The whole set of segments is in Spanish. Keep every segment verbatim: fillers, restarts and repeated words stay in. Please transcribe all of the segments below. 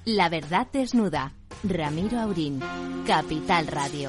La verdad desnuda. Ramiro Aurín, Capital Radio.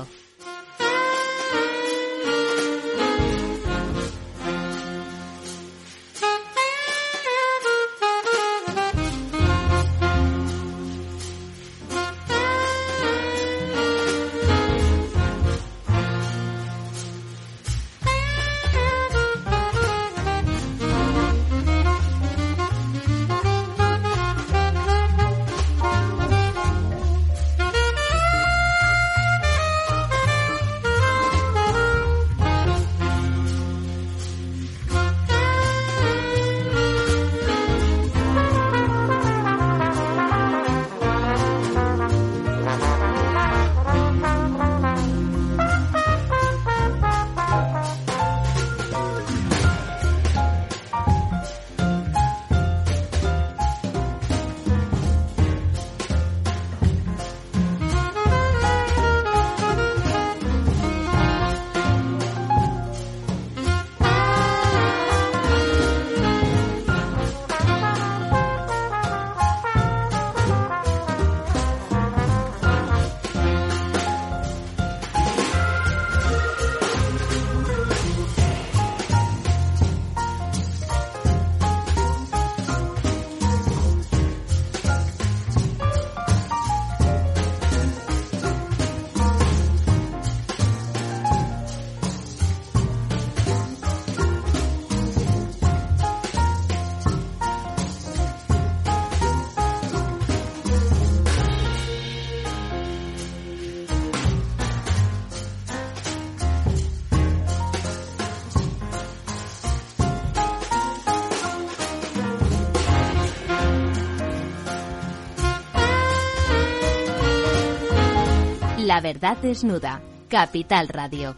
La verdad desnuda. Capital Radio.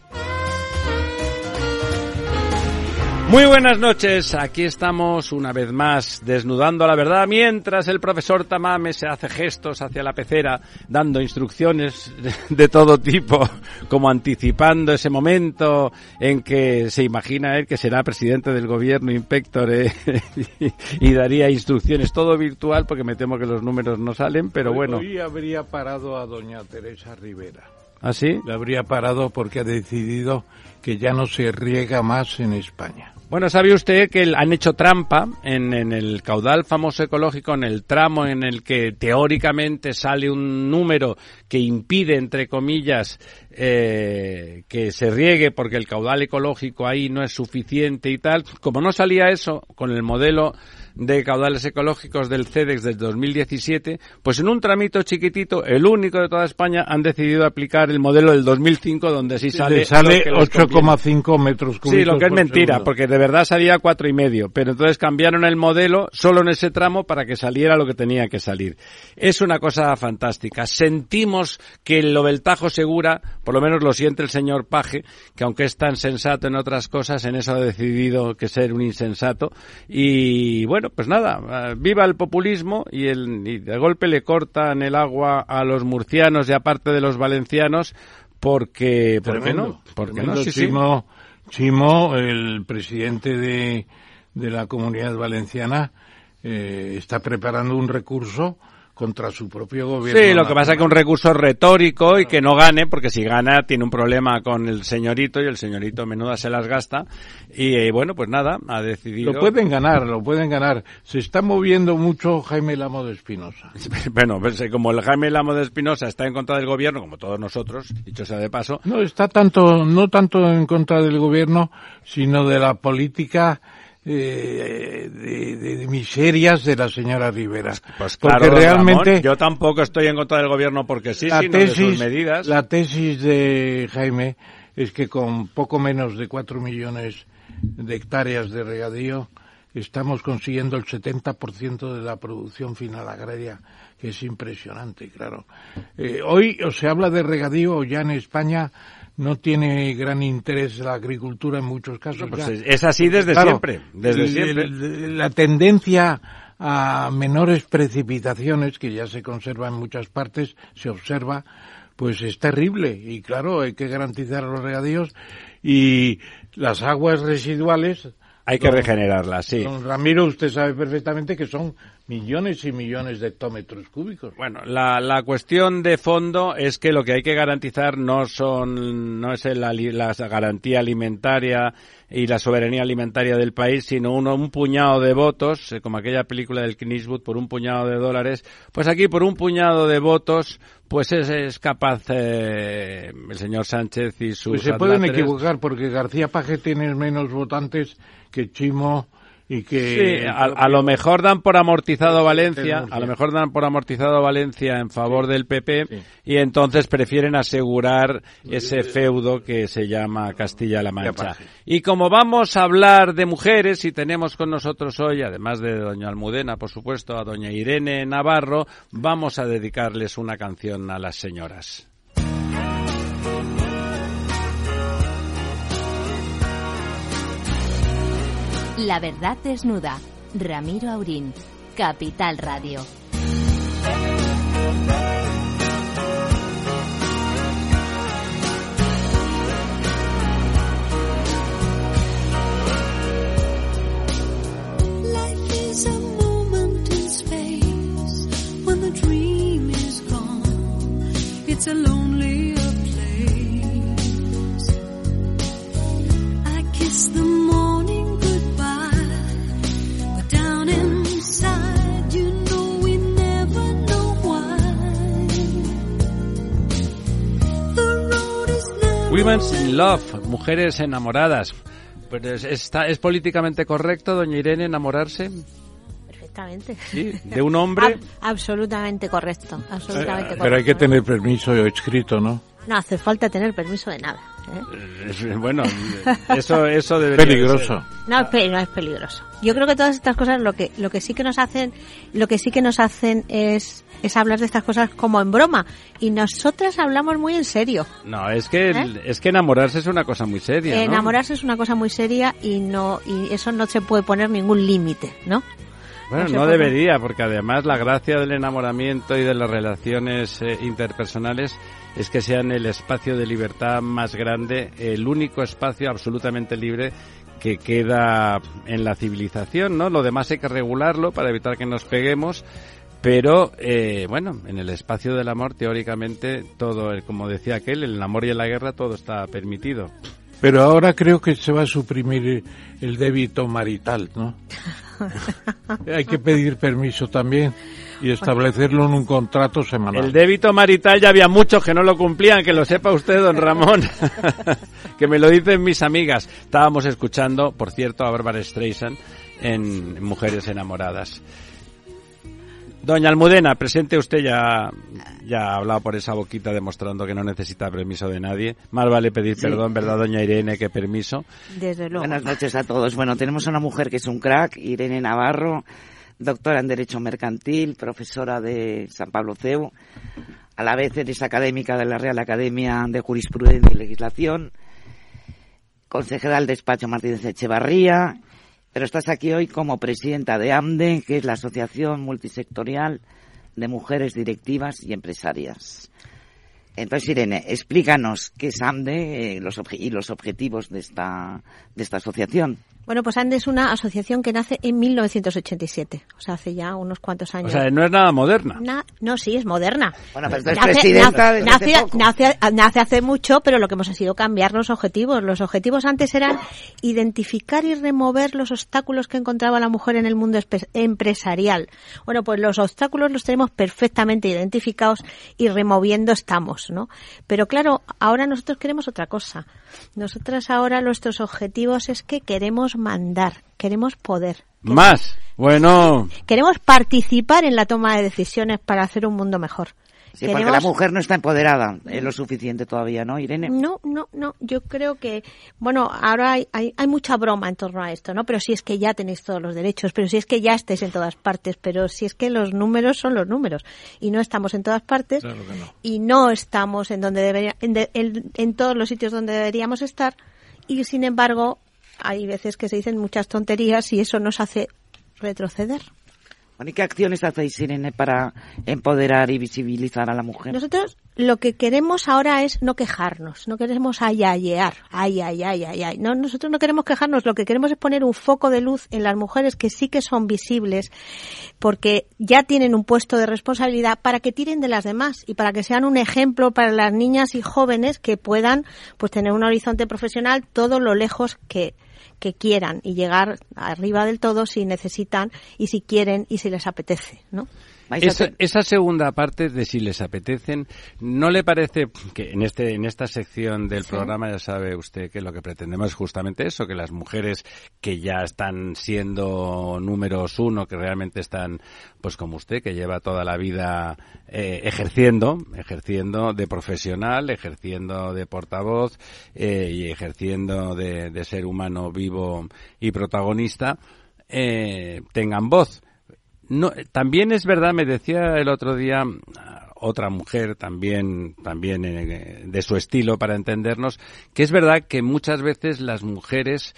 Muy buenas noches, aquí estamos una vez más desnudando la verdad mientras el profesor Tamames se hace gestos hacia la pecera dando instrucciones de todo tipo, como anticipando ese momento en que se imagina él que será presidente del gobierno inspector eh, y, y daría instrucciones, todo virtual porque me temo que los números no salen, pero hoy, bueno. Hoy habría parado a doña Teresa Rivera. ¿Ah, sí? La habría parado porque ha decidido que ya no se riega más en España. Bueno, ¿sabe usted que han hecho trampa en, en el caudal famoso ecológico, en el tramo en el que teóricamente sale un número que impide, entre comillas, eh, que se riegue porque el caudal ecológico ahí no es suficiente y tal? Como no salía eso con el modelo de caudales ecológicos del CEDEX del dos mil diecisiete, pues en un tramito chiquitito, el único de toda España, han decidido aplicar el modelo del dos mil cinco, donde sí sale... sale ocho coma cinco metros cúbicos. Sí, lo que es mentira, segundo. Porque de verdad salía cuatro y medio, pero entonces cambiaron el modelo solo en ese tramo para que saliera lo que tenía que salir. Es una cosa fantástica. Sentimos que lo del Tajo Segura, por lo menos lo siente el señor Paje, que aunque es tan sensato en otras cosas, en eso ha decidido que ser un insensato. Y bueno, pues nada, viva el populismo y, el, y de golpe le cortan el agua a los murcianos y aparte de los valencianos porque... ¿Por qué no? ¿Por qué no? Sí, sí. Chimo, Chimo, el presidente de, de la Comunidad Valenciana, eh, está preparando un recurso contra su propio gobierno. Sí, lo que pasa es que un recurso retórico y que no gane, porque si gana tiene un problema con el señorito y el señorito menuda se las gasta y eh, bueno, pues nada, ha decidido... Lo pueden ganar, lo pueden ganar. Se está moviendo mucho Jaime Lamo de Espinosa. Bueno, pues como el Jaime Lamo de Espinosa está en contra del gobierno, como todos nosotros, dicho sea de paso... No, está tanto, no tanto en contra del gobierno, sino de la política... Eh, de, de, de miserias de la señora Rivera. Pues claro, porque realmente Ramón, yo tampoco estoy en contra del gobierno porque sí, la sino tesis, de sus medidas. La tesis de Jaime es que con poco menos de cuatro millones de hectáreas de regadío estamos consiguiendo el setenta por ciento de la producción final agraria, que es impresionante, claro. Eh, hoy o se habla de regadío o ya en España no tiene gran interés la agricultura en muchos casos. No, pues es, es así desde claro, siempre, desde el, siempre. El, la tendencia a menores precipitaciones, que ya se conserva en muchas partes, se observa, pues es terrible. Y claro, hay que garantizar los regadíos y las aguas residuales... Hay que don, regenerarlas, sí. Don Ramiro, usted sabe perfectamente que son millones y millones de hectómetros cúbicos. Bueno, la, la cuestión de fondo es que lo que hay que garantizar no son no es la, la garantía alimentaria y la soberanía alimentaria del país, sino uno, un puñado de votos, eh, como aquella película del Clint Eastwood, por un puñado de dólares. Pues aquí, por un puñado de votos, pues es, es capaz eh, el señor Sánchez y sus Pues se pueden adláteres. equivocar, porque García Paje tiene menos votantes que Chimo y que... Sí, a, a lo mejor dan por amortizado Valencia, a lo mejor dan por amortizado Valencia en favor sí, del P P sí. Y entonces prefieren asegurar ese feudo que se llama Castilla-La Mancha. Y como vamos a hablar de mujeres y tenemos con nosotros hoy, además de doña Almudena, por supuesto, a doña Irene Navarro, vamos a dedicarles una canción a las señoras. La verdad desnuda. Ramiro Aurín, Capital Radio. Life is a moment in space when the dream is gone. It's a lonelier place. I kiss the morning. Women's in Love, mujeres enamoradas. Pero es, está, ¿es políticamente correcto, doña Irene, enamorarse? Perfectamente. Sí, de un hombre. Ab- absolutamente correcto, absolutamente eh, correcto. Pero hay que tener permiso escrito, ¿no? No hace falta tener permiso de nada. ¿eh? Bueno, eso eso debería peligroso. ser. No, no es peligroso. Yo creo que todas estas cosas lo que lo que sí que nos hacen, lo que sí que nos hacen es es hablar de estas cosas como en broma, y nosotras hablamos muy en serio. No, es que ¿Eh? es que enamorarse es una cosa muy seria, ¿no? Enamorarse es una cosa muy seria y no y eso no se puede poner ningún límite, ¿no? Bueno, no, no debería, porque además la gracia del enamoramiento y de las relaciones eh, interpersonales es que sean el espacio de libertad más grande, el único espacio absolutamente libre que queda en la civilización, ¿no? Lo demás hay que regularlo para evitar que nos peguemos, pero, eh, bueno, en el espacio del amor, teóricamente, todo, como decía aquel, en el amor y en la guerra todo está permitido. Pero ahora creo que se va a suprimir el débito marital, ¿no? Hay que pedir permiso también y establecerlo en un contrato semanal. El débito marital ya había muchos que no lo cumplían, que lo sepa usted, don Ramón, que me lo dicen mis amigas. Estábamos escuchando, por cierto, a Bárbara Streisand en Mujeres Enamoradas. Doña Almudena, presente usted, ya, ya ha hablado por esa boquita demostrando que no necesita permiso de nadie. Más vale pedir sí. perdón, ¿verdad, doña Irene, que permiso? Desde luego. Buenas noches a todos. Bueno, tenemos una mujer que es un crack, Irene Navarro, doctora en Derecho Mercantil, profesora de San Pablo C E U, a la vez eres académica de la Real Academia de Jurisprudencia y Legislación, consejera del despacho Martínez Echevarría, pero estás aquí hoy como presidenta de AMDE, que es la Asociación Multisectorial de Mujeres Directivas y Empresarias. Entonces, Irene, explícanos qué es AMDE eh, los obje- y los objetivos de esta, de esta asociación. Bueno, pues AMDE es una asociación que nace en mil novecientos ochenta y siete, o sea, hace ya unos cuantos años. O sea, no es nada moderna. Na, no, sí, es moderna. Bueno, pero tú eres nace, presidenta nace, desde nace, hace poco. nace, nace hace mucho, pero lo que hemos sido cambiar los objetivos. Los objetivos antes eran identificar y remover los obstáculos que encontraba la mujer en el mundo espe- empresarial. Bueno, pues los obstáculos los tenemos perfectamente identificados y removiendo estamos, ¿no? Pero claro, ahora nosotros queremos otra cosa. Nosotras ahora nuestros objetivos es que queremos mandar, queremos poder. Queremos, Más, bueno. Queremos participar en la toma de decisiones para hacer un mundo mejor. Sí, queremos... porque la mujer no está empoderada eh, lo suficiente todavía, ¿no, Irene? No, no, no. Yo creo que, bueno, ahora hay, hay, hay mucha broma en torno a esto, ¿no? Pero si es que ya tenéis todos los derechos, pero si es que ya estáis en todas partes, pero si es que los números son los números y no estamos en todas partes Claro que no. y no estamos en donde debería, en, de, en, en todos los sitios donde deberíamos estar y sin embargo hay veces que se dicen muchas tonterías y eso nos hace retroceder. Bueno, ¿y qué acciones hacéis, Irene, para empoderar y visibilizar a la mujer? Nosotros lo que queremos ahora es no quejarnos, no queremos ayayear, ay, ay, ay, ay, ay. No, nosotros no queremos quejarnos, lo que queremos es poner un foco de luz en las mujeres que sí que son visibles, porque ya tienen un puesto de responsabilidad para que tiren de las demás y para que sean un ejemplo para las niñas y jóvenes que puedan pues tener un horizonte profesional todo lo lejos que que quieran y llegar arriba del todo si necesitan y si quieren y si les apetece, ¿no? Esa, esa segunda parte de si les apetecen, ¿no le parece que en este en esta sección del sí. programa ya sabe usted que lo que pretendemos es justamente eso, que las mujeres que ya están siendo números uno, que realmente están, pues como usted, que lleva toda la vida eh, ejerciendo, ejerciendo de profesional, ejerciendo de portavoz eh, y ejerciendo de, de ser humano vivo y protagonista, eh, tengan voz? No, también es verdad, me decía el otro día otra mujer también también eh, de su estilo para entendernos, que es verdad que muchas veces las mujeres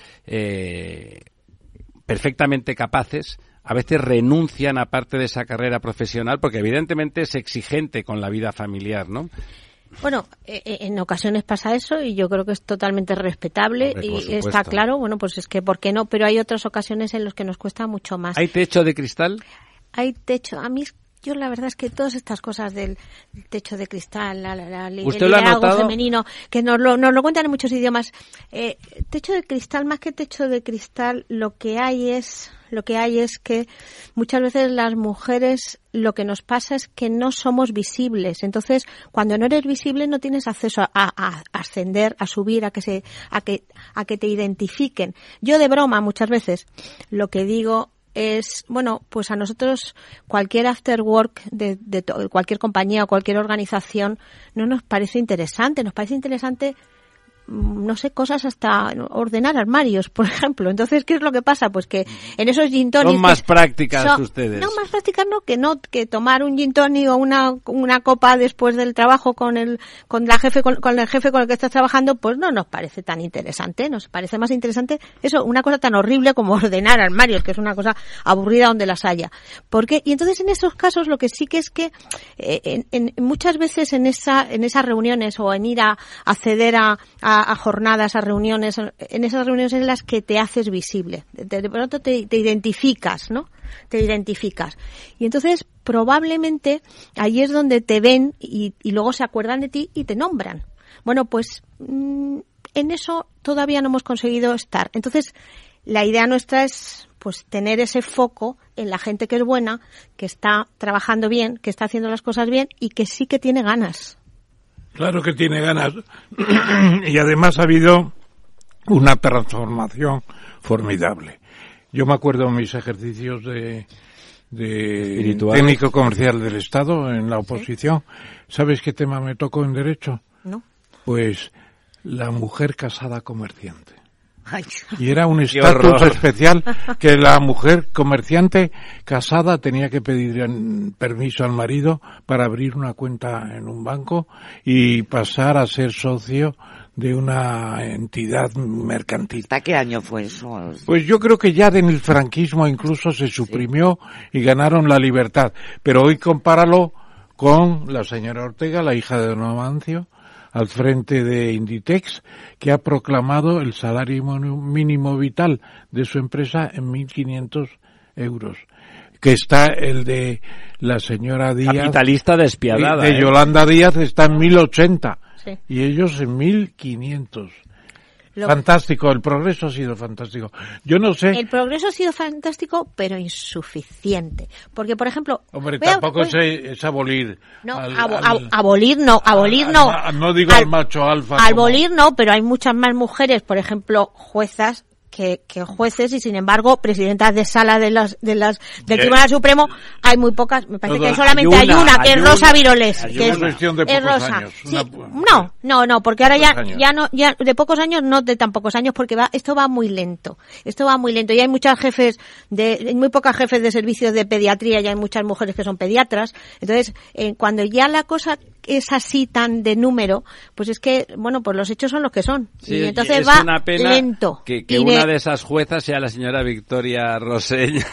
eh, perfectamente capaces a veces renuncian a parte de esa carrera profesional porque evidentemente es exigente con la vida familiar, ¿no? Bueno, en ocasiones pasa eso y yo creo que es totalmente respetable. Hombre, y está claro, bueno, pues es que ¿por qué no? Pero hay otras ocasiones en las que nos cuesta mucho más. ¿Hay techo de cristal? Hay techo. A mí, yo la verdad es que todas estas cosas del techo de cristal, la, la, la, el liderazgo femenino, que nos lo, nos lo cuentan en muchos idiomas. Eh, techo de cristal, más que techo de cristal, lo que hay es... Lo que hay es que muchas veces las mujeres lo que nos pasa es que no somos visibles. Entonces, cuando no eres visible no tienes acceso a, a, a ascender, a subir, a que se, a que, a que te identifiquen. Yo de broma muchas veces lo que digo es, bueno, pues a nosotros cualquier after work de, de to- cualquier compañía o cualquier organización no nos parece interesante. Nos parece interesante, no sé, cosas hasta ordenar armarios, por ejemplo. Entonces, ¿qué es lo que pasa? Pues que en esos gin tonics... Son más prácticas son, ustedes. No, más prácticas no, que no, que tomar un gin tonic o una, una copa después del trabajo con el, con la jefe, con, con el jefe con el que estás trabajando, pues no nos parece tan interesante. Nos parece más interesante eso, una cosa tan horrible como ordenar armarios, que es una cosa aburrida donde las haya. ¿Por qué? Y entonces en esos casos lo que sí que es que, eh, en, en, muchas veces en esa, en esas reuniones o en ir a acceder a, a a jornadas, a reuniones, en esas reuniones en las que te haces visible. De, de pronto te, te identificas, ¿no? Te identificas. Y entonces, probablemente, ahí es donde te ven y, y luego se acuerdan de ti y te nombran. Bueno, pues, mmm, en eso todavía no hemos conseguido estar. Entonces, la idea nuestra es, pues, tener ese foco en la gente que es buena, que está trabajando bien, que está haciendo las cosas bien y que sí que tiene ganas. Claro que tiene ganas. Y además ha habido una transformación formidable. Yo me acuerdo de mis ejercicios de, de técnico comercial del Estado en la oposición. ¿Sabes qué tema me tocó en Derecho? No. Pues la mujer casada comerciante. Ay, y era un estatus especial que la mujer comerciante casada tenía que pedir permiso al marido para abrir una cuenta en un banco y pasar a ser socio de una entidad mercantil. ¿Hasta qué año fue eso? Pues yo creo que ya en el franquismo incluso se suprimió sí. y ganaron la libertad. Pero hoy compáralo con la señora Ortega, la hija de don Amancio, al frente de Inditex, que ha proclamado el salario mínimo vital de su empresa en mil quinientos euros. Que está el de la señora Díaz. Capitalista despiadada. De, de ¿eh? Yolanda Díaz está en mil ochenta. Sí. Y ellos en mil quinientos. Lo... Fantástico, el progreso ha sido fantástico. Yo no sé... El progreso ha sido fantástico, pero insuficiente. Porque, por ejemplo... Hombre, voy a, tampoco voy... es, es abolir. No, al, abo, al, abolir no, abolir al, no. Al, no digo al, al macho alfa. Abolir como... no, pero hay muchas más mujeres, por ejemplo, juezas, que, que jueces y sin embargo presidentas de sala de las de las del ¿Qué? Tribunal Supremo hay muy pocas, me parece Todo, que solamente hay una, hay una que hay es Rosa una, Viroles, que es, cuestión de es Rosa. Años, sí, una, no, no, no, porque ahora ya años. ya no ya de pocos años, no de tan pocos años, porque va esto va muy lento. Esto va muy lento y hay muchas jefes de hay muy pocas jefes de servicios de pediatría, ya hay muchas mujeres que son pediatras. Entonces, eh, cuando ya la cosa es así tan de número, pues es que, bueno, pues los hechos son los que son. Sí, y entonces es va una pena lento. que, que una de esas juezas sea la señora Victoria Rosell,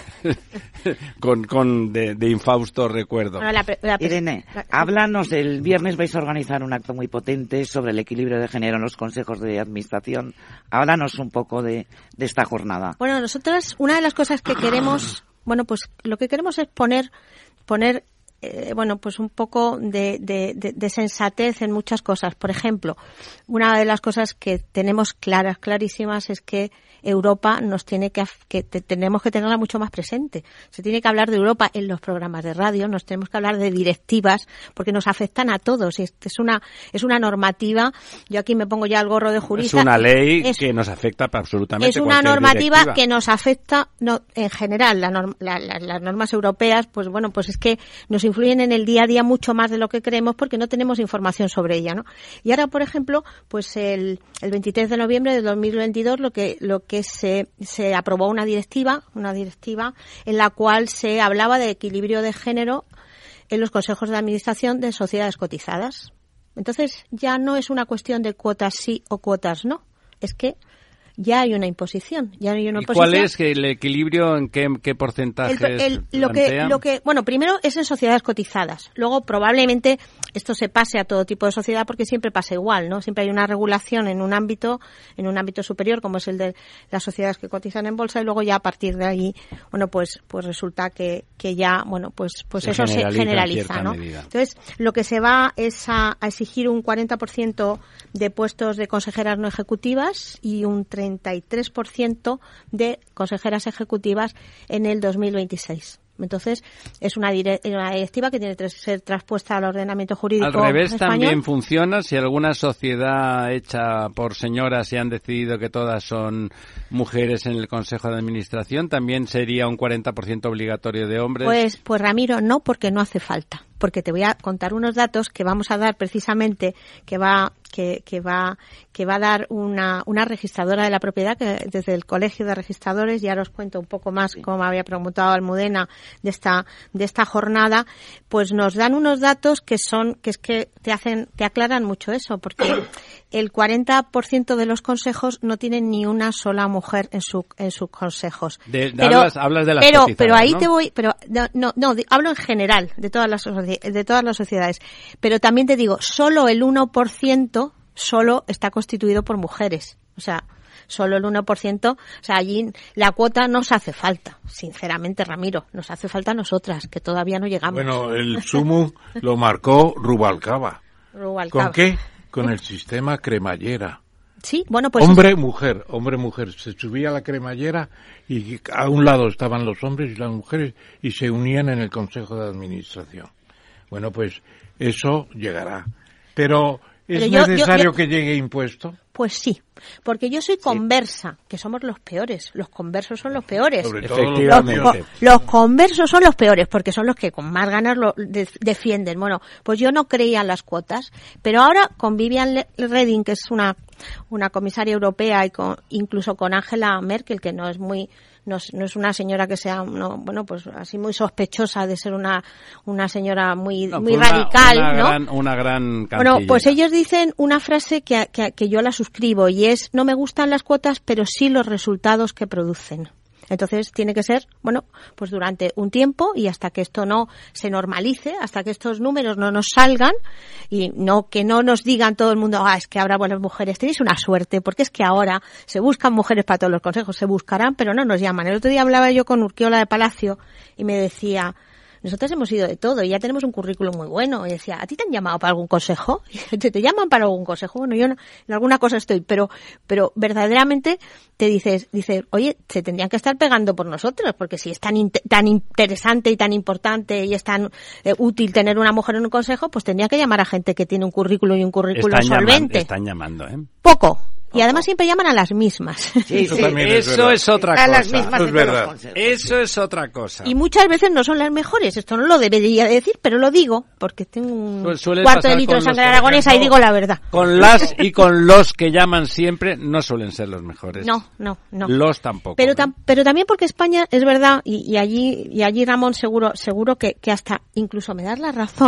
con, con de, de infausto recuerdo. Bueno, la, la, Irene, la, háblanos, el viernes vais a organizar un acto muy potente sobre el equilibrio de género en los consejos de administración. Háblanos un poco de, de esta jornada. Bueno, nosotras, una de las cosas que queremos, bueno, pues lo que queremos es poner, poner Eh, bueno, pues un poco de, de, de, de sensatez en muchas cosas. Por ejemplo, una de las cosas que tenemos claras, clarísimas, es que Europa nos tiene que, que te, tenemos que tenerla mucho más presente. Se tiene que hablar de Europa en los programas de radio, nos tenemos que hablar de directivas, porque nos afectan a todos. Y es una, es una normativa. Yo aquí me pongo ya el gorro de jurista. Es una ley es, que nos afecta absolutamente. Es una normativa directiva. que nos afecta, no, en general, la norm, la, la, las normas europeas, pues bueno, pues es que nos influyen en el día a día mucho más de lo que creemos porque no tenemos información sobre ella, ¿no? Y ahora, por ejemplo, pues el, el veintitrés de noviembre de dos mil veintidós lo que lo que se se aprobó una directiva, una directiva en la cual se hablaba de equilibrio de género en los consejos de administración de sociedades cotizadas. Entonces, ya no es una cuestión de cuotas sí o cuotas no, es que ya hay una imposición, ya hay una ¿Y imposición. cuál es el equilibrio, en qué, qué porcentajes el, el, lo que lo que bueno, primero es en sociedades cotizadas. Luego probablemente esto se pase a todo tipo de sociedad porque siempre pasa igual, ¿no? Siempre hay una regulación en un ámbito, en un ámbito superior como es el de las sociedades que cotizan en bolsa y luego ya a partir de ahí, bueno, pues pues resulta que que ya, bueno, pues pues se eso se generaliza, ¿no? Medida. Entonces, lo que se va es a, a exigir un cuarenta por ciento de puestos de consejeras no ejecutivas y un treinta y tres por ciento de consejeras ejecutivas en el dos mil veintiséis. Entonces, es una, dire- una directiva que tiene que ser traspuesta al ordenamiento jurídico Al revés español. también funciona si alguna sociedad hecha por señoras y han decidido que todas son mujeres en el Consejo de Administración, también sería un cuarenta por ciento obligatorio de hombres. Pues, pues Ramiro, no, porque no hace falta. Porque te voy a contar unos datos que vamos a dar precisamente, que va, que, que va, que va a dar una, una registradora de la propiedad, que desde el Colegio de Registradores, ya os cuento un poco más, como me había preguntado Almudena, de esta, de esta jornada, pues nos dan unos datos que son, que es que te hacen, te aclaran mucho eso, porque el cuarenta por ciento de los consejos no tienen ni una sola mujer en su, en sus consejos. De, de pero, hablas, hablas de las pero, cotizadas, pero ahí ¿no? te voy, pero no, no, no, hablo en general de todas las de todas las sociedades, pero también te digo, solo el uno por ciento solo está constituido por mujeres, o sea, solo el uno por ciento, o sea, allí la cuota nos hace falta, sinceramente, Ramiro, nos hace falta a nosotras, que todavía no llegamos. Bueno, el sumum lo marcó Rubalcaba. Rubalcaba. ¿Con qué? Con el sistema cremallera. Sí, bueno, pues hombre, mujer, hombre, mujer. Se subía a la cremallera y a un lado estaban los hombres y las mujeres y se unían en el Consejo de Administración. Bueno, pues eso llegará. Pero, ¿es Pero yo- necesario yo- yo- que llegue impuesto? Pues sí, porque yo soy conversa, que somos los peores, los conversos son los peores. Sobre todo los Los, Efectivamente. co- los conversos son los peores porque son los que con más ganas lo de- defienden. Bueno, pues yo no creía en las cuotas, pero ahora con Vivian Le- Reding, que es una una comisaria europea y con, incluso con Angela Merkel, que no es muy no es, no es una señora que sea no, bueno, pues así muy sospechosa de ser una una señora muy No, muy fue una- radical, una ¿no? gran, una gran Bueno, canciller. pues ellos dicen una frase que, que, que yo la suscribo y es, no me gustan las cuotas, pero sí los resultados que producen. Entonces tiene que ser, bueno, pues durante un tiempo y hasta que esto no se normalice, hasta que estos números no nos salgan y no que no nos digan todo el mundo, ah, es que ahora buenas mujeres, tenéis una suerte, porque es que ahora se buscan mujeres para todos los consejos, se buscarán, pero no nos llaman. El otro día hablaba yo con Urquiola de Palacio y me decía, nosotros hemos ido de todo y ya tenemos un currículum muy bueno. Y decía, ¿a ti te han llamado para algún consejo? ¿Te, te llaman para algún consejo? Bueno, yo no, en alguna cosa estoy, pero pero verdaderamente te dices, dices, oye, se tendrían que estar pegando por nosotros, porque si es tan in- tan interesante y tan importante y es tan eh, útil tener una mujer en un consejo, pues tendría que llamar a gente que tiene un currículum y un currículum están llaman- solvente. están llamando, ¿eh? Poco. Y además siempre llaman a las mismas. Sí, Eso sí. también es Eso verdad. es otra A las cosa. mismas Eso de es todos los verdad. consejos. Eso es otra cosa. Y muchas veces no son las mejores. Esto no lo debería decir, pero lo digo, porque tengo un Su- suele cuarto pasar de litro de con sangre los, por aragonesa y ejemplo, digo la verdad. Con las y con los que llaman siempre no suelen ser los mejores. No, no, no. Los tampoco. Pero, ¿no? tam- pero también porque España es verdad y, y allí y allí Ramón seguro seguro que, que hasta incluso me das la razón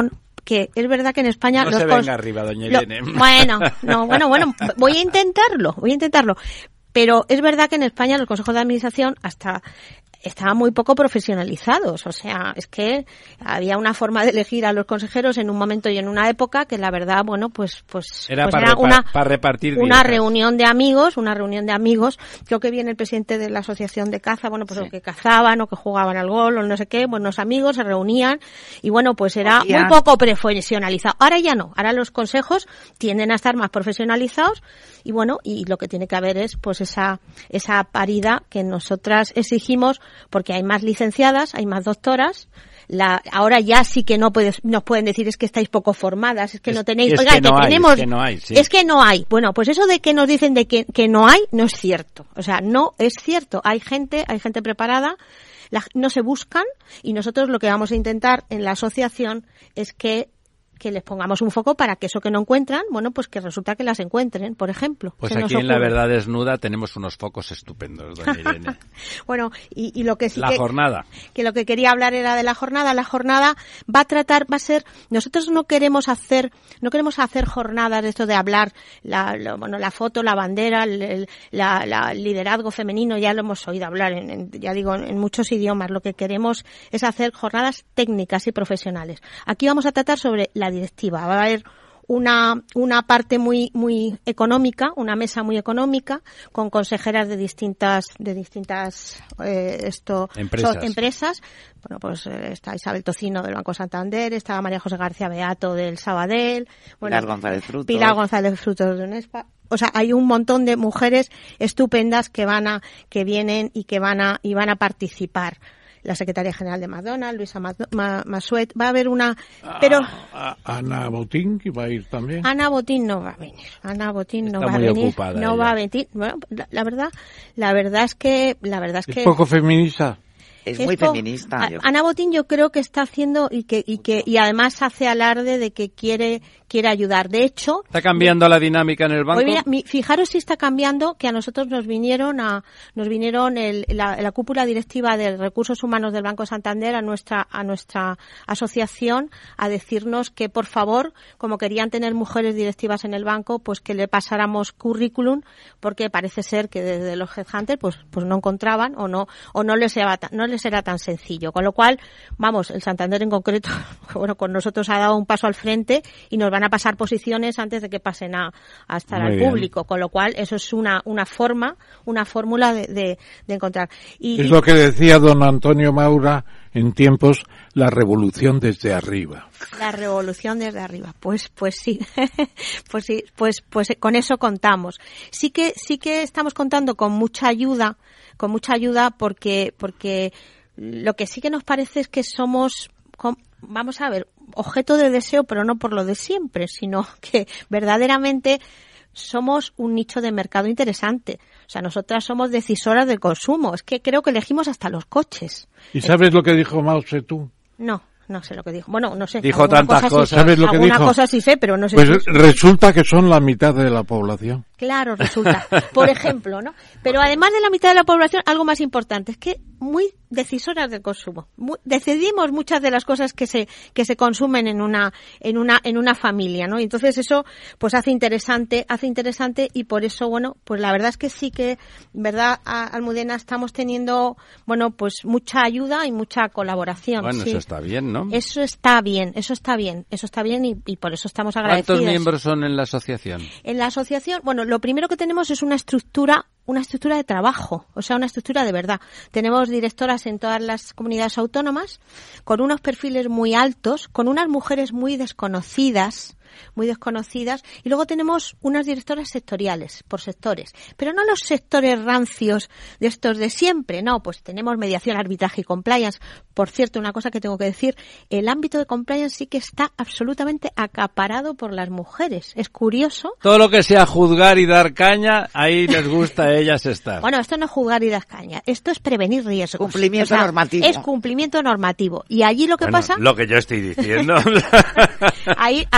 que es verdad que en España... No los se cons- venga arriba, doña lo- Irene. Bueno, no, bueno, bueno, voy a intentarlo, voy a intentarlo. Pero es verdad que en España los consejos de administración hasta estaban muy poco profesionalizados. O sea, es que había una forma de elegir a los consejeros en un momento y en una época que la verdad, bueno, pues pues Era pues para era repar- una, para repartir una dietas. reunión de amigos, una reunión de amigos. Creo que viene el presidente de la asociación de caza, bueno, pues Sí. los que cazaban o que jugaban al gol o no sé qué, buenos amigos se reunían y bueno, pues era Hostia. muy poco profesionalizado. Ahora ya no, ahora los consejos tienden a estar más profesionalizados y bueno, y lo que tiene que haber es pues esa esa paridad que nosotras exigimos porque hay más licenciadas, hay más doctoras. La, ahora ya sí que no puedes, nos pueden decir es que estáis poco formadas, es que Es- no tenéis, es oiga, que no hay, tenemos, es que no hay, sí. es que no hay. Bueno, pues eso de que nos dicen de que, que no hay, no es cierto. O sea, no es cierto. Hay gente, hay gente preparada, la- no se buscan y nosotros lo que vamos a intentar en la asociación es que que les pongamos un foco para que eso que no encuentran, bueno, pues que resulta que las encuentren, por ejemplo. Pues Se nos aquí en La ocurre. Verdad Desnuda tenemos unos focos estupendos, doña Irene. Bueno, y, y lo que sí La que, jornada. que lo que quería hablar era de la jornada. La jornada va a tratar, va a ser, nosotros no queremos hacer, no queremos hacer jornadas de esto de hablar, la, lo- bueno, la foto, la bandera, el, el- la, la- el liderazgo femenino, ya lo hemos oído hablar, en, en- ya digo, en, en muchos idiomas. Lo que queremos es hacer jornadas técnicas y profesionales. Aquí vamos a tratar sobre la directiva. Va a haber una una parte muy muy económica, una mesa muy económica con consejeras de distintas de distintas eh, esto Empresas. so- empresas. Bueno, pues eh, está Isabel Tocino del Banco Santander, está María José García Beato del Sabadell, bueno, Pilar González Frutos. Pilar González Frutos de Unespa. O sea, hay un montón de mujeres estupendas que van a que vienen y que van a y van a participar. La secretaria general de McDonald's, Luisa Mad- Ma- Masuet, va a haber una, pero A- a- Ana Botín, que va a ir también. Ana Botín no va a venir. Ana Botín no Está va a muy venir. ocupada No ella. va a venir. Bueno, la, la verdad, la verdad es que, la verdad es Es que poco feminista. Es es muy po- feminista. A- yo- Ana Botín yo creo que está haciendo y que y que y además hace alarde de que quiere quiere ayudar. De hecho, ¿Está cambiando la dinámica en el banco? Hoy mira, mi- fijaros si está cambiando, que a nosotros nos vinieron a nos vinieron el, la, la cúpula directiva de Recursos Humanos del Banco Santander a nuestra a nuestra asociación a decirnos que por favor, como querían tener mujeres directivas en el banco, pues que le pasáramos currículum, porque parece ser que desde los headhunters pues pues no encontraban o no o no les era tan, no les era tan sencillo. Con lo cual, vamos, el Santander en concreto, bueno, con nosotros ha dado un paso al frente y nos van a pasar posiciones antes de que pasen a, a estar Muy al bien. público, con lo cual eso es una una forma, una fórmula de, de, de encontrar. Y, Es y- lo que decía don Antonio Maura en tiempos, la revolución desde arriba. La revolución desde arriba. Pues, pues sí, pues sí, pues, pues con eso contamos. Sí que, sí que estamos contando con mucha ayuda, con mucha ayuda porque, porque lo que sí que nos parece es que somos, com- vamos a ver, objeto de deseo, pero no por lo de siempre, sino que verdaderamente somos un nicho de mercado interesante. O sea, nosotras somos decisoras del consumo. Es que creo que elegimos hasta los coches. ¿Y sabes lo que dijo Mao Zedong? No, no sé lo que dijo. Bueno, no sé. Dijo alguna tantas cosa sí- cosas. ¿Sabes lo que alguna dijo? cosa sí sé, pero no sé Pues si... resulta que son la mitad de la población. Claro, resulta. Por ejemplo, ¿no? Pero además de la mitad de la población, algo más importante es que muy decisoras del consumo. Muy- decidimos muchas de las cosas que se que se consumen en una en una en una familia, ¿no? Y entonces eso pues hace interesante, hace interesante y por eso, bueno, pues la verdad es que sí que, verdad, a- Almudena, estamos teniendo, bueno, pues mucha ayuda y mucha colaboración. Bueno, sí. eso está bien, ¿no? Eso está bien, eso está bien, eso está bien y, y por eso estamos agradecidos. ¿Cuántos miembros son en la asociación? En la asociación, bueno, lo primero que tenemos es una estructura, una estructura de trabajo, o sea, una estructura de verdad. Tenemos directoras en todas las comunidades autónomas, con unos perfiles muy altos, con unas mujeres muy desconocidas, muy desconocidas, y luego tenemos unas directoras sectoriales, por sectores, pero no los sectores rancios de estos de siempre, no, pues tenemos mediación, arbitraje y compliance. Por cierto, una cosa que tengo que decir, el ámbito de compliance sí que está absolutamente acaparado por las mujeres. Es curioso. Todo lo que sea juzgar y dar caña, ahí les gusta a ellas estar. Bueno, esto no es jugar y dar caña, esto es prevenir riesgos. Cumplimiento normativo. Es cumplimiento normativo. Y allí lo que Bueno, pasa, lo que yo estoy diciendo. ahí, ahí lo que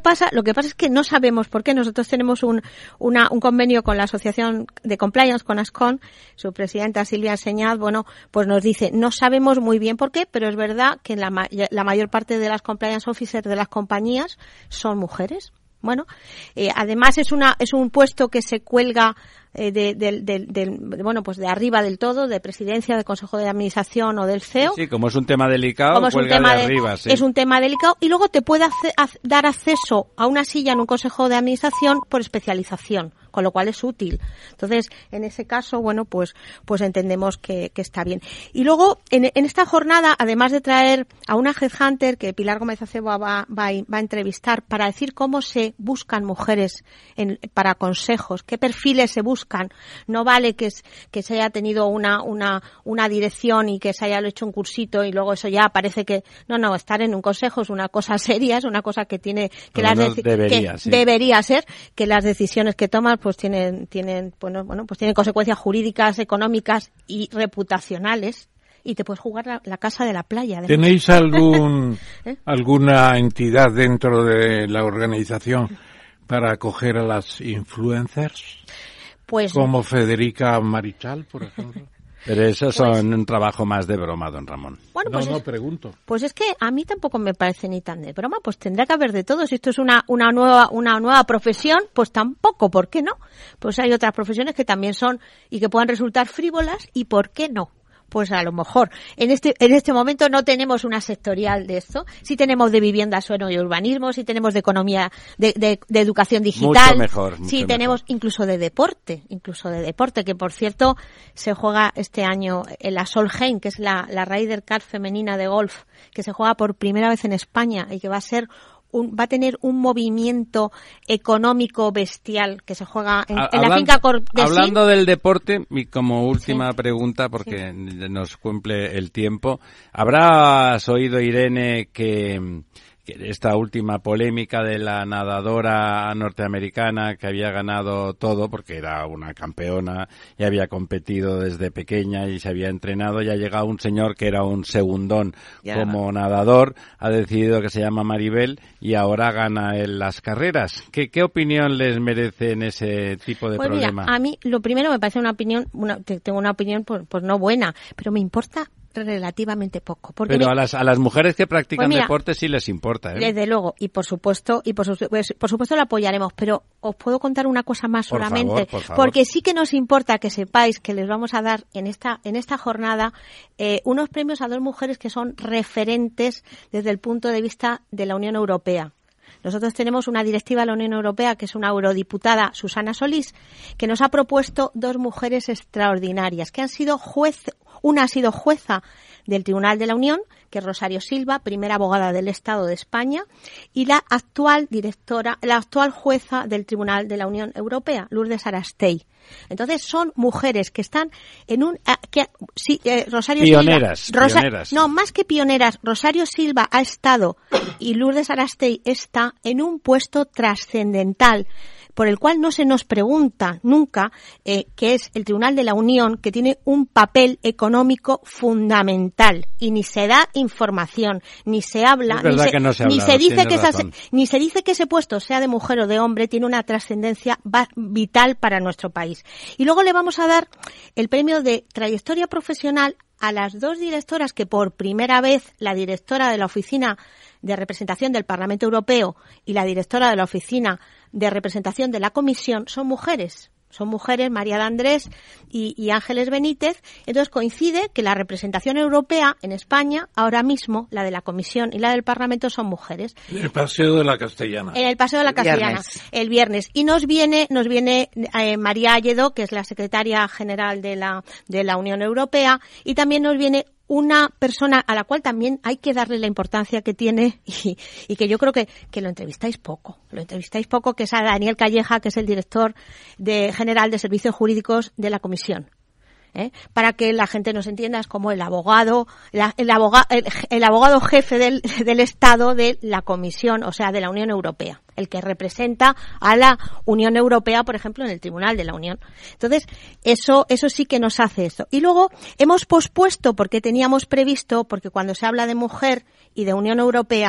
pasa, lo que pasa es que no sabemos por qué. Nosotros tenemos un, una, un convenio con la Asociación de Compliance, con ASCON, su presidenta Silvia Enseñad, bueno, pues nos dice, no sabemos muy bien por qué, pero es verdad que la, la mayor parte de las compliance officers de las compañías son mujeres. Bueno, eh, además es una, es un puesto que se cuelga eh, de, de, de, de, de, bueno, pues de arriba del todo, de presidencia, del consejo de administración o del C E O. Sí, como es un tema delicado, como es un tema de de, arriba, sí. Es un tema delicado y luego te puede hace, a, dar acceso a una silla en un consejo de administración por especialización, con lo cual es útil. Entonces, en ese caso, bueno, pues, pues entendemos que, que está bien. Y luego, en, en esta jornada, además de traer a una headhunter que Pilar Gómez Acebo va, va, va a entrevistar para decir cómo se buscan mujeres en, para consejos, qué perfiles se buscan. No vale que, que se haya tenido una, una, una dirección y que se haya hecho un cursito y luego eso ya parece que, no, no, estar en un consejo es una cosa seria, es una cosa que tiene, que, las deci- debería, que sí. debería ser, que las decisiones que tomas pues tienen, tienen, bueno, bueno, pues tienen consecuencias jurídicas, económicas y reputacionales. Y te puedes jugar la, la casa de la playa. Además. ¿Tenéis algún ¿Eh? alguna entidad dentro de la organización para acoger a las influencers? Pues Como Federica Marichal, por ejemplo. Pero eso son Pues, un trabajo más de broma, don Ramón. bueno, No, pues no, es, pregunto. pues es que a mí tampoco me parece ni tan de broma, pues tendrá que haber de todo. Si esto es una, una nueva, una nueva profesión, pues tampoco, ¿por qué no? Pues hay otras profesiones que también son y que puedan resultar frívolas y ¿por qué no? Pues a lo mejor en este en este momento no tenemos una sectorial de esto, sí tenemos de vivienda, suelo y urbanismo, sí tenemos de economía, de, de, de educación digital, mucho mejor, mucho sí tenemos mejor. incluso de deporte, incluso de deporte, que por cierto se juega este año en la Solheim, que es la, la Ryder Cup femenina de golf, que se juega por primera vez en España y que va a ser Un, va a tener un movimiento económico bestial que se juega en, en la finca Cortesín. Hablando del deporte, y como última Sí. pregunta, porque sí. nos cumple el tiempo, ¿habrás oído, Irene, que, que esta última polémica de la nadadora norteamericana que había ganado todo, porque era una campeona y había competido desde pequeña y se había entrenado, y ha llegado un señor que era un segundón Ya. como nadador, ha decidido que se llama Maribel y ahora gana él las carreras? ¿Qué, qué opinión les merece en ese tipo de Pues problema? mira, a mí lo primero me parece una opinión, una, tengo una opinión pues, pues no buena, pero me importa relativamente poco. Porque Pero me, a las a las mujeres que practican Pues mira, deporte sí les importa, ¿eh? desde luego, y por supuesto, y por, su- pues, por supuesto lo apoyaremos, pero os puedo contar una cosa más Por solamente, favor, por favor. porque sí que nos importa que sepáis que les vamos a dar en esta en esta jornada eh, unos premios a dos mujeres que son referentes desde el punto de vista de la Unión Europea. Nosotros tenemos una directiva de la Unión Europea, que es una eurodiputada, Susana Solís, que nos ha propuesto dos mujeres extraordinarias, que han sido juez, una ha sido jueza del Tribunal de la Unión, que es Rosario Silva, primera abogada del Estado de España, y la actual directora, la actual jueza del Tribunal de la Unión Europea, Lourdes Arastey. Entonces son mujeres que están en un ah, que sí, eh, Rosario Pioneras, Silva, Rosa- pioneras. no, más que pioneras, Rosario Silva ha estado y Lourdes Arastey está en un puesto trascendental por el cual no se nos pregunta nunca, eh, que es el Tribunal de la Unión, que tiene un papel económico fundamental y ni se da información, ni se habla, Es ni verdad se, que no se ha ni hablado, se dice tienes que esa- razón. ni se dice que ese puesto, sea de mujer o de hombre, tiene una trascendencia va- vital para nuestro país. Y luego le vamos a dar el premio de trayectoria profesional a las dos directoras que por primera vez, la directora de la Oficina de Representación del Parlamento Europeo y la directora de la Oficina de Representación de la Comisión, son mujeres. Son mujeres, María de Andrés y, y Ángeles Benítez. Entonces coincide que la representación europea en España, ahora mismo, la de la Comisión y la del Parlamento, son mujeres. El Paseo de la Castellana. En el Paseo de la El Castellana, viernes. el viernes. Y nos viene, nos viene eh, María Alledo, que es la secretaria general de la, de la Unión Europea, y también nos viene una persona a la cual también hay que darle la importancia que tiene y, y que yo creo que, que lo entrevistáis poco, lo entrevistáis poco, que es a Daniel Calleja, que es el director de, general de Servicios Jurídicos de la Comisión. ¿Eh? Para que la gente nos entienda, es como el abogado, la, el, aboga, el, el abogado jefe del, del Estado de la Comisión, o sea, de la Unión Europea, el que representa a la Unión Europea, por ejemplo, en el Tribunal de la Unión. Entonces, eso, eso sí que nos hace esto. Y luego hemos pospuesto, porque teníamos previsto, porque cuando se habla de mujer y de Unión Europea,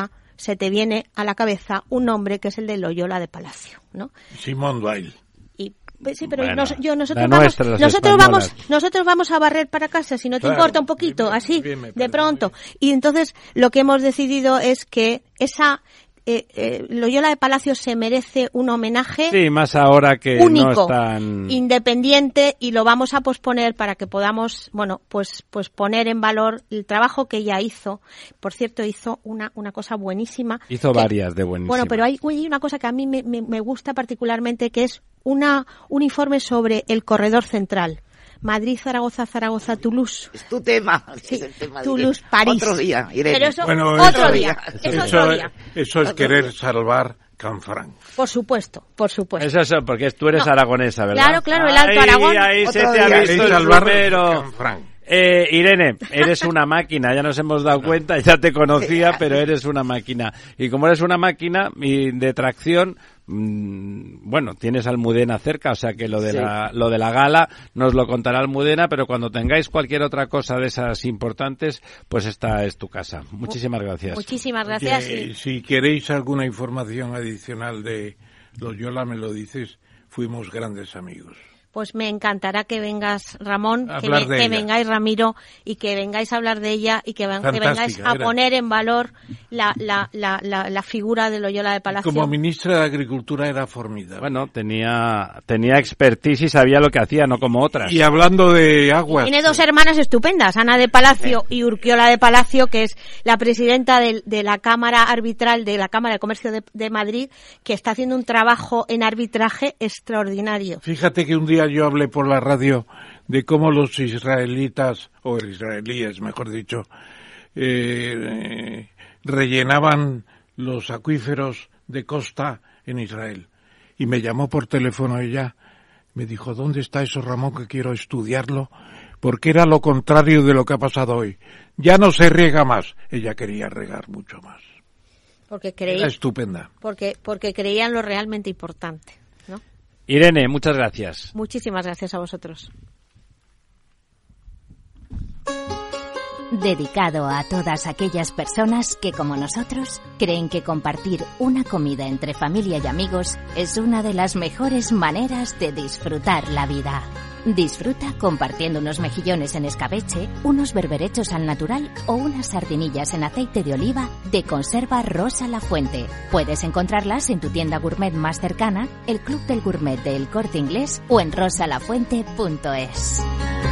se te viene a la cabeza un nombre que es el de Loyola de Palacio, ¿no? Simone Weil. Y sí, pero Bueno, nos, yo, nosotros la vamos, nuestra, las nosotros españolas. vamos, nosotros vamos a barrer para casa, si no te Claro, importa un poquito, bien, así, bien, me de parece pronto. muy bien. Y entonces lo que hemos decidido es que esa eh, eh, Loyola de Palacio se merece un homenaje Sí, más ahora que único, no están... independiente, y lo vamos a posponer para que podamos, bueno, pues pues poner en valor el trabajo que ella hizo. Por cierto, hizo una una cosa buenísima. Hizo que- varias de buenísimas. Bueno, pero hay, hay una cosa que a mí me, me, me gusta particularmente, que es una un informe sobre el corredor central. Madrid, Zaragoza, Zaragoza, Toulouse. Es tu tema. Sí, es el tema de- Toulouse, París. Otro día, Irene. Pero eso, Bueno, otro eso- día. eso- Eso, Eso, otro día. eso es querer salvar Canfranc. Por supuesto, por supuesto. Eso, eso, porque tú eres No. aragonesa, ¿verdad? Claro, claro, el Alto Ahí, Aragón. Ahí se Otro te ha día. visto Queréis el salvar número. Canfranc. Eh, Irene, eres una máquina, ya nos hemos dado cuenta, ya te conocía, Sí. pero eres una máquina. Y como eres una máquina y de tracción, mmm, bueno, tienes a Almudena cerca, o sea que lo de, Sí. la, lo de la gala nos lo contará Almudena, pero cuando tengáis cualquier otra cosa de esas importantes, pues esta es tu casa. Muchísimas gracias. Muchísimas gracias. Que, y- si queréis alguna información adicional de Loyola, me lo dices, fuimos grandes amigos. Pues me encantará que vengas, Ramón, que, Hablar me- de que ella. vengáis, Ramiro, y que vengáis a hablar de ella y que, ven- que Fantástica, vengáis a era. poner en valor la, la, la, la, la figura de Loyola de Palacio. Como ministra de Agricultura era formidable. Bueno, tenía, tenía expertise y sabía lo que hacía, no como otras. Y hablando de aguas, Tiene dos hermanas estupendas, Ana de Palacio y Urquiola de Palacio, que es la presidenta de, de la Cámara Arbitral de la Cámara de Comercio de, de Madrid, que está haciendo un trabajo en arbitraje extraordinario. fíjate que un día yo hablé por la radio de cómo los israelitas, o israelíes mejor dicho, eh, rellenaban los acuíferos de costa en Israel. Y me llamó por teléfono ella, me dijo, ¿dónde está eso, Ramón, que quiero estudiarlo? Porque era lo contrario de lo que ha pasado hoy. Ya no se riega más. Ella quería regar mucho más. Porque Era creí, estupenda. porque, porque creían lo realmente importante, ¿no? Irene, muchas gracias. Muchísimas gracias a vosotros. Dedicado a todas aquellas personas que, como nosotros, creen que compartir una comida entre familia y amigos es una de las mejores maneras de disfrutar la vida. Disfruta compartiendo unos mejillones en escabeche, unos berberechos al natural o unas sardinillas en aceite de oliva de conserva Rosa La Fuente. Puedes encontrarlas en tu tienda gourmet más cercana, el Club del Gourmet de El Corte Inglés o en rosalafuente punto es.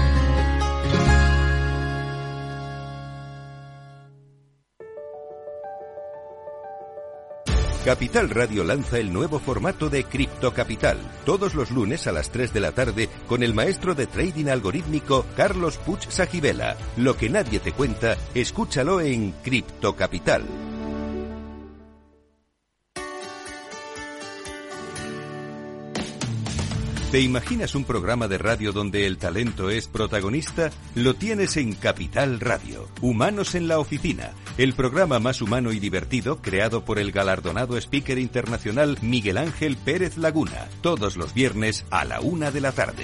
Capital Radio lanza el nuevo formato de Cripto Capital, todos los lunes a las tres de la tarde con el maestro de trading algorítmico Carlos Puig Sajibela. Lo que nadie te cuenta, escúchalo en Cripto Capital. ¿Te imaginas un programa de radio donde el talento es protagonista? Lo tienes en Capital Radio. Humanos en la Oficina, el programa más humano y divertido creado por el galardonado speaker internacional Miguel Ángel Pérez Laguna, todos los viernes a la una de la tarde.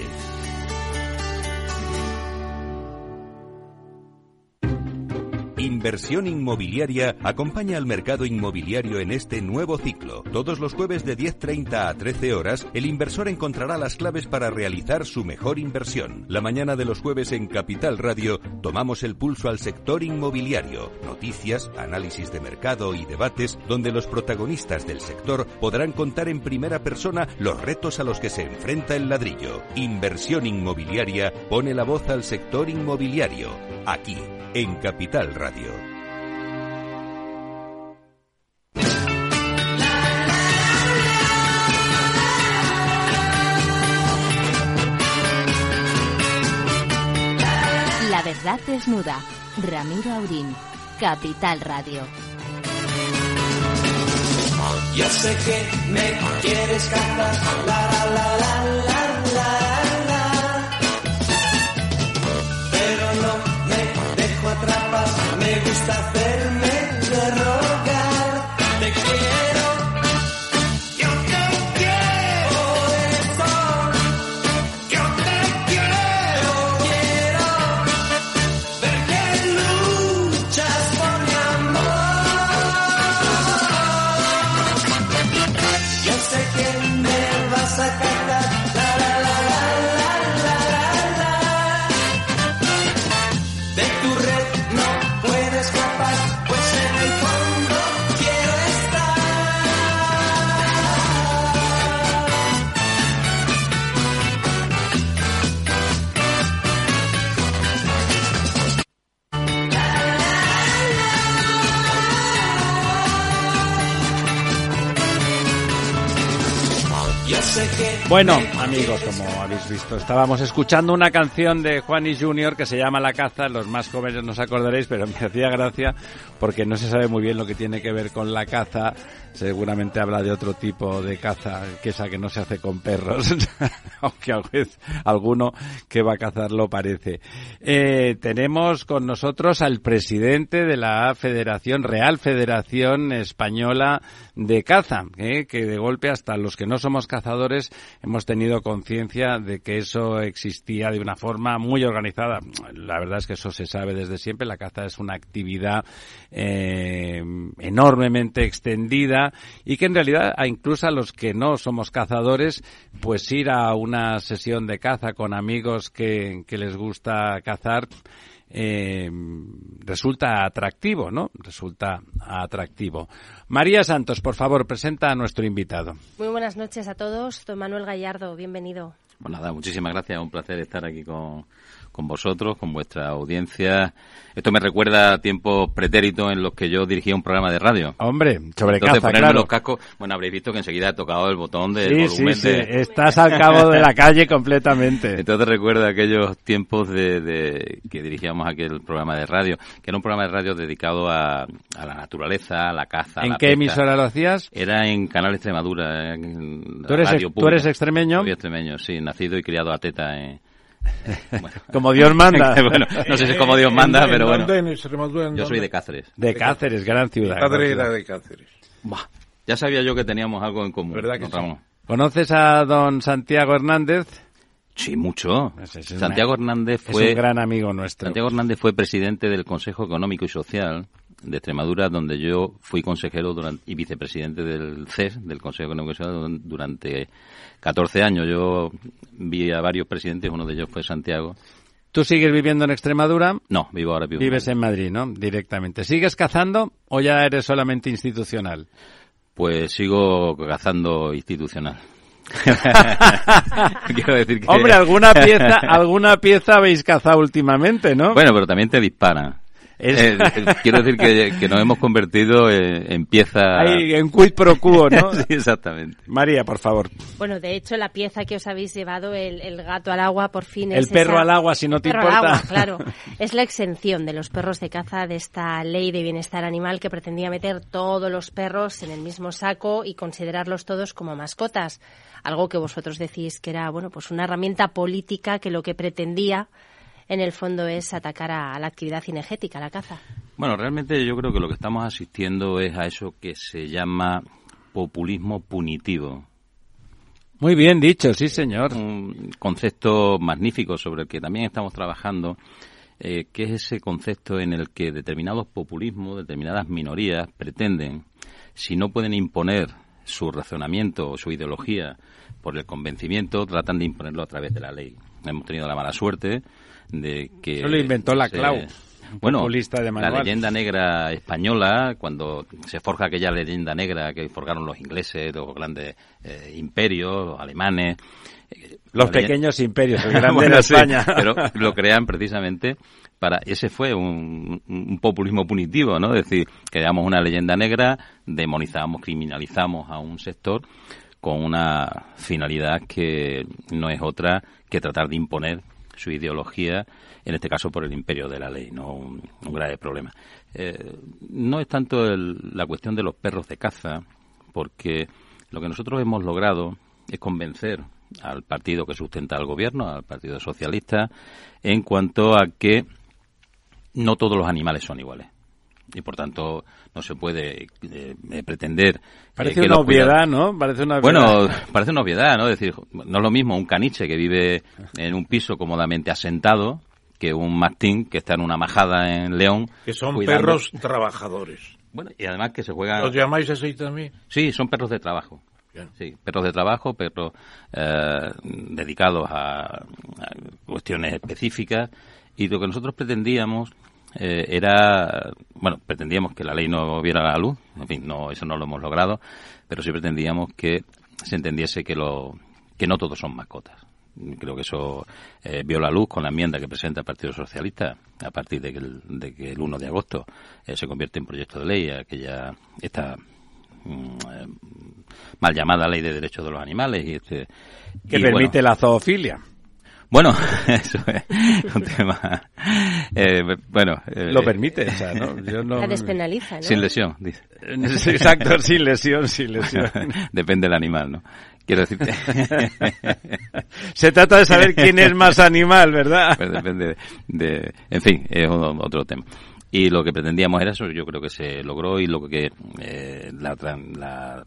Inversión Inmobiliaria acompaña al mercado inmobiliario en este nuevo ciclo. Todos los jueves de diez treinta a trece horas, el inversor encontrará las claves para realizar su mejor inversión. La mañana de los jueves en Capital Radio tomamos el pulso al sector inmobiliario. Noticias, análisis de mercado y debates donde los protagonistas del sector podrán contar en primera persona los retos a los que se enfrenta el ladrillo. Inversión Inmobiliaria pone la voz al sector inmobiliario. Aquí, en Capital Radio. La verdad desnuda. Ramiro Aurín. Capital Radio. Yo sé que me quieres cantar, la la la la la la la, pero no me dejo atrapar, me gusta hacerme de rogar, te quiero, yo te quiero, por eso, yo te quiero, quiero ver que luchas por mi amor. que... Bueno, amigos, como habéis visto, estábamos escuchando una canción de Juani junior que se llama La caza. Los más jóvenes no os acordaréis, pero me hacía gracia porque no se sabe muy bien lo que tiene que ver con la caza. Seguramente habla de otro tipo de caza, que esa que no se hace con perros, aunque a vez alguno que va a cazar lo parece. Eh, tenemos con nosotros al presidente de la Federación, Real Federación Española de Caza, eh, que de golpe hasta los que no somos cazadores hemos tenido conciencia de que eso existía de una forma muy organizada. La verdad es que eso se sabe desde siempre. La caza es una actividad eh, enormemente extendida y que en realidad a incluso a los que no somos cazadores, pues ir a una sesión de caza con amigos que, que les gusta cazar eh, resulta atractivo, ¿no? Resulta atractivo. María Santos, por favor, presenta a nuestro invitado. Muy buenas noches a todos. Don Manuel Gallardo, bienvenido. Pues nada, muchísimas gracias. Un placer estar aquí con, con vosotros, con vuestra audiencia. Esto me recuerda a tiempos pretéritos en los que yo dirigía un programa de radio. Hombre, sobre Entonces, caza, ponerme claro. los cascos, bueno, habréis visto que enseguida he tocado el botón del Sí, volumen. sí, sí. De... Estás al cabo de la calle completamente. Entonces recuerda aquellos tiempos de, de que dirigíamos aquel programa de radio, que era un programa de radio dedicado a, a la naturaleza, a la caza, a ¿En la qué pesca. emisora lo hacías? Era en Canal Extremadura, en ¿Tú eres, radio ex- pública. ¿Tú eres extremeño? Soy extremeño, sí, nacido y criado a teta en... Bueno. Como Dios manda. Bueno, no sé si es como Dios manda, ¿En- pero en bueno. dónde? ¿En Extremadura? ¿En Yo soy dónde? de Cáceres. De Cáceres, gran ciudad. Mi padre gran era ciudad. de Cáceres. Buah, ya sabía yo que teníamos algo en común, ¿Verdad que don sí? Ramón. ¿Conoces a don Santiago Hernández? Sí, mucho. Pues es una- Santiago Hernández Es fue un gran amigo nuestro. Santiago Hernández fue presidente del Consejo Económico y Social de Extremadura, donde yo fui consejero durante, y vicepresidente del C E S, del Consejo Económico y Social, durante catorce años. Yo vi a varios presidentes, uno de ellos fue Santiago. ¿Tú sigues viviendo en Extremadura? No, vivo ahora vivo en Vives en Madrid, ¿no? Directamente. ¿Sigues cazando o ya eres solamente institucional? Pues sigo cazando institucional. Quiero decir que... Hombre, alguna pieza, alguna pieza habéis cazado últimamente, ¿no? Bueno, pero también te disparan. Es- Eh, quiero decir que, que nos hemos convertido en, en pieza... Ahí, en quid pro quo, ¿no? Sí, exactamente. María, por favor. Bueno, de hecho, la pieza que os habéis llevado, el, el gato al agua, por fin El es perro esa- al agua, si no te perro al importa. agua, claro. Es la exención de los perros de caza de esta ley de bienestar animal que pretendía meter todos los perros en el mismo saco y considerarlos todos como mascotas. Algo que vosotros decís que era, bueno, pues una herramienta política que lo que pretendía, en el fondo, es atacar a, a la actividad cinegética, a la caza. Bueno, realmente yo creo que lo que estamos asistiendo es a eso que se llama populismo punitivo. Muy bien dicho, sí, señor. Un concepto magnífico sobre el que también estamos trabajando, eh, que es ese concepto en el que determinados populismos, determinadas minorías pretenden, si no pueden imponer su razonamiento o su ideología por el convencimiento, tratan de imponerlo a través de la ley. Hemos tenido la mala suerte de que... Eso lo inventó la se- Clau, un Bueno, populista de la manual. leyenda negra española, cuando se forja aquella leyenda negra que forjaron los ingleses, los grandes eh, imperios, los alemanes... eh, Los la leyenda- pequeños imperios, el grande Bueno, era sí, España. pero lo crean precisamente para... Ese fue un, un populismo punitivo, ¿no? Es decir, creamos una leyenda negra, demonizamos, criminalizamos a un sector con una finalidad que no es otra que tratar de imponer su ideología, en este caso por el imperio de la ley, no un, un grave problema. Eh, no es tanto el, la cuestión de los perros de caza, porque lo que nosotros hemos logrado es convencer al partido que sustenta al gobierno, al Partido Socialista, en cuanto a que no todos los animales son iguales. Y por tanto no se puede eh, eh, pretender... Parece eh, que una los cuida- obviedad, ¿no? Parece una Bueno, obviedad. parece una obviedad, ¿no? Es decir, no es lo mismo un caniche que vive en un piso cómodamente asentado que un mastín que está en una majada en León. Que son cuidando- perros trabajadores. Bueno, y además que se juegan... ¿Los llamáis así también? Sí, son perros de trabajo. Bien. Sí, perros de trabajo, perros eh, dedicados a, a cuestiones específicas. Y lo que nosotros pretendíamos eh, era, bueno, pretendíamos que la ley no viera la luz. En fin, no, eso no lo hemos logrado, pero sí pretendíamos que se entendiese que lo, que no todos son mascotas. Creo que eso eh, vio la luz con la enmienda que presenta el Partido Socialista a partir de que el, de que el uno de agosto eh, se convierte en proyecto de ley aquella esta eh, mal llamada Ley de Derechos de los Animales. y este Que y, permite bueno, la zoofilia. Bueno, eso es un tema. Eh, bueno, eh, lo permite, o sea, ¿no? Yo no la despenaliza, ¿no? Sin lesión, dice. Exacto, sin lesión, sin lesión. Depende del animal, ¿no? Quiero decirte. Se trata de saber quién es más animal, ¿verdad? Pues depende de, de, en fin, es otro tema. Y lo que pretendíamos era eso, yo creo que se logró, y lo que eh, la, la,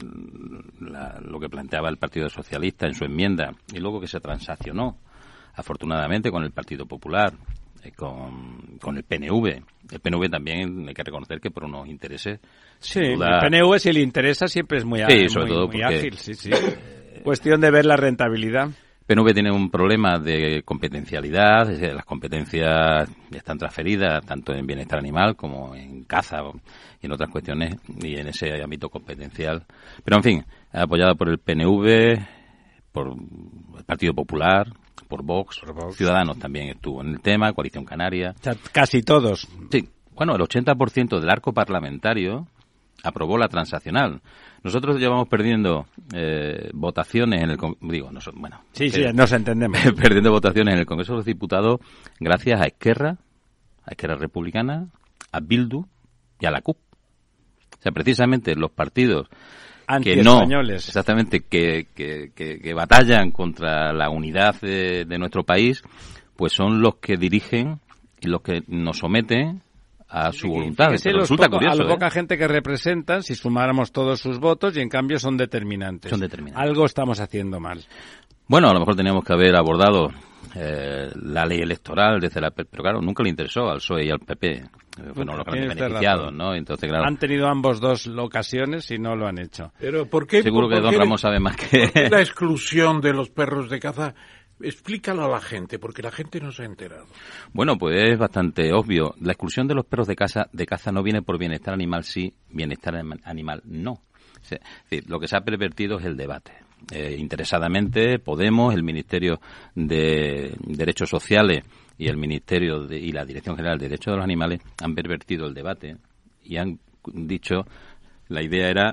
la, lo que planteaba el Partido Socialista en su enmienda, y luego que se transaccionó, afortunadamente, con el Partido Popular, eh, con, con el P N V. El P N V también hay que reconocer que por unos intereses... Sí, duda, el P N V, si le interesa, siempre es muy, sí, sobre muy, todo muy porque, ágil. Sí, sí. Cuestión de ver la rentabilidad. P N V tiene un problema de competencialidad, es decir, las competencias están transferidas tanto en bienestar animal como en caza y en otras cuestiones, y en ese ámbito competencial. Pero, en fin, apoyada por el P N V, por el Partido Popular, por Vox, por Vox. Ciudadanos también estuvo en el tema, Coalición Canaria. O sea, casi todos. Sí, bueno, el ochenta por ciento del arco parlamentario aprobó la transaccional. Nosotros llevamos perdiendo eh, votaciones en el Con- digo, no, bueno, sí, sí, eh, nos entendemos. perdiendo votaciones en el Congreso de los Diputados gracias a Esquerra, a Esquerra Republicana, a Bildu y a la C U P. O sea, precisamente los partidos que no, exactamente, que, que, que, que batallan contra la unidad de, de nuestro país, pues son los que dirigen y los que nos someten a su voluntad. Fíjese, los resulta poco, curioso, a la poca ¿eh? gente que representan, si sumáramos todos sus votos, y en cambio son determinantes. Son determinantes. Algo estamos haciendo mal. Bueno, a lo mejor teníamos que haber abordado eh, la ley electoral desde la... Pero claro, nunca le interesó al P S O E y al P P. Fueron los grandes beneficiados, ¿no? Entonces, claro... Han tenido ambos dos ocasiones y no lo han hecho. Pero ¿por qué? Seguro por, que don qué Ramón sabe más que... la exclusión de los perros de caza... Explícalo a la gente, porque la gente no se ha enterado. Bueno, pues es bastante obvio. La exclusión de los perros de caza, de caza no viene por bienestar animal sí, bienestar animal no. O sea, es decir, lo que se ha pervertido es el debate. Eh, interesadamente, Podemos, el Ministerio de Derechos Sociales y el Ministerio de, y la Dirección General de Derechos de los Animales han pervertido el debate y han dicho, la idea era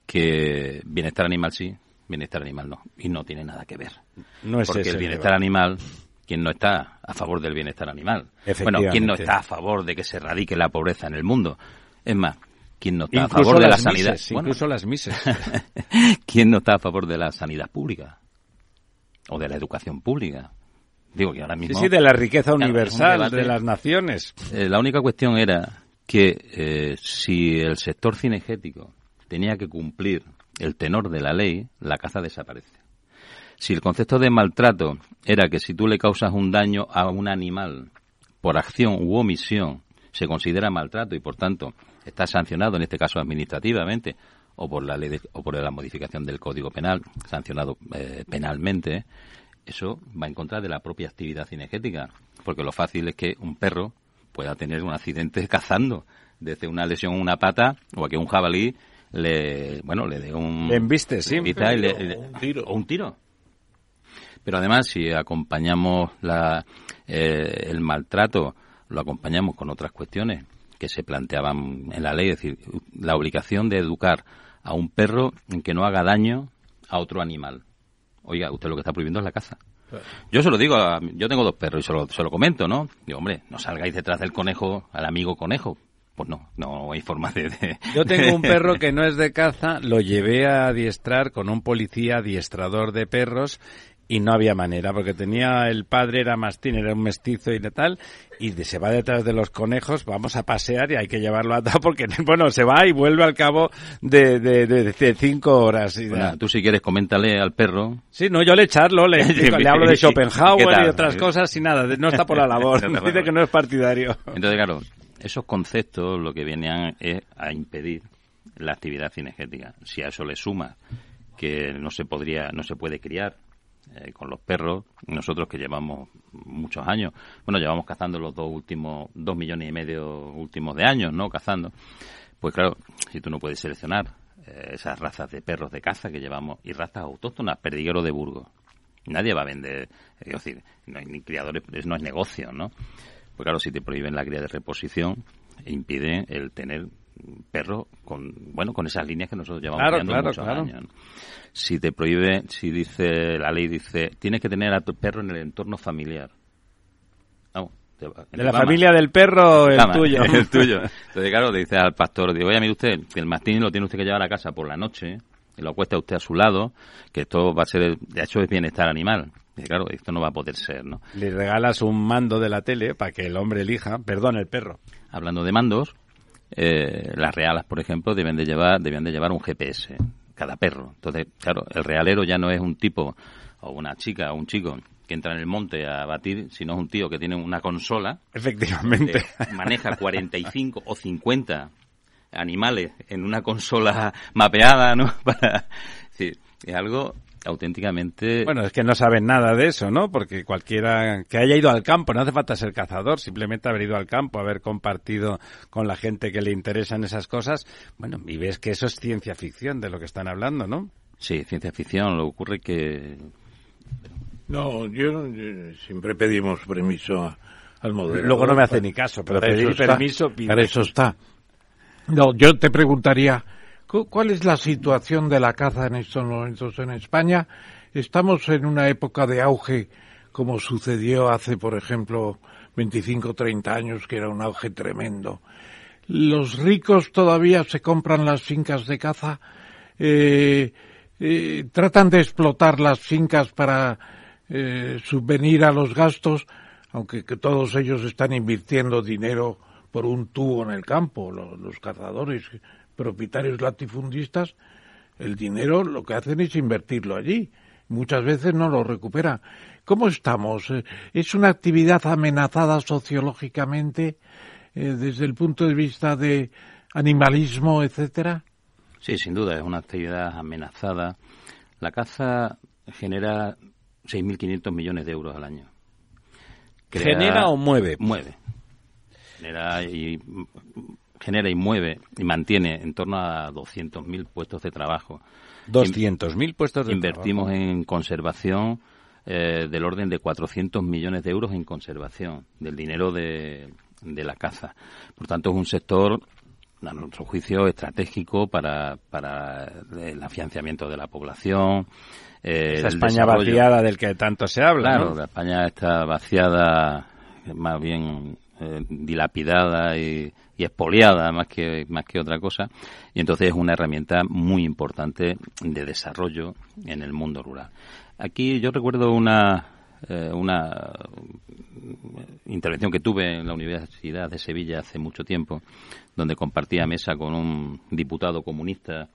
que bienestar animal sí, bienestar animal no, y no tiene nada que ver. No es porque ese el bienestar el animal, ¿quién no está a favor del bienestar animal? Bueno, ¿quién no está a favor de que se erradique la pobreza en el mundo? Es más, ¿quién no está incluso a favor de la mises, sanidad? Incluso bueno, las mises. ¿Quién no está a favor de la sanidad pública? O de la educación pública. Digo que ahora mismo... Sí, sí, de la riqueza claro, universal debate, de las naciones. Eh, la única cuestión era que eh, si el sector cinegético tenía que cumplir el tenor de la ley, la caza desaparece. Si el concepto de maltrato era que si tú le causas un daño a un animal por acción u omisión, se considera maltrato y por tanto está sancionado, en este caso administrativamente, o por la ley de, o por la modificación del Código Penal, sancionado eh, penalmente, eso va en contra de la propia actividad cinegética, porque lo fácil es que un perro pueda tener un accidente cazando, desde una lesión en una pata o a que un jabalí le bueno le dé un le embiste, sí, y le, le, un tiro o un tiro. Pero además, si acompañamos la, eh, el maltrato, lo acompañamos con otras cuestiones que se planteaban en la ley, es decir, la obligación de educar a un perro en que no haga daño a otro animal. Oiga, usted lo que está prohibiendo es la caza. Yo se lo digo, a, yo tengo dos perros y se lo, se lo comento, ¿no? Digo, hombre, no salgáis detrás del conejo, al amigo conejo. Pues no, no hay forma de, de... Yo tengo un perro que no es de caza, lo llevé a adiestrar con un policía adiestrador de perros y no había manera, porque tenía, el padre era mastín, era un mestizo y tal, y de, se va detrás de los conejos, vamos a pasear y hay que llevarlo atado porque, bueno, se va y vuelve al cabo de, de, de, de cinco horas. Y bueno, tú si quieres coméntale al perro. Sí, no, yo le charlo, le, explico, le hablo de Schopenhauer y otras ¿Sí? cosas y nada, no está por la labor, dice que no es partidario. Entonces, claro, esos conceptos lo que venían es a impedir la actividad cinegética. Si a eso le suma que no se podría, no se puede criar eh, con los perros, nosotros que llevamos muchos años, bueno, llevamos cazando los dos últimos, dos millones y medio últimos de años, ¿no? Cazando, pues claro, si tú no puedes seleccionar eh, esas razas de perros de caza que llevamos y razas autóctonas, perdiguero de Burgos, nadie va a vender, es decir, no hay ni criadores, no es negocio, ¿no? Pues claro, si te prohíben la cría de reposición, impiden el tener perro con, bueno, con esas líneas que nosotros llevamos claro, creando claro, muchos claro. años, ¿no? Si te prohíbe, si dice, la ley dice, tienes que tener a tu perro en el entorno familiar. Vamos, te va- en De la tu cama. familia del perro, el Cama, tuyo. el tuyo. Entonces, claro, le dice al pastor, digo, oye, mire usted, que el mastín lo tiene usted que llevar a casa por la noche, y lo acuesta usted a su lado, que esto va a ser, el- de hecho, es bienestar animal. Y claro, esto no va a poder ser, ¿no? Le regalas un mando de la tele para que el hombre elija, perdón, el perro. Hablando de mandos, eh, las realas, por ejemplo, deben de llevar, deben de llevar un G P S, cada perro. Entonces, claro, el realero ya no es un tipo, o una chica, o un chico, que entra en el monte a batir, sino es un tío que tiene una consola. Efectivamente. donde maneja cuarenta y cinco o cincuenta animales en una consola mapeada, ¿no? Para, es decir, es algo auténticamente... Bueno, es que no saben nada de eso, ¿no? Porque cualquiera que haya ido al campo, no hace falta ser cazador, simplemente haber ido al campo, haber compartido con la gente que le interesan esas cosas, bueno, y ves que eso es ciencia ficción de lo que están hablando, ¿no? Sí, ciencia ficción, lo que ocurre que... No, yo, yo- siempre pedimos permiso a- al moderador. Luego no me hace ni caso, pero Para pedir eso está, permiso pide. Para eso está. No, yo te preguntaría, ¿cu- ¿cuál es la situación de la caza en estos momentos en España? Estamos en una época de auge, como sucedió hace, por ejemplo, veinticinco o treinta años, que era un auge tremendo. ¿Los ricos todavía se compran las fincas de caza? Eh, eh, ¿Tratan de explotar las fincas para eh, subvenir a los gastos? Aunque que todos ellos están invirtiendo dinero por un tubo en el campo, los, los cazadores, propietarios latifundistas, el dinero lo que hacen es invertirlo allí. Muchas veces no lo recuperan. ¿Cómo estamos? Eh, ¿Es una actividad amenazada sociológicamente eh, desde el punto de vista de animalismo, etcétera? Sí, sin duda, es una actividad amenazada. La caza genera seis mil quinientos millones de euros al año. Crea- ¿Genera o mueve? Mueve. Genera y, genera y mueve y mantiene en torno a doscientos mil puestos de trabajo. doscientos mil puestos de Invertimos trabajo. en conservación eh, del orden de cuatrocientos millones de euros en conservación del dinero de, de la caza. Por tanto, es un sector, a nuestro juicio, estratégico para, para el afianzamiento de la población. Eh, Esa el España desarrollo. vaciada del que tanto se habla, Claro, ¿no? la España está vaciada, más bien eh, dilapidada y, y expoliada más que más que otra cosa, y entonces es una herramienta muy importante de desarrollo en el mundo rural. Aquí yo recuerdo una eh, una intervención que tuve en la Universidad de Sevilla hace mucho tiempo, donde compartía mesa con un diputado comunista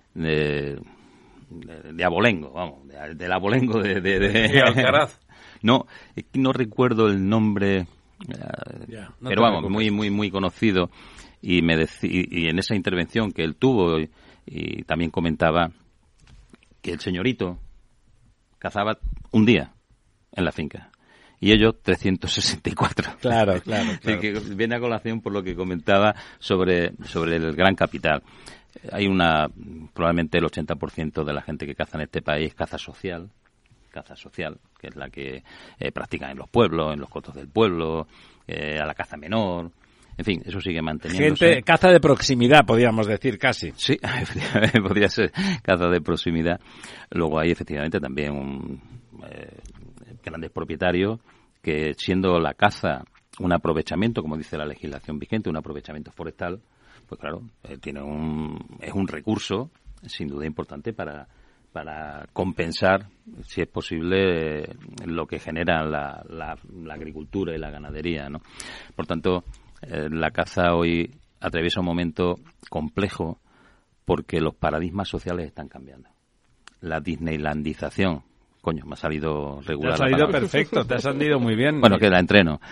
de de, de abolengo, vamos, de- del abolengo de... de, de- De Alcaraz. No, es que no recuerdo el nombre, eh, Ya, no pero te vamos, preocupes. muy muy muy conocido, y me deci- y, y en esa intervención que él tuvo y, y también comentaba que el señorito cazaba un día en la finca y ellos trescientos sesenta y cuatro. Claro, claro, Así claro. que viene a colación por lo que comentaba sobre sobre el gran capital. Hay una, probablemente el ochenta por ciento de la gente que caza en este país caza social, caza social, que es la que eh, practican en los pueblos, en los cotos del pueblo, eh, a la caza menor, en fin, eso sigue manteniéndose. Gente, caza de proximidad, podríamos decir, casi. Sí, efectivamente, podría ser caza de proximidad. Luego hay efectivamente también un, eh, grandes propietarios que, siendo la caza un aprovechamiento, como dice la legislación vigente, un aprovechamiento forestal, pues claro, eh, tiene un, es un recurso sin duda importante para, para compensar, si es posible, eh, lo que genera la, la, la agricultura y la ganadería, ¿no? Por tanto, eh, la caza hoy atraviesa un momento complejo porque los paradigmas sociales están cambiando. La disneylandización, coño, me ha salido Te regular. ha la salido palabra. perfecto, te ha salido muy bien. Bueno, que la entreno.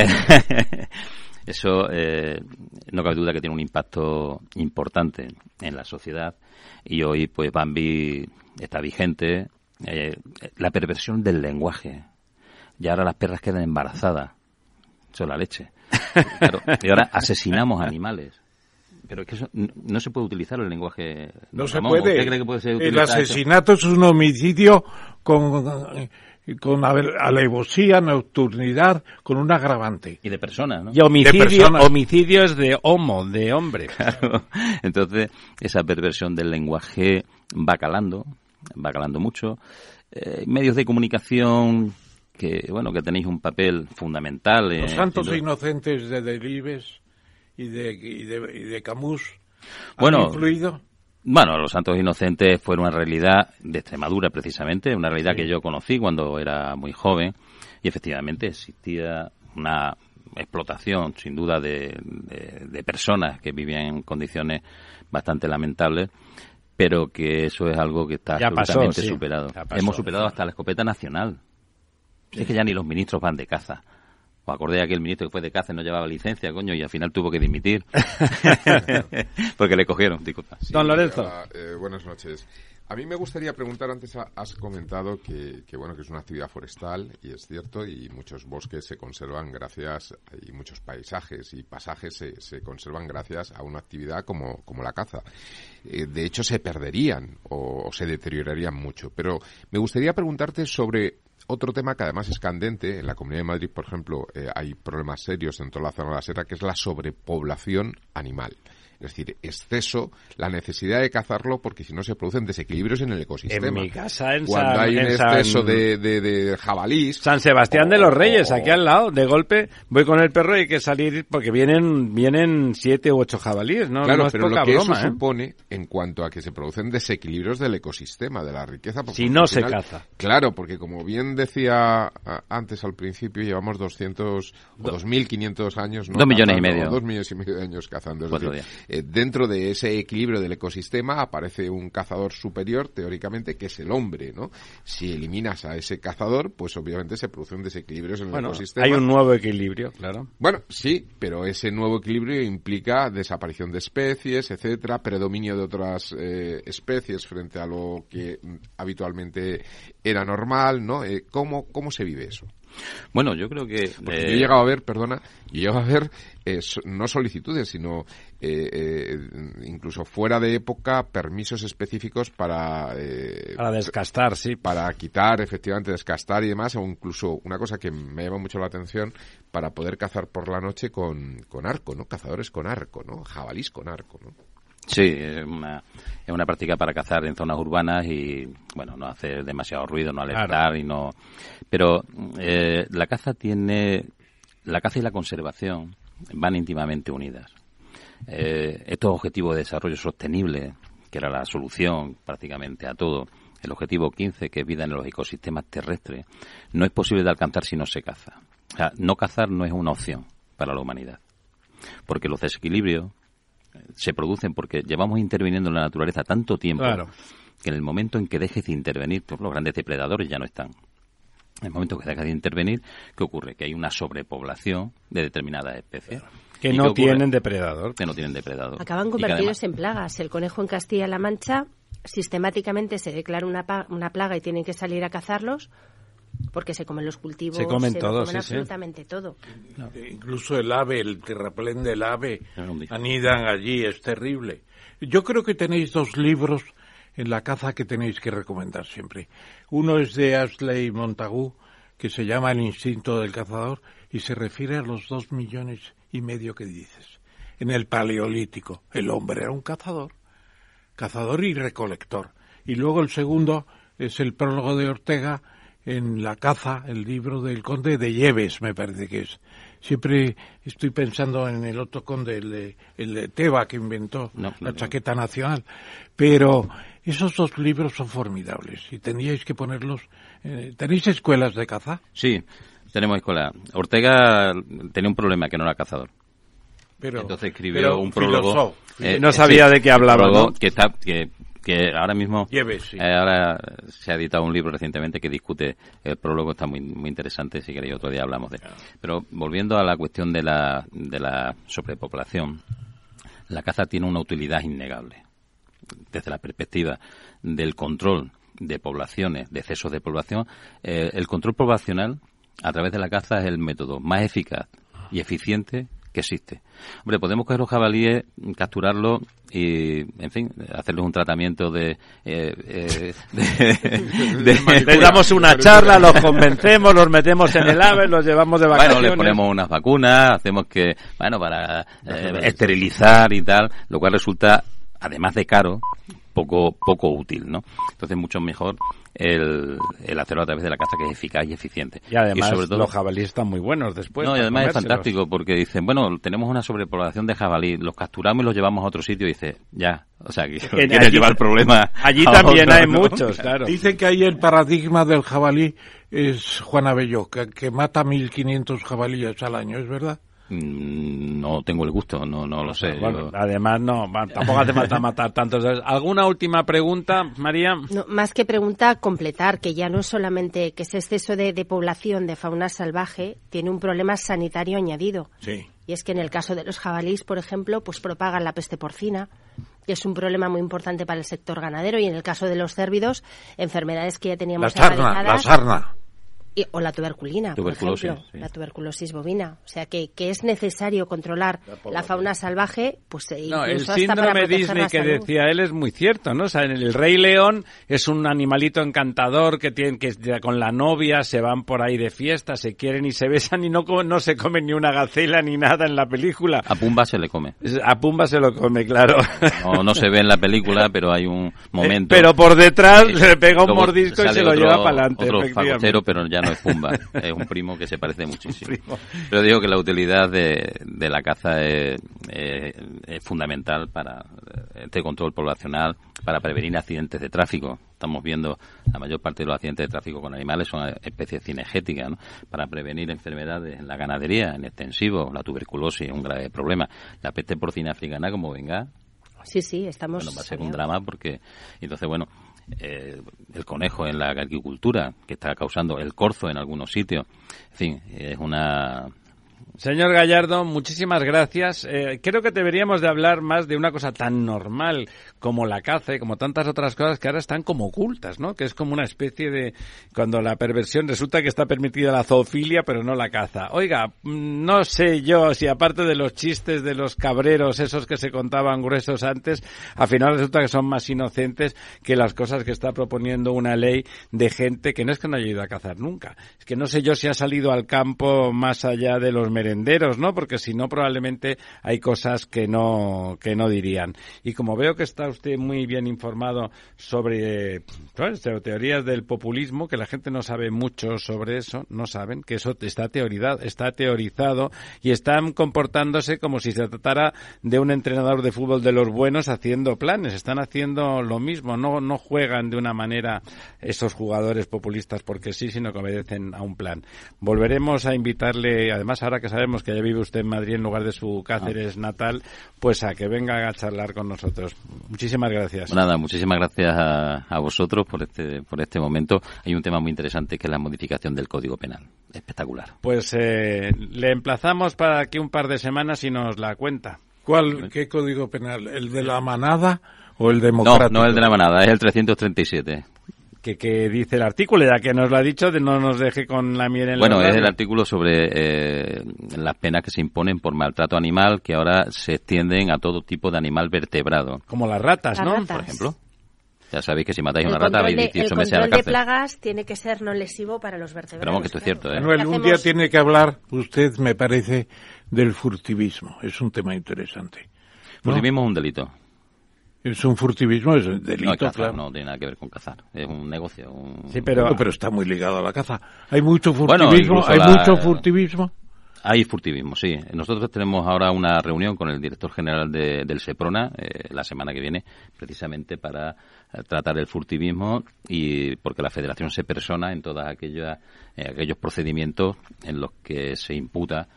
Eso eh, no cabe duda que tiene un impacto importante en la sociedad, y hoy pues Bambi está vigente. Eh, la perversión del lenguaje. Y ahora las perras quedan embarazadas. Eso es la leche. Claro, y ahora asesinamos animales. Pero es que eso no, no se puede utilizar el lenguaje. No se Ramón. puede. ¿Usted cree que puede ser El utilizado eso? asesinato es un homicidio con con alevosía, nocturnidad, con un agravante. Y de personas, ¿no? Y homicidio, de personas. homicidios de homo, de hombre. Claro. Entonces, esa perversión del lenguaje va calando, va calando mucho. Eh, medios de comunicación que, bueno, que tenéis un papel fundamental. Los eh, santos en... inocentes de Delibes y de, y de, y de Camus han bueno, influido. Bueno, los santos inocentes fueron una realidad de Extremadura, precisamente, una realidad Sí. que yo conocí cuando era muy joven, y efectivamente existía una explotación, sin duda, de, de, de personas que vivían en condiciones bastante lamentables, pero que eso es algo que está Ya absolutamente pasó, sí. superado. Ya pasó. Hemos superado hasta la escopeta nacional. Sí. Es que ya ni los ministros van de caza. Os acordé de aquel ministro que fue de caza y no llevaba licencia, coño, y al final tuvo que dimitir. Porque le cogieron, disculpa. Sí, Don Lorenzo. Hola, eh, buenas noches. A mí me gustaría preguntar, antes has comentado que, que bueno que es una actividad forestal, y es cierto, y muchos bosques se conservan gracias, y muchos paisajes y pasajes se, se conservan gracias a una actividad como, como la caza. Eh, de hecho, se perderían o, o se deteriorarían mucho. Pero me gustaría preguntarte sobre otro tema que además es candente. En la Comunidad de Madrid, por ejemplo, eh, hay problemas serios en toda la zona de la Sierra, que es la sobrepoblación animal. Es decir, exceso, la necesidad de cazarlo, porque si no se producen desequilibrios en el ecosistema. En mi casa, en Cuando San, hay un en exceso San... de, de, de jabalís... San Sebastián o, de los Reyes, o, aquí al lado, de golpe, voy con el perro y hay que salir, porque vienen vienen siete u ocho jabalíes, ¿no? Claro, no es pero poca lo que broma, eso ¿eh? supone en cuanto a que se producen desequilibриos del ecosistema, de la riqueza... Si no al se final, caza. Claro, porque como bien decía a, antes al principio, llevamos doscientos o dos mil quinientos años... ¿no? Dos millones cazando, y medio. o Dos millones y medio de años cazando. Es Cuatro decir, días. eh, dentro de ese equilibrio del ecosistema aparece un cazador superior, teóricamente, que es el hombre, ¿no? Si eliminas a ese cazador, pues obviamente se producen desequilibrios en Bueno, el ecosistema. hay un nuevo equilibrio, claro. Bueno, sí, pero ese nuevo equilibrio implica desaparición de especies, etcétera, predominio de otras eh, especies frente a lo que mm, habitualmente era normal, ¿no? Eh, ¿cómo, ¿Cómo se vive eso? Bueno, yo creo que... Porque eh... yo he llegado a ver, perdona, yo he llegado a ver eh, so, no solicitudes, sino eh, eh, incluso fuera de época, permisos específicos para... Eh, para descastar, sí. Para quitar, efectivamente, descastar y demás, o incluso una cosa que me llama mucho la atención, para poder cazar por la noche con, con arco, ¿no? Cazadores con arco, ¿no? Jabalís con arco, ¿no? Sí, es una, es una práctica para cazar en zonas urbanas y, bueno, no hacer demasiado ruido, no alertar claro. y no... Pero eh, la caza tiene... La caza y la conservación van íntimamente unidas. Eh, estos objetivos de desarrollo sostenible, que era la solución prácticamente a todo, el objetivo quince, que es vida en los ecosistemas terrestres, no es posible de alcanzar si no se caza. O sea, no cazar no es una opción para la humanidad. Porque los desequilibrios se producen porque llevamos interviniendo en la naturaleza tanto tiempo claro. que en el momento en que dejes de intervenir, pues los grandes depredadores ya no están. En el momento que dejas de intervenir, ¿qué ocurre? Que hay una sobrepoblación de determinadas especies. Que no tienen depredador. Que no tienen depredador. Acaban convertidos en plagas. El conejo en Castilla-La Mancha, sistemáticamente se declara una, una plaga y tienen que salir a cazarlos porque se comen los cultivos, se comen se todo, comen sí, absolutamente sí. todo. No. Incluso el ave, el terraplén del ave, anidan allí, es terrible. Yo creo que tenéis dos libros en la caza que tenéis que recomendar siempre. Uno es de Ashley Montagu, que se llama El instinto del cazador, y se refiere a los dos millones y medio que dices. En el Paleolítico, el hombre era un cazador, cazador y recolector. Y luego el segundo es el prólogo de Ortega, en La caza, el libro del conde de Lleves, me parece que es. Siempre estoy pensando en el otro conde, el de, el de Teba, que inventó no, no, la chaqueta no. nacional. Pero esos dos libros son formidables y tendríais que ponerlos... Eh, ¿Tenéis escuelas de caza? Sí, tenemos escuela. Ortega tenía un problema, que no era cazador. Pero, Entonces escribió pero un prólogo... Eh, no sabía sí, de qué hablaba, ¿no? Que está... Que, que ahora mismo Lleves, sí. eh, ahora se ha editado un libro recientemente que discute el prólogo, está muy muy interesante, si queréis otro día hablamos de él. Pero volviendo a la cuestión de la de la sobrepoblación, la caza tiene una utilidad innegable desde la perspectiva del control de poblaciones, de excesos de población. Eh, el control poblacional a través de la caza es el método más eficaz y eficiente que existe. Hombre, podemos coger los jabalíes, capturarlos y, en fin, hacerles un tratamiento de... Eh, eh, de, de Les damos una charla, los convencemos, los metemos en el ave, los llevamos de vacaciones. Bueno, les ponemos unas vacunas, hacemos que, bueno, para eh, esterilizar y tal, lo cual resulta, además de caro, poco poco útil, ¿no? Entonces, mucho mejor el, el hacerlo a través de la caza, que es eficaz y eficiente. Y además, y sobre todo, los jabalíes están muy buenos después. No, y además es fantástico, porque dicen, bueno, tenemos una sobrepoblación de jabalí, los capturamos y los llevamos a otro sitio, y dice, ya, o sea, que quiere llevar el problema. Allí a también otro, hay ¿no? muchos, claro. Dicen que ahí el paradigma del jabalí es Juan Abelló, que, que mata mil quinientos jabalíes al año, ¿es verdad? No tengo el gusto, no no lo sé. Bueno, yo... además no, tampoco hace falta matar tantos. ¿Alguna última pregunta, María? No, más que pregunta, completar, que ya no es solamente que ese exceso de, de población de fauna salvaje tiene un problema sanitario añadido. Sí. Y es que en el caso de los jabalíes, por ejemplo, pues propagan la peste porcina, que es un problema muy importante para el sector ganadero, y en el caso de los cérvidos, enfermedades que ya teníamos la sarna, la sarna. Y, o la tuberculina, por ejemplo, sí. la tuberculosis bovina. O sea, que, que es necesario controlar la, la fauna salvaje, pues no, el hasta síndrome para Disney que salud. decía él es muy cierto, ¿no? O sea, el Rey León es un animalito encantador que tienen que con la novia se van por ahí de fiesta, se quieren y se besan y no no se comen ni una gacela ni nada en la película. A Pumba se le come. A Pumba se lo come, claro. No, no se ve en la película, pero hay un momento. Pero por detrás eh, le pega un mordisco y se lo otro, lleva para adelante. Otro fagotero, pero ya no es Pumba. Es un primo que se parece muchísimo. Pero digo que la utilidad de, de la caza es, es, es fundamental para este control poblacional, para prevenir accidentes de tráfico. Estamos viendo la mayor parte de los accidentes de tráfico con animales son especies cinegéticas, ¿no? Para prevenir enfermedades en la ganadería, en extensivo, la tuberculosis es un grave problema. La peste porcina africana, como venga, sí, sí, estamos... Bueno, va a ser un drama porque, entonces, bueno, eh, el conejo en la agricultura, que está causando el corzo en algunos sitios, en fin, es una... Señor Gallardo, muchísimas gracias. Eh, creo que deberíamos de hablar más de una cosa tan normal como la caza y como tantas otras cosas que ahora están como ocultas, ¿no? Que es como una especie de... Cuando la perversión resulta que está permitida la zoofilia, pero no la caza. Oiga, no sé yo si aparte de los chistes de los cabreros, esos que se contaban gruesos antes, al final resulta que son más inocentes que las cosas que está proponiendo una ley de gente que no es que no haya ido a cazar nunca. Es que no sé yo si ha salido al campo más allá de los merenderos, ¿no? Porque si no, probablemente hay cosas que no que no dirían. Y como veo que está usted muy bien informado sobre pues, teorías del populismo, que la gente no sabe mucho sobre eso, no saben que eso está teorizado, está teorizado y están comportándose como si se tratara de un entrenador de fútbol de los buenos haciendo planes. Están haciendo lo mismo, no no juegan de una manera esos jugadores populistas porque sí, sino que obedecen a un plan. Volveremos a invitarle, además ahora que sabemos que ya vive usted en Madrid en lugar de su Cáceres natal, pues a que venga a charlar con nosotros. Muchísimas gracias. Bueno, nada, muchísimas gracias a, a vosotros por este por este momento. Hay un tema muy interesante que es la modificación del Código Penal. Espectacular. Pues eh, le emplazamos para aquí un par de semanas y nos la cuenta. ¿Cuál? ¿Qué Código Penal? ¿El de la manada o el democrático? No, no el de la manada, es el trescientos treinta y siete. Que, que dice el artículo, ya que nos lo ha dicho, de no nos deje con la miel en Bueno, la es el artículo sobre eh, las penas que se imponen por maltrato animal, que ahora se extienden a todo tipo de animal vertebrado. Como las ratas, las ¿no? ratas. Por ejemplo. Ya sabéis que si matáis el una rata habéis de, dieciocho meses a la El control de cárcel. plagas tiene que ser no lesivo para los vertebrados. Pero vamos, que esto es cierto, ¿eh? Manuel, un día tiene que hablar usted, me parece, del furtivismo. Es un tema interesante. ¿No? Furtivismo es un delito. Es un furtivismo, es un delito, no, es cazar, claro. No tiene nada que ver con cazar. Es un negocio. Un... Sí, pero... Bueno, pero está muy ligado a la caza. Hay mucho furtivismo. Bueno, hay la... mucho furtivismo. Hay furtivismo, sí. Nosotros tenemos ahora una reunión con el director general de, del SEPRONA eh, la semana que viene, precisamente para eh, tratar el furtivismo y porque la Federación se persona en todos aquellos, eh, aquellos procedimientos en los que se imputa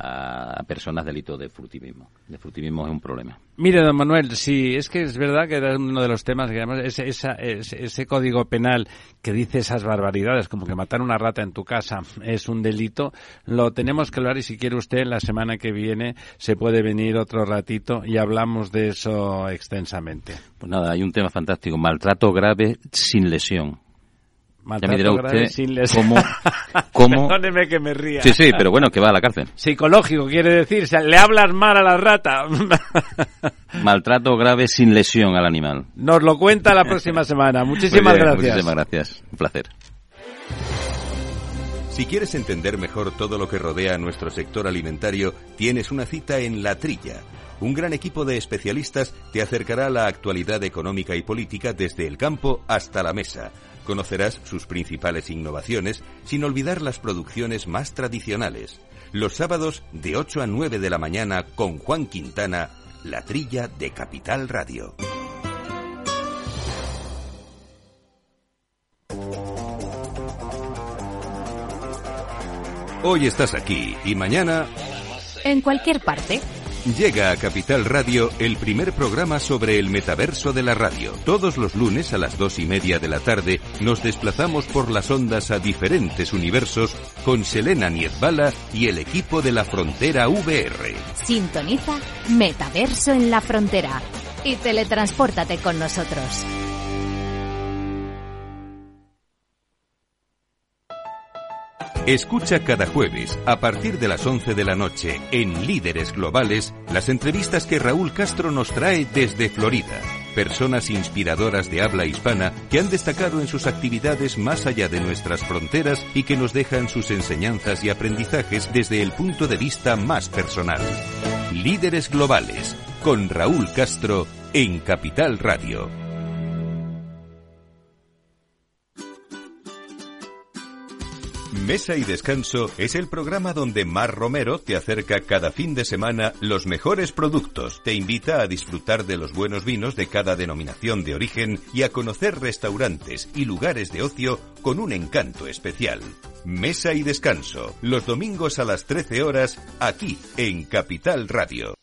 a personas delitos de furtivismo. El furtivismo es un problema. Mire, don Manuel, sí, es que es verdad que era uno de los temas que además ese, esa, ese, ese código penal que dice esas barbaridades, como que matar una rata en tu casa es un delito, lo tenemos que hablar y si quiere usted la semana que viene se puede venir otro ratito y hablamos de eso extensamente. Pues nada, hay un tema fantástico, maltrato grave sin lesión. Ya me dirá usted sin les... cómo... cómo... Perdóneme que me ría. Sí, sí, pero bueno, que va a la cárcel. Psicológico, quiere decir, o sea, le hablas mal a la rata. Maltrato grave sin lesión al animal. Nos lo cuenta la próxima semana. Muchísimas bien, gracias. Muchísimas gracias. Un placer. Si quieres entender mejor todo lo que rodea a nuestro sector alimentario, tienes una cita en La Trilla. Un gran equipo de especialistas te acercará a la actualidad económica y política desde el campo hasta la mesa. Conocerás sus principales innovaciones, sin olvidar las producciones más tradicionales. Los sábados de ocho a nueve de la mañana con Juan Quintana, La Trilla de Capital Radio. Hoy estás aquí y mañana... En cualquier parte. Llega a Capital Radio el primer programa sobre el metaverso de la radio. Todos los lunes a las dos y media de la tarde nos desplazamos por las ondas a diferentes universos con Selena Niezbala y el equipo de La Frontera V R. Sintoniza Metaverso en la Frontera y teletranspórtate con nosotros. Escucha cada jueves, a partir de las once de la noche, en Líderes Globales, las entrevistas que Raúl Castro nos trae desde Florida. Personas inspiradoras de habla hispana que han destacado en sus actividades más allá de nuestras fronteras y que nos dejan sus enseñanzas y aprendizajes desde el punto de vista más personal. Líderes Globales, con Raúl Castro, en Capital Radio. Mesa y Descanso es el programa donde Mar Romero te acerca cada fin de semana los mejores productos, te invita a disfrutar de los buenos vinos de cada denominación de origen y a conocer restaurantes y lugares de ocio con un encanto especial. Mesa y Descanso, los domingos a las trece horas, aquí en Capital Radio.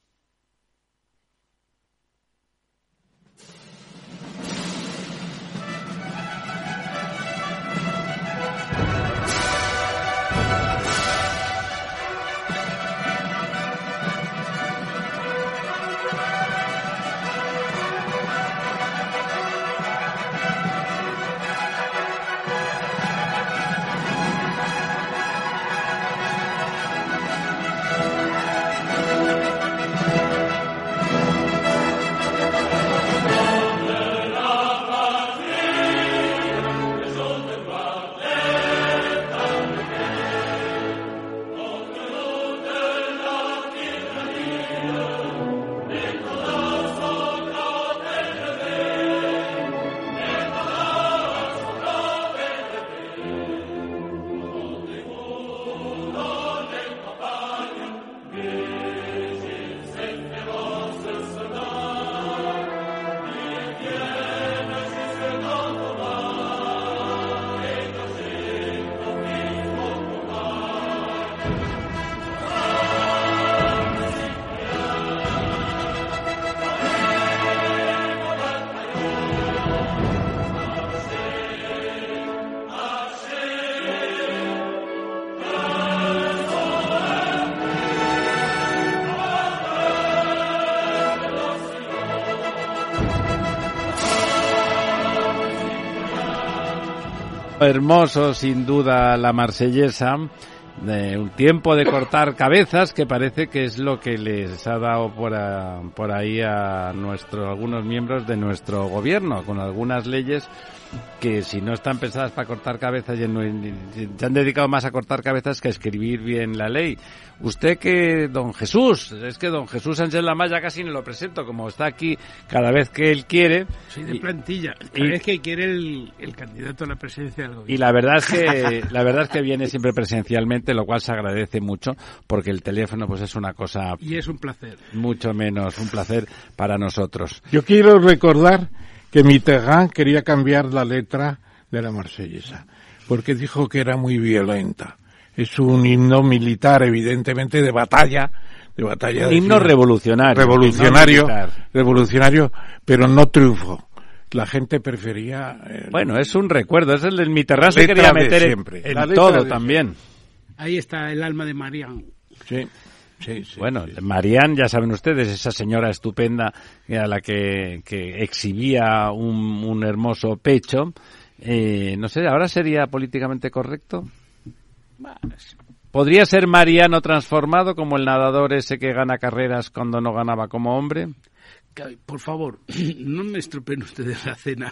Hermoso, sin duda, la marsellesa, de un tiempo de cortar cabezas que parece que es lo que les ha dado por, a, por ahí a nuestro, algunos miembros de nuestro gobierno, con algunas leyes que si no están pensadas para cortar cabezas ya, no, ya han dedicado más a cortar cabezas que a escribir bien la ley. Usted que, don Jesús, es que don Jesús Sánchez Lamalla casi no lo presento, como está aquí cada vez que él quiere. Soy de plantilla, cada y, vez que quiere el, el candidato a la presidencia del gobierno. Y la verdad es que la verdad es que viene siempre presencialmente, lo cual se agradece mucho, porque el teléfono pues es una cosa... Y es un placer. Mucho menos un placer para nosotros. Yo quiero recordar que Mitterrand quería cambiar la letra de la marsellesa, porque dijo que era muy violenta. Es un himno militar, evidentemente, de batalla, de batalla. Un himno revolucionario. Revolucionario, revolucionario, pero no triunfó. La gente prefería... Eh, bueno, es un recuerdo, es el del Mitterrand se quería meter siempre. en, en todo también. Ahí está el alma de Marianne. Sí. Sí, sí, bueno, sí, sí. Marianne, ya saben ustedes, esa señora estupenda a la que, que exhibía un, un hermoso pecho, Eh, no sé, ¿ahora sería políticamente correcto? ¿Podría ser Mariano transformado como el nadador ese que gana carreras cuando no ganaba como hombre? Por favor, no me estropeen ustedes la cena.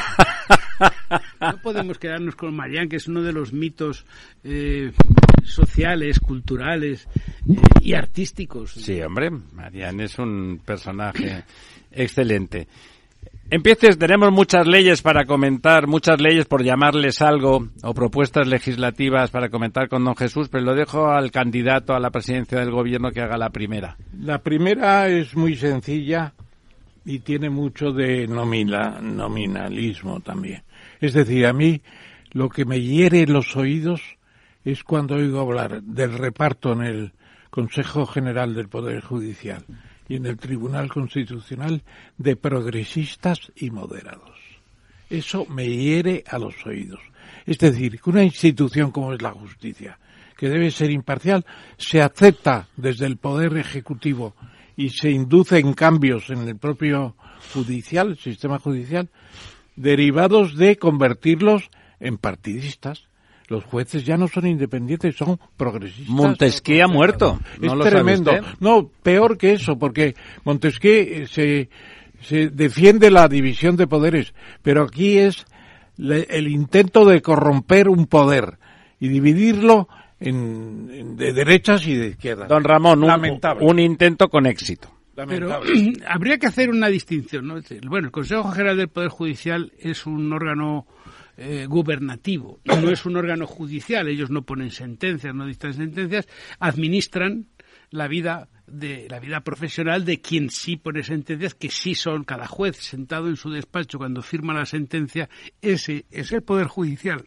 No podemos quedarnos con Marián, que es uno de los mitos eh, sociales, culturales eh, y artísticos. Sí, hombre, Marián es un personaje excelente. Empieces, tenemos muchas leyes para comentar, muchas leyes por llamarles algo, o propuestas legislativas para comentar con don Jesús, pero lo dejo al candidato a la presidencia del gobierno que haga la primera. La primera es muy sencilla y tiene mucho de nomina, nominalismo también. Es decir, a mí lo que me hiere los oídos es cuando oigo hablar del reparto en el Consejo General del Poder Judicial y en el Tribunal Constitucional de progresistas y moderados. Eso me hiere a los oídos. Es decir, que una institución como es la justicia, que debe ser imparcial, se acepta desde el Poder Ejecutivo y se inducen cambios en el propio judicial, el sistema judicial, derivados de convertirlos en partidistas. Los jueces ya no son independientes, son progresistas. Montesquieu ha muerto. Es ¿No lo tremendo. sabe usted? No, peor que eso, porque Montesquieu se, se defiende la división de poderes, pero aquí es le, el intento de corromper un poder y dividirlo en, en de derechas y de izquierdas. Don Ramón, un, Lamentable. un intento con éxito. Pero habría que hacer una distinción, ¿no? Bueno, el Consejo General del Poder Judicial es un órgano eh, gubernativo, no es un órgano judicial. Ellos no ponen sentencias, no dictan sentencias, administran la vida de la vida profesional de quien sí pone sentencias, que sí son cada juez sentado en su despacho cuando firma la sentencia. Ese es el Poder Judicial.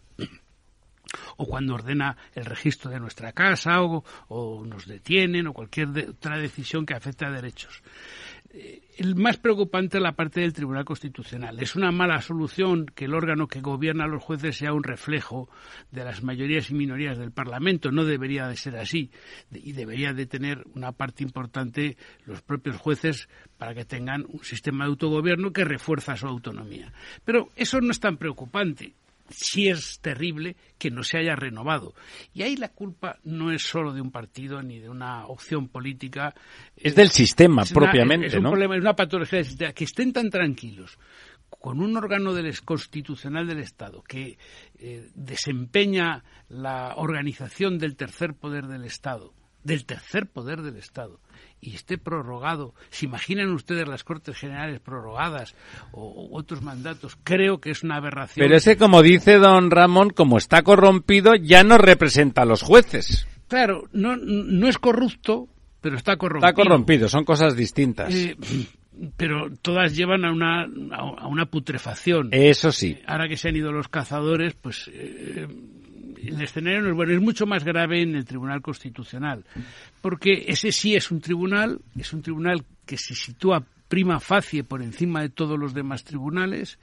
O cuando ordena el registro de nuestra casa, o, o nos detienen, o cualquier de, otra decisión que afecte a derechos. Eh, el más preocupante es la parte del Tribunal Constitucional. Es una mala solución que el órgano que gobierna a los jueces sea un reflejo de las mayorías y minorías del Parlamento. No debería de ser así, y debería de tener una parte importante los propios jueces para que tengan un sistema de autogobierno que refuerza su autonomía. Pero eso no es tan preocupante. Sí es terrible que no se haya renovado. Y ahí la culpa no es solo de un partido ni de una opción política. Es del sistema es una, propiamente, es un ¿no? problema, es una patología del sistema. Que estén tan tranquilos con un órgano del constitucional del Estado que eh, desempeña la organización del tercer poder del Estado, del tercer poder del Estado, y esté prorrogado. ¿Se imaginan ustedes las Cortes Generales prorrogadas o, o otros mandatos? Creo que es una aberración. Pero ese, como dice don Ramón, como está corrompido, ya no representa a los jueces. Claro, no, no es corrupto, pero está corrompido. Está corrompido, son cosas distintas. Eh, pero todas llevan a una, a una putrefacción. Eso sí. Ahora que se han ido los cazadores, pues eh, el escenario no es bueno. Es mucho más grave en el Tribunal Constitucional, porque ese sí es un tribunal, es un tribunal que se sitúa prima facie por encima de todos los demás tribunales,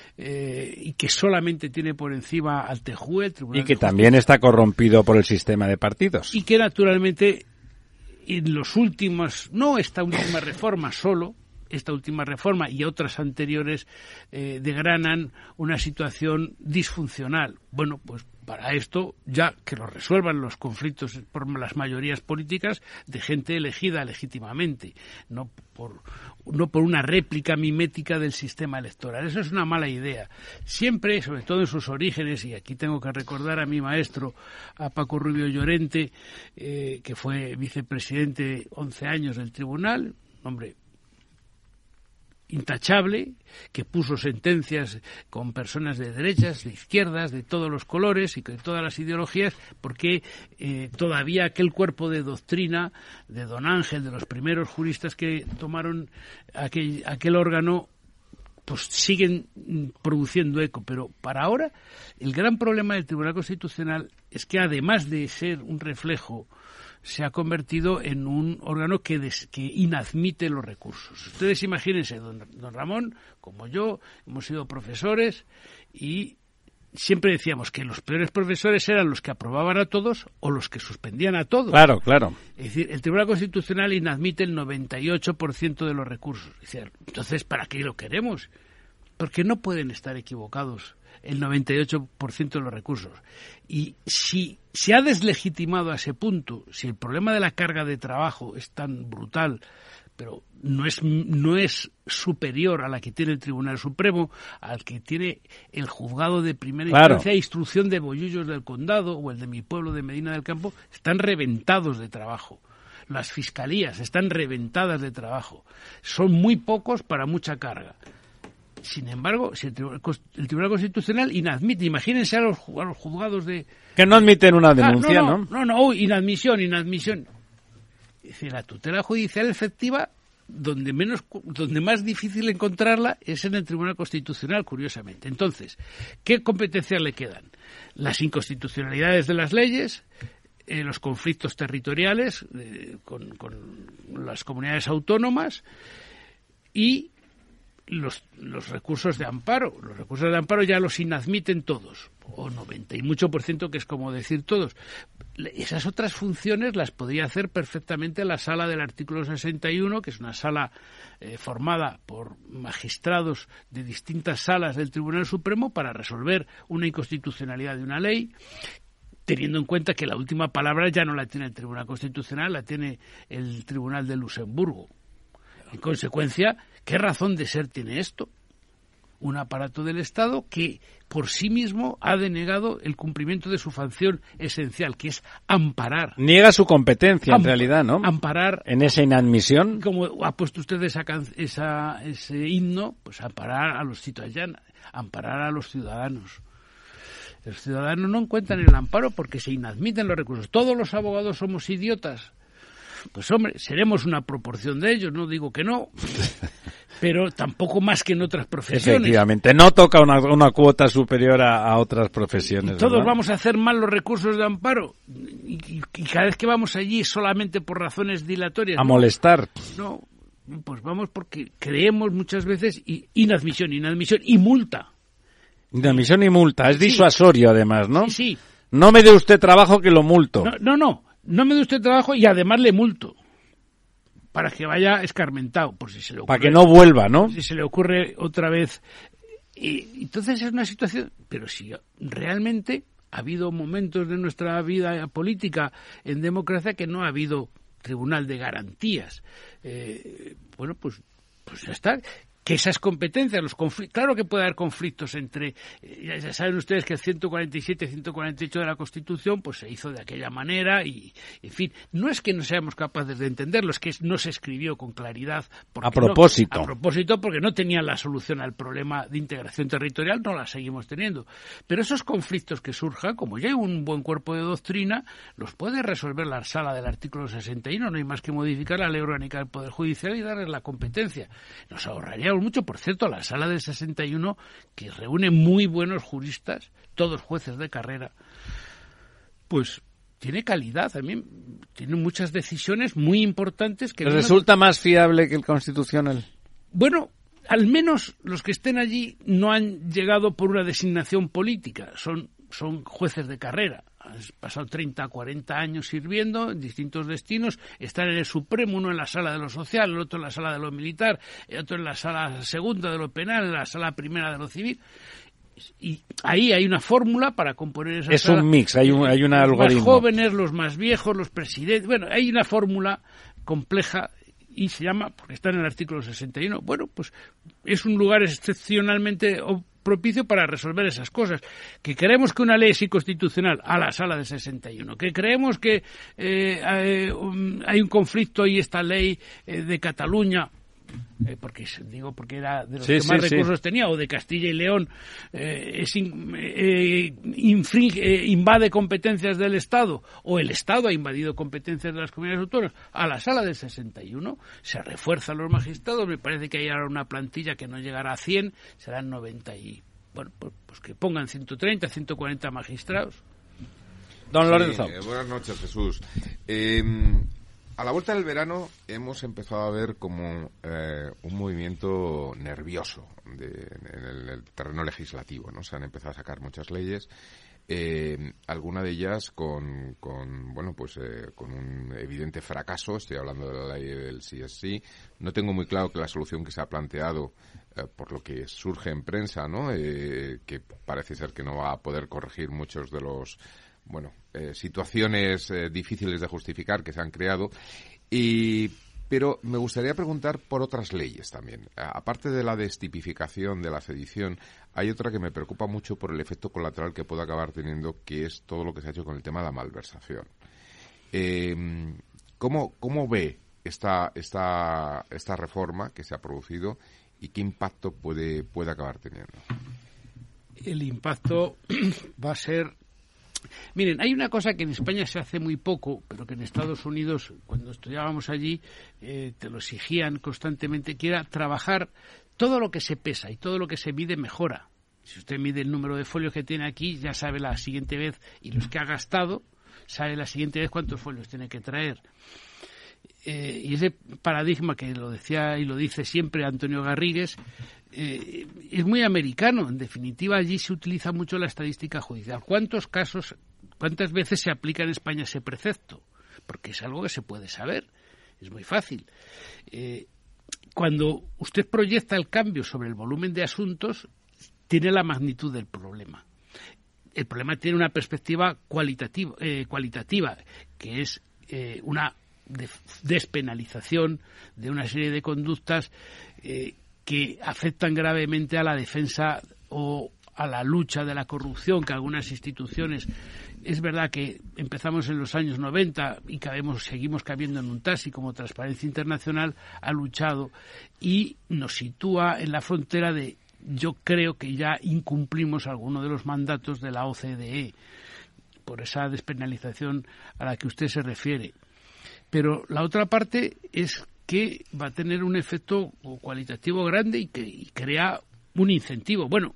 eh, y que solamente tiene por encima al T J U E, el Tribunal Y que de también Justicia, está corrompido por el sistema de partidos. y que naturalmente en los últimos, no esta última reforma solo, esta última reforma y otras anteriores eh, degranan una situación disfuncional. Bueno, pues para esto ya que lo resuelvan los conflictos por las mayorías políticas de gente elegida legítimamente, no por, no por una réplica mimética del sistema electoral. Eso es una mala idea. Siempre, sobre todo en sus orígenes, y aquí tengo que recordar a mi maestro, a Paco Rubio Llorente, eh, que fue vicepresidente once años del tribunal, hombre intachable, que puso sentencias con personas de derechas, de izquierdas, de todos los colores y de todas las ideologías, porque eh, todavía aquel cuerpo de doctrina de don Ángel, de los primeros juristas que tomaron aquel, aquel órgano, pues siguen produciendo eco. Pero para ahora el gran problema del Tribunal Constitucional es que, además de ser un reflejo, se ha convertido en un órgano que, des, que inadmite los recursos. Ustedes imagínense, don, don Ramón, como yo, hemos sido profesores y siempre decíamos que los peores profesores eran los que aprobaban a todos o los que suspendían a todos. Claro, claro. Es decir, el Tribunal Constitucional inadmite el noventa y ocho por ciento de los recursos. Es decir, entonces, ¿para qué lo queremos? Porque no pueden estar equivocados el noventa y ocho por ciento de los recursos. Y si se ha deslegitimado a ese punto, si el problema de la carga de trabajo es tan brutal, pero no es no es superior a la que tiene el Tribunal Supremo, al que tiene el juzgado de primera claro. instancia, instrucción de Bollullos del Condado o el de mi pueblo de Medina del Campo, están reventados de trabajo. Las fiscalías están reventadas de trabajo. Son muy pocos para mucha carga. Sin embargo, si el Tribunal, el Tribunal Constitucional inadmite, imagínense a los, a los juzgados de... Que no admiten una denuncia, ah, no, ¿no? No, no, no, oh, inadmisión, inadmisión. Es decir, la tutela judicial efectiva, donde menos, donde más difícil encontrarla es en el Tribunal Constitucional, curiosamente. Entonces, ¿qué competencias le quedan? Las inconstitucionalidades de las leyes, eh, los conflictos territoriales eh, con, con las comunidades autónomas y los, los recursos de amparo. Los recursos de amparo ya los inadmiten todos, o noventa y mucho por ciento, que es como decir todos. Esas otras funciones las podría hacer perfectamente la sala del artículo sesenta y uno, que es una sala eh, formada por magistrados de distintas salas del Tribunal Supremo para resolver una inconstitucionalidad de una ley, teniendo en cuenta que la última palabra ya no la tiene el Tribunal Constitucional, la tiene el Tribunal de Luxemburgo. En consecuencia, ¿qué razón de ser tiene esto? Un aparato del Estado que por sí mismo ha denegado el cumplimiento de su función esencial, que es amparar. Niega su competencia, Amp- en realidad, ¿no? Amparar. En esa inadmisión. Como ha puesto usted esa, can- esa ese himno, pues amparar a los citoyanos, amparar a los ciudadanos. Los ciudadanos no encuentran el amparo porque se inadmiten los recursos. ¿Todos los abogados somos idiotas? Pues hombre, seremos una proporción de ellos, no digo que no, pero tampoco más que en otras profesiones. Efectivamente, no toca una, una cuota superior a, a otras profesiones. Y todos ¿verdad? vamos a hacer mal los recursos de amparo y, y, y cada vez que vamos allí solamente por razones dilatorias. A ¿no? molestar. No, pues vamos porque creemos muchas veces y, inadmisión, inadmisión y multa. Inadmisión y multa, es Sí. disuasorio además, ¿no? Sí, sí. No me dé usted trabajo que lo multo. No, no, no, no me dé usted trabajo y además le multo. Para que vaya escarmentado, por si se le ocurre. Para que no vuelva, ¿no? Si se le ocurre otra vez. Y entonces es una situación. Pero si realmente ha habido momentos de nuestra vida política en democracia que no ha habido tribunal de garantías. Eh, bueno, pues, pues ya está. Que esas competencias, los conflictos, claro que puede haber conflictos entre, eh, ya saben ustedes que el ciento cuarenta y siete y ciento cuarenta y ocho de la Constitución pues se hizo de aquella manera y, en fin, no es que no seamos capaces de entenderlo, es que no se escribió con claridad. A propósito. No, a propósito, porque no tenían la solución al problema de integración territorial, no la seguimos teniendo. Pero esos conflictos que surjan, como ya hay un buen cuerpo de doctrina, los puede resolver la sala del artículo sesenta y uno, no hay más que modificar la ley orgánica del Poder Judicial y darles la competencia. Nos ahorraría mucho, por cierto, la sala del sesenta y uno, que reúne muy buenos juristas, todos jueces de carrera, pues tiene calidad también, tiene muchas decisiones muy importantes que... ¿Resulta no... más fiable que el Constitucional? Bueno, al menos los que estén allí no han llegado por una designación política, son, son jueces de carrera. Han pasado treinta, cuarenta años sirviendo en distintos destinos, están en el Supremo, uno en la sala de lo social, el otro en la sala de lo militar, el otro en la sala segunda de lo penal, en la sala primera de lo civil. Y ahí hay una fórmula para componer esa es sala. Es un mix, hay un, hay un algoritmo. Los más jóvenes, los más viejos, los presidentes... Bueno, hay una fórmula compleja y se llama, porque está en el artículo sesenta y uno, bueno, pues es un lugar excepcionalmente propicio para resolver esas cosas. Que creemos que una ley es inconstitucional, a la sala de sesenta y uno. Que creemos que eh, eh, um, hay un conflicto y esta ley eh, de Cataluña, eh, porque digo porque era de los sí, que más sí, recursos sí. tenía, o de Castilla y León, eh, es in, eh, infringe, eh, invade competencias del Estado, o el Estado ha invadido competencias de las comunidades autónomas, a la sala del sesenta y uno se refuerzan los magistrados. Me parece que hay ahora una plantilla que no llegará a cien, serán noventa y... Bueno, pues, pues que pongan ciento treinta, ciento cuarenta magistrados. Don sí, Lorenzo. Eh, buenas noches, Jesús. Eh, a la vuelta del verano hemos empezado a ver como eh, un movimiento nervioso de, en, el, en el terreno legislativo, ¿no? Se han empezado a sacar muchas leyes Eh, alguna de ellas con, con bueno, pues eh, con un evidente fracaso. Estoy hablando de la ley del C S C. No tengo muy claro que la solución que se ha planteado, eh, por lo que surge en prensa, ¿no? Eh, que parece ser que no va a poder corregir muchos de los, bueno, eh, situaciones eh, difíciles de justificar que se han creado. Y pero me gustaría preguntar por otras leyes también. Aparte de la destipificación de la sedición, hay otra que me preocupa mucho por el efecto colateral que puede acabar teniendo, que es todo lo que se ha hecho con el tema de la malversación. Eh, ¿cómo, ¿Cómo ve esta, esta, esta reforma que se ha producido y qué impacto puede, puede acabar teniendo? El impacto va a ser... Miren, hay una cosa que en España se hace muy poco, pero que en Estados Unidos, cuando estudiábamos allí, eh, te lo exigían constantemente, que era trabajar todo lo que se pesa y todo lo que se mide mejora. Si usted mide el número de folios que tiene aquí, ya sabe la siguiente vez, y los que ha gastado, sabe la siguiente vez cuántos folios tiene que traer. Eh, y ese paradigma que lo decía y lo dice siempre Antonio Garrigues, eh, es muy americano. En definitiva, allí se utiliza mucho la estadística judicial. ¿Cuántos casos, cuántas veces se aplica en España ese precepto? Porque es algo que se puede saber, es muy fácil. Eh, cuando usted proyecta el cambio sobre el volumen de asuntos, tiene la magnitud del problema. El problema tiene una perspectiva cualitativa, eh, cualitativa que es eh, una de despenalización de una serie de conductas eh, que afectan gravemente a la defensa o a la lucha de la corrupción, que algunas instituciones, es verdad que empezamos en los años noventa y cabemos, seguimos cabiendo en un taxi como Transparencia Internacional, ha luchado y nos sitúa en la frontera de, yo creo que ya incumplimos alguno de los mandatos de la O C D E por esa despenalización a la que usted se refiere. Pero la otra parte es que va a tener un efecto cualitativo grande y que y crea un incentivo. Bueno,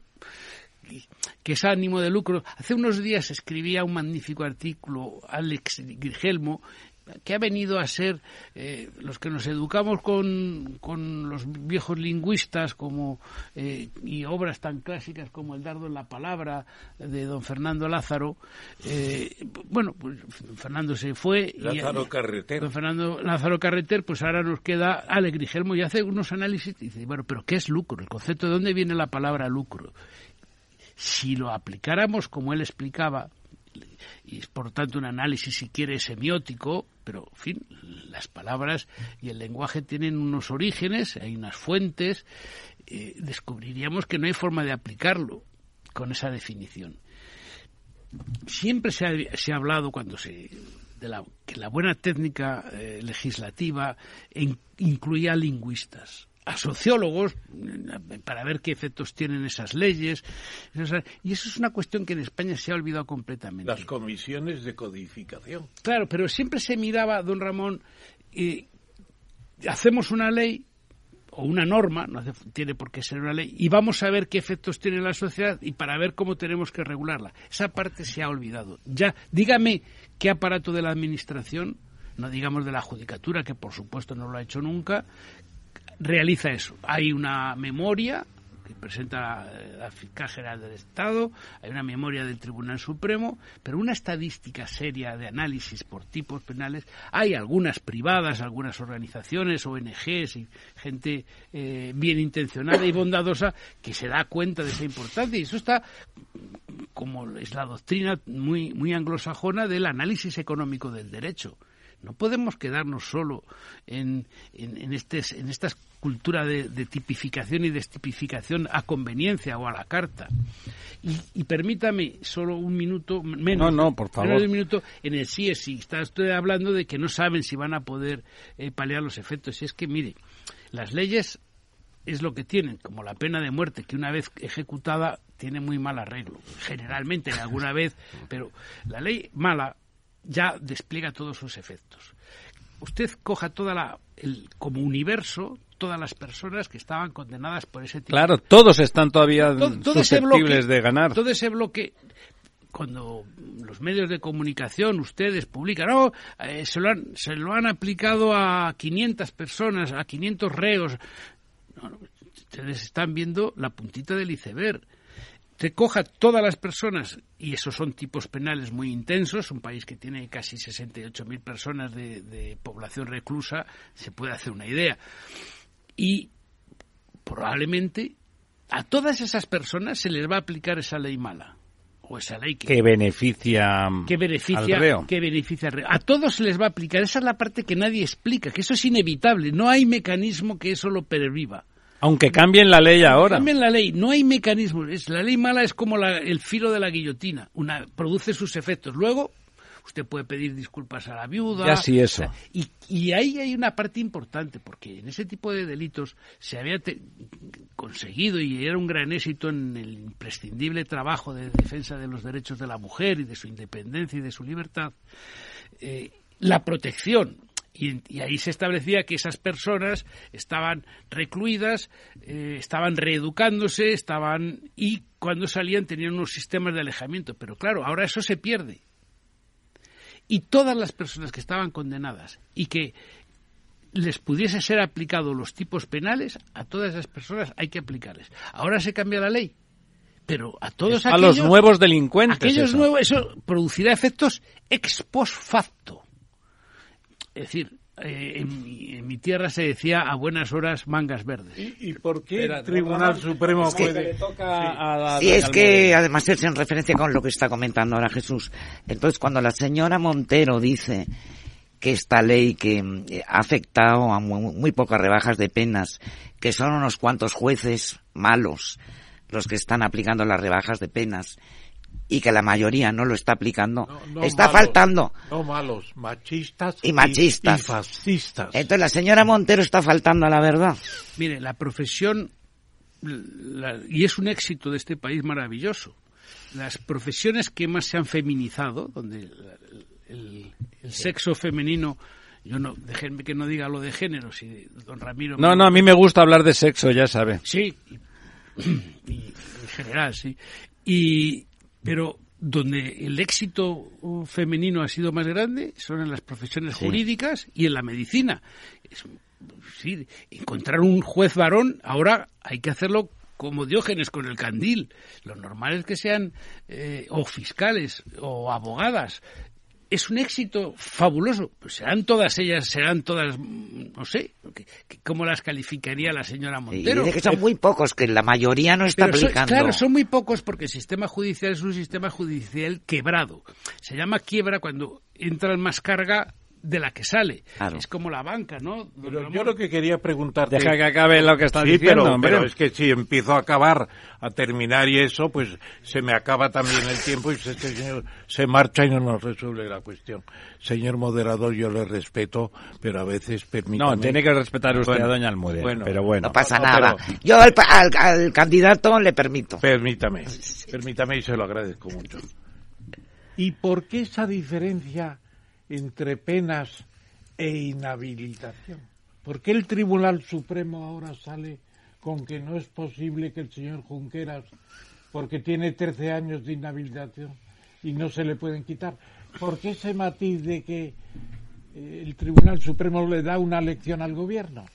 que es ánimo de lucro. Hace unos días escribía un magnífico artículo Alex Grigelmo, que ha venido a ser, eh, los que nos educamos con, con los viejos lingüistas como eh, y obras tan clásicas como El dardo en la palabra de don Fernando Lázaro. Eh, bueno, pues Fernando se fue. Lázaro y, Carreter. Don Fernando Lázaro Carreter, pues ahora nos queda Alex Grigelmo y hace unos análisis y dice, bueno, pero ¿qué es lucro? El concepto, ¿de dónde viene la palabra lucro? Si lo aplicáramos como él explicaba, y es por tanto un análisis, si quiere, semiótico, pero en fin, las palabras y el lenguaje tienen unos orígenes, hay unas fuentes, eh, descubriríamos que no hay forma de aplicarlo con esa definición. Siempre se ha, se ha hablado cuando se de la, que la buena técnica eh, legislativa en, incluía lingüistas, a sociólogos para ver qué efectos tienen esas leyes, y eso es una cuestión que en España se ha olvidado completamente. Las comisiones de codificación. Claro, pero siempre se miraba, don Ramón, eh, hacemos una ley o una norma, no hace, tiene por qué ser una ley, y vamos a ver qué efectos tiene en la sociedad y para ver cómo tenemos que regularla. Esa parte se ha olvidado. Ya, dígame qué aparato de la administración, no digamos de la judicatura, que por supuesto no lo ha hecho nunca, realiza eso. Hay una memoria que presenta la Fiscal General del Estado, hay una memoria del Tribunal Supremo, pero una estadística seria de análisis por tipos penales, hay algunas privadas, algunas organizaciones, O N Ges y gente eh, bien intencionada y bondadosa que se da cuenta de esa importancia, y eso está, como es la doctrina muy, muy anglosajona del análisis económico del derecho. No podemos quedarnos solo en, en, en, estes, en esta cultura de, de tipificación y destipificación a conveniencia o a la carta. Y, y permítame solo un minuto, menos, no, no, por favor. menos de un minuto, en el sí es sí. Está estoy hablando de que no saben si van a poder eh, paliar los efectos. Y es que, mire, las leyes es lo que tienen, como la pena de muerte, que una vez ejecutada tiene muy mal arreglo. Generalmente, alguna vez, pero la ley mala ya despliega todos sus efectos. Usted coja toda la el, como universo todas las personas que estaban condenadas por ese tipo. Claro, todos están todavía todo, todo susceptibles bloque, de ganar. Todo ese bloque, cuando los medios de comunicación, ustedes publican, no, eh, se, lo han, se lo han aplicado a quinientas personas, a quinientos reos. No, no, ustedes están viendo la puntita del iceberg. usted coja todas las personas, y esos son tipos penales muy intensos, un país que tiene casi sesenta y ocho mil personas de, de población reclusa, se puede hacer una idea. Y probablemente a todas esas personas se les va a aplicar esa ley mala. O esa ley que, que beneficia, que beneficia al reo. Que beneficia al reo. A todos se les va a aplicar. Esa es la parte que nadie explica, que eso es inevitable. No hay mecanismo que eso lo perviva. Aunque cambien la ley ahora. Cambien la ley, no hay mecanismo. Es, la ley mala es como la, el filo de la guillotina. Una, produce sus efectos. Luego, usted puede pedir disculpas a la viuda. Ya sí, eso. O sea, y, y ahí hay una parte importante, porque en ese tipo de delitos se había te, conseguido, y era un gran éxito en el imprescindible trabajo de defensa de los derechos de la mujer y de su independencia y de su libertad, eh, la protección. Y, y ahí se establecía que esas personas estaban recluidas, eh, estaban reeducándose, estaban y cuando salían tenían unos sistemas de alejamiento. Pero claro, ahora eso se pierde. Y todas las personas que estaban condenadas y que les pudiese ser aplicados los tipos penales, a todas esas personas hay que aplicarles. Ahora se cambia la ley, pero a todos a aquellos... los nuevos delincuentes. Aquellos eso. nuevos, eso producirá efectos ex post facto. Es decir, eh, en, mi, en mi tierra se decía a buenas horas mangas verdes. ¿Y, y por qué Espera, el Tribunal no, Supremo es que puede...? le toca Sí. a, a Sí, es que además es en referencia con lo que está comentando ahora Jesús. Entonces, cuando la señora Montero dice que esta ley que eh, ha afectado a muy, muy pocas rebajas de penas, que son unos cuantos jueces malos los que están aplicando las rebajas de penas, y que la mayoría no lo está aplicando, No, no está malos, faltando. No malos, machistas y machistas. Y, y fascistas. Entonces la señora Montero está faltando a la verdad. Mire, la profesión, la, y es un éxito de este país maravilloso, las profesiones que más se han feminizado, donde el, el, el sexo femenino, yo no, déjenme que no diga lo de género, si don Ramiro... No, me... no, a mí me gusta hablar de sexo, ya sabe. Sí, y, y en general, sí. Y... Pero donde el éxito femenino ha sido más grande son en las profesiones sí. jurídicas y en la medicina. Es, sí, encontrar un juez varón, ahora hay que hacerlo como Diógenes con el candil. Lo normal es que sean eh, o fiscales o abogadas. Es un éxito fabuloso. Pues serán todas ellas, serán todas, no sé, ¿cómo las calificaría la señora Montero? Y dice que son muy pocos, que la mayoría no está Pero aplicando. Son, claro, son muy pocos porque el sistema judicial es un sistema judicial quebrado. Se llama quiebra cuando entra más carga de la que sale. Claro. Es como la banca, ¿no? Pero yo lo que quería preguntarte... Deja que acabe lo que estás sí, diciendo, pero, hombre. pero es que si empiezo a acabar, a terminar y eso, pues se me acaba también el tiempo y este señor se marcha y no nos resuelve la cuestión. Señor moderador, yo le respeto, pero a veces permítame... No, tiene que respetar usted bueno, a doña Almudena, bueno, pero bueno. No pasa no, nada. pero... Yo al, al, al candidato le permito. Permítame, permítame y se lo agradezco mucho. ¿Y por qué esa diferencia entre penas e inhabilitación? ¿Por qué el Tribunal Supremo ahora sale con que no es posible que el señor Junqueras, porque tiene trece años de inhabilitación y no se le pueden quitar? ¿Por qué ese matiz de que eh, el Tribunal Supremo le da una lección al gobierno?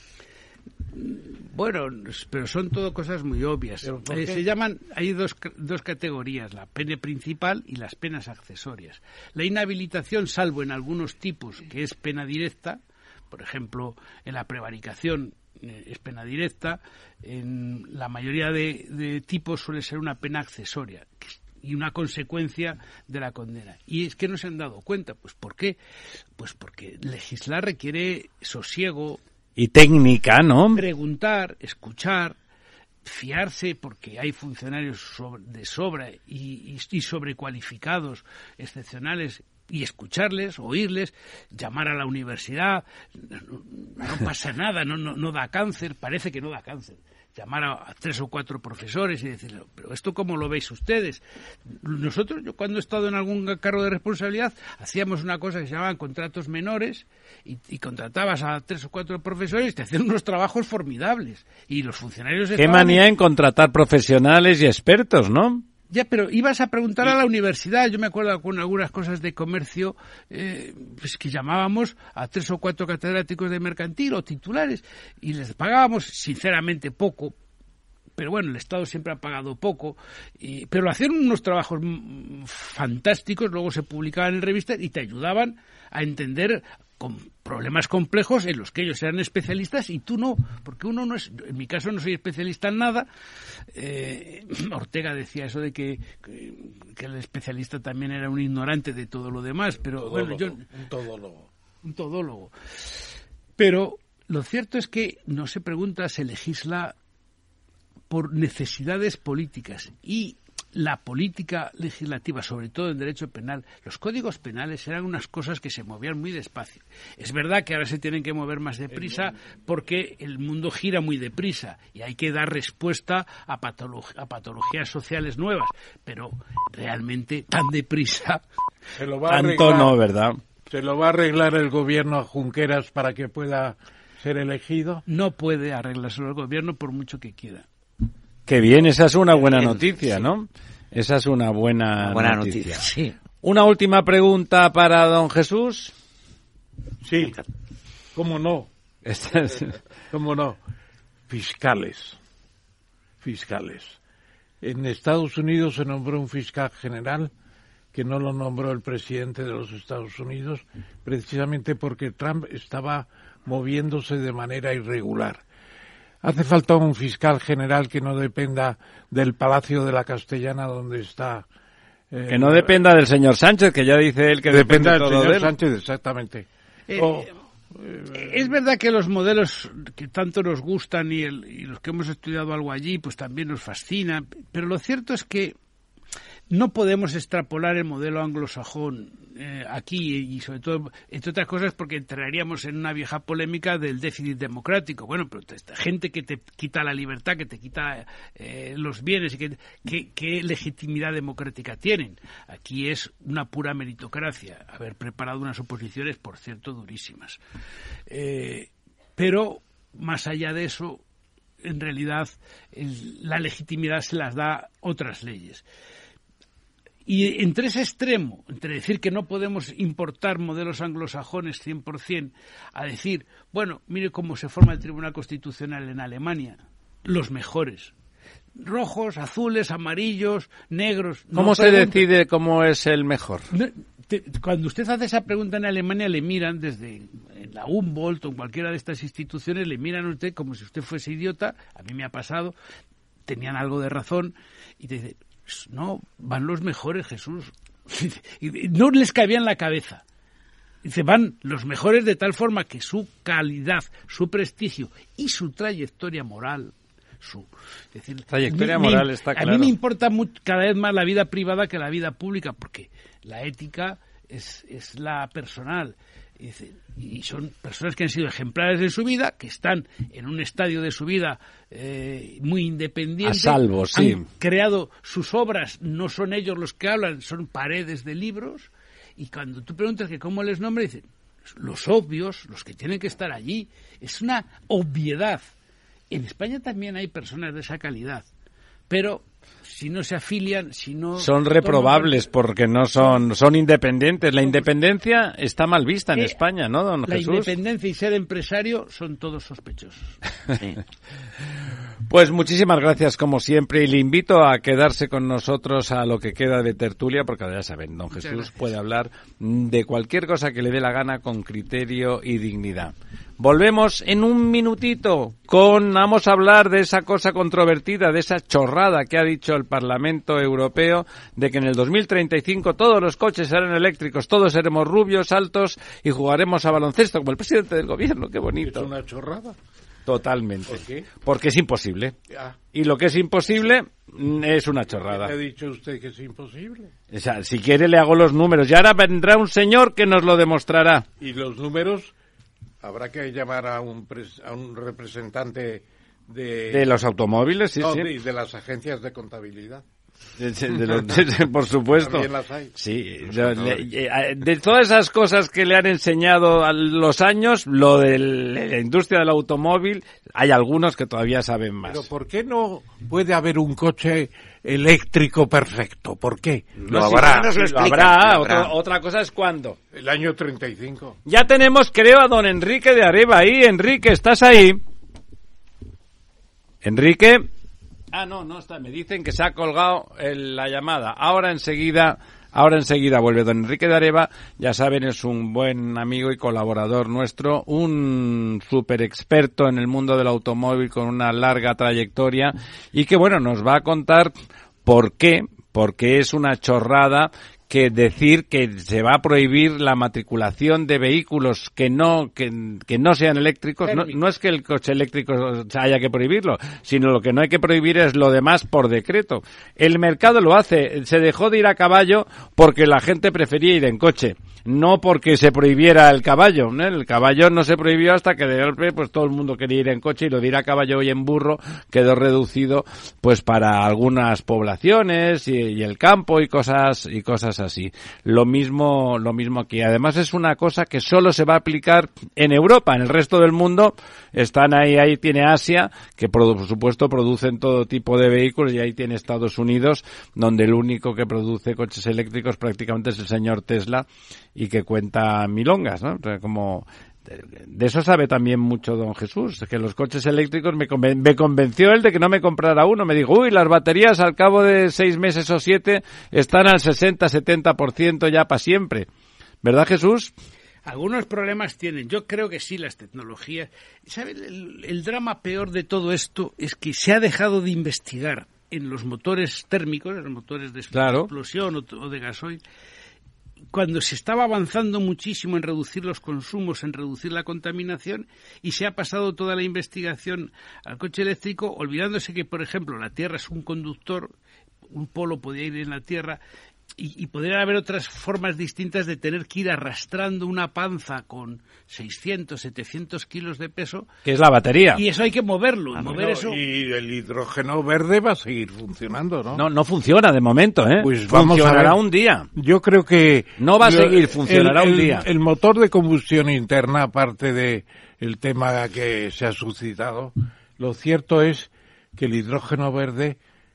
Bueno, pero son todo cosas muy obvias. Eh, se llaman, hay dos, dos categorías, la pena principal y las penas accesorias. La inhabilitación, salvo en algunos tipos, que es pena directa, por ejemplo, en la prevaricación eh, es pena directa, en la mayoría de, de tipos suele ser una pena accesoria y una consecuencia de la condena. ¿Y es que no se han dado cuenta? Pues ¿por qué? Pues porque legislar requiere sosiego, y técnica, ¿no? Preguntar, escuchar, fiarse, porque hay funcionarios sobre, de sobra y, y, y sobrecualificados, excepcionales, y escucharles, oírles, llamar a la universidad, no, no pasa nada, no, no, no da cáncer, parece que no da cáncer. Llamar a, a tres o cuatro profesores y decirle, pero ¿esto cómo lo veis ustedes? Nosotros, yo cuando he estado en algún cargo de responsabilidad, hacíamos una cosa que se llamaban contratos menores y, y contratabas a tres o cuatro profesores y te hacían unos trabajos formidables. Y los funcionarios... Qué estaban... manía en contratar profesionales y expertos, ¿no? Ya, pero ibas a preguntar a la universidad. Yo me acuerdo con algunas cosas de comercio, eh, pues que llamábamos a tres o cuatro catedráticos de mercantil o titulares y les pagábamos sinceramente poco, pero bueno, el Estado siempre ha pagado poco, y, pero hacían unos trabajos m- fantásticos, luego se publicaban en revistas y te ayudaban a entender con problemas complejos en los que ellos eran especialistas y tú no, porque uno no es, en mi caso no soy especialista en nada. eh, Ortega decía eso de que, que, que el especialista también era un ignorante de todo lo demás, pero Todólogo, bueno, yo... un todólogo. Un todólogo. Pero lo cierto es que no se pregunta, se legisla por necesidades políticas y la política legislativa, sobre todo en derecho penal, los códigos penales eran unas cosas que se movían muy despacio. Es verdad que ahora se tienen que mover más deprisa porque el mundo gira muy deprisa y hay que dar respuesta a, patolog- a patologías sociales nuevas, pero realmente tan deprisa Se lo va a Tanto arreglar, no, ¿verdad? ¿Se lo va a arreglar el gobierno a Junqueras para que pueda ser elegido? No puede arreglárselo el gobierno por mucho que quiera. Qué bien, esa es una buena Bien, noticia, sí. ¿no? Esa es una buena, Buena noticia. noticia, sí. Una última pregunta para don Jesús. Sí, ¿cómo no? Esta es- ¿Cómo no? Fiscales. Fiscales. En Estados Unidos se nombró un fiscal general que no lo nombró el presidente de los Estados Unidos, precisamente porque Trump estaba moviéndose de manera irregular. Hace falta un fiscal general que no dependa del Palacio de la Castellana donde está. eh, que no dependa del señor Sánchez, que ya dice él que depende dependa del todo señor de él. Sánchez, exactamente. Eh, O- Es verdad que los modelos que tanto nos gustan y, el- y los que hemos estudiado algo allí, pues también nos fascinan, pero lo cierto es que no podemos extrapolar el modelo anglosajón eh, aquí y sobre todo, entre otras cosas, porque entraríamos en una vieja polémica del déficit democrático. Bueno, pero esta gente que te quita la libertad, que te quita eh, los bienes, y que, que, ¿qué legitimidad democrática tienen? Aquí es una pura meritocracia, haber preparado unas oposiciones, por cierto, durísimas. Eh, pero, más allá de eso, en realidad, el- la legitimidad se las da otras leyes. Y entre ese extremo, entre decir que no podemos importar modelos anglosajones cien por ciento, a decir, bueno, mire cómo se forma el Tribunal Constitucional en Alemania, los mejores, rojos, azules, amarillos, negros. ¿Cómo no se preguntan. decide cómo es el mejor? No, te- Cuando usted hace esa pregunta en Alemania, le miran desde en la Humboldt o en cualquiera de estas instituciones, le miran a usted como si usted fuese idiota. A mí me ha pasado, tenían algo de razón, y te dicen, no, van los mejores, Jesús. Y no les cabía en la cabeza. Dice, van los mejores de tal forma que su calidad, su prestigio y su trayectoria moral, su es decir, Trayectoria me- me- moral está a claro. mí me importa mu- cada vez más la vida privada que la vida pública, porque la ética es, es la personal. Y, dice, y son personas que han sido ejemplares en su vida, que están en un estadio de su vida eh, muy independiente. A salvo, sí. Han creado sus obras, no son ellos los que hablan, son paredes de libros. Y cuando tú preguntas que cómo les nombra, dicen, los obvios, los que tienen que estar allí. Es una obviedad. En España también hay personas de esa calidad, pero si no se afilian, si no... Son reprobables porque no son, son independientes. La independencia está mal vista en Eh, España, ¿no, don La Jesús? independencia y ser empresario son todos sospechosos. Sí. Pues muchísimas gracias como siempre y le invito a quedarse con nosotros a lo que queda de tertulia porque ya saben, don Muchas Jesús gracias. puede hablar de cualquier cosa que le dé la gana con criterio y dignidad. Volvemos en un minutito con, vamos a hablar de esa cosa controvertida, de esa chorrada que ha dicho el Parlamento Europeo de que en el dos mil treinta y cinco todos los coches serán eléctricos, todos seremos rubios, altos y jugaremos a baloncesto como el presidente del gobierno, qué bonito. Es una chorrada. Totalmente. ¿Por qué? Porque es imposible. Ya. Y lo que es imposible mm, es una chorrada. ¿Ha dicho usted que es imposible? O sea, si quiere le hago los números. Y ahora vendrá un señor que nos lo demostrará. Y los números, habrá que llamar a un, pres- a un representante de... De los automóviles, sí, no, sí. de, de las agencias de contabilidad. De- de- de los- de- por supuesto. También las hay. Sí, Los de, contadores. de- de todas esas cosas que le han enseñado a los años, lo de la industria del automóvil, hay algunos que todavía saben más. Pero ¿por qué no puede haber un coche eléctrico perfecto? ¿Por qué? No, Lo sí, habrá, bueno, lo lo explican, habrá. lo habrá. Otra, otra cosa es cuándo. El año treinta y cinco. Ya tenemos, creo, a don Enrique de Areva ahí. Enrique, ¿estás ahí? Enrique, Ah, no, no está. Me dicen que se ha colgado el, la llamada. Ahora enseguida, ahora enseguida vuelve don Enrique de Areva. Ya saben, es un buen amigo y colaborador nuestro, un súper experto en el mundo del automóvil con una larga trayectoria y que, bueno, nos va a contar por qué, porque es una chorrada que decir que se va a prohibir la matriculación de vehículos que no que, que no sean eléctricos. No, no es que el coche eléctrico haya que prohibirlo, sino lo que no hay que prohibir es lo demás por decreto. El mercado lo hace. Se dejó de ir a caballo porque la gente prefería ir en coche, no porque se prohibiera el caballo, ¿no? El caballo no se prohibió hasta que de golpe pues todo el mundo quería ir en coche, y lo de ir a caballo y en burro quedó reducido pues para algunas poblaciones y, y el campo y cosas y cosas así. Lo mismo, lo mismo aquí. Además es una cosa que solo se va a aplicar en Europa. En el resto del mundo están ahí, ahí tiene Asia, que por supuesto producen todo tipo de vehículos, y ahí tiene Estados Unidos, donde el único que produce coches eléctricos prácticamente es el señor Tesla, y que cuenta milongas, ¿no? O sea, como de eso sabe también mucho don Jesús, que los coches eléctricos me, conven- me convenció él de que no me comprara uno. Me dijo, uy, las baterías al cabo de seis meses o siete están al sesenta setenta por ciento ya para siempre. ¿Verdad, Jesús? Algunos problemas tienen. Yo creo que sí, las tecnologías. ¿Sabe? El, el drama peor de todo esto es que se ha dejado de investigar en los motores térmicos, en los motores de Claro. explosión o, o de gasoil, cuando se estaba avanzando muchísimo en reducir los consumos, en reducir la contaminación, y se ha pasado toda la investigación al coche eléctrico, olvidándose que, por ejemplo, la Tierra es un conductor, un polo podía ir en la Tierra, y, y podrían haber otras formas distintas de tener que ir arrastrando una panza con seiscientos, setecientos kilos de peso. Que es la batería. Y eso hay que moverlo. Ah, y mover bueno, eso... y el hidrógeno verde va a seguir funcionando, ¿no? No, no funciona de momento, ¿eh? Pues vamos funcionará a ver. un día. Yo creo que... No va a lo- seguir, funcionará el, un el- día. El motor de combustión interna, aparte de el tema que se ha suscitado, lo cierto es que el hidrógeno verde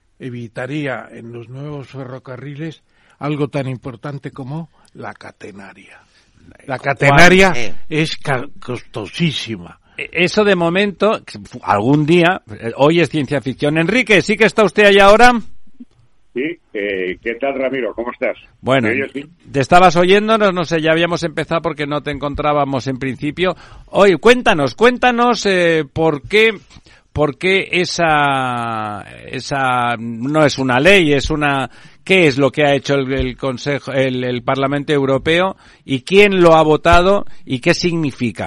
evitaría en los nuevos ferrocarriles algo tan importante como la catenaria. La catenaria ¿Cuál? es ca- costosísima. Eso de momento, algún día, eh, hoy es ciencia ficción. Enrique, ¿sí que está usted ahí ahora? Sí, eh, ¿qué tal, Ramiro? ¿Cómo estás? Bueno, ¿Me oyes bien? te estabas oyéndonos, no sé, ya habíamos empezado porque no te encontrábamos en principio. Oye, cuéntanos, cuéntanos eh, por qué, por qué esa, esa, no es una ley, es una, ¿qué es lo que ha hecho el, el Consejo, el, el Parlamento Europeo, y quién lo ha votado y qué significa?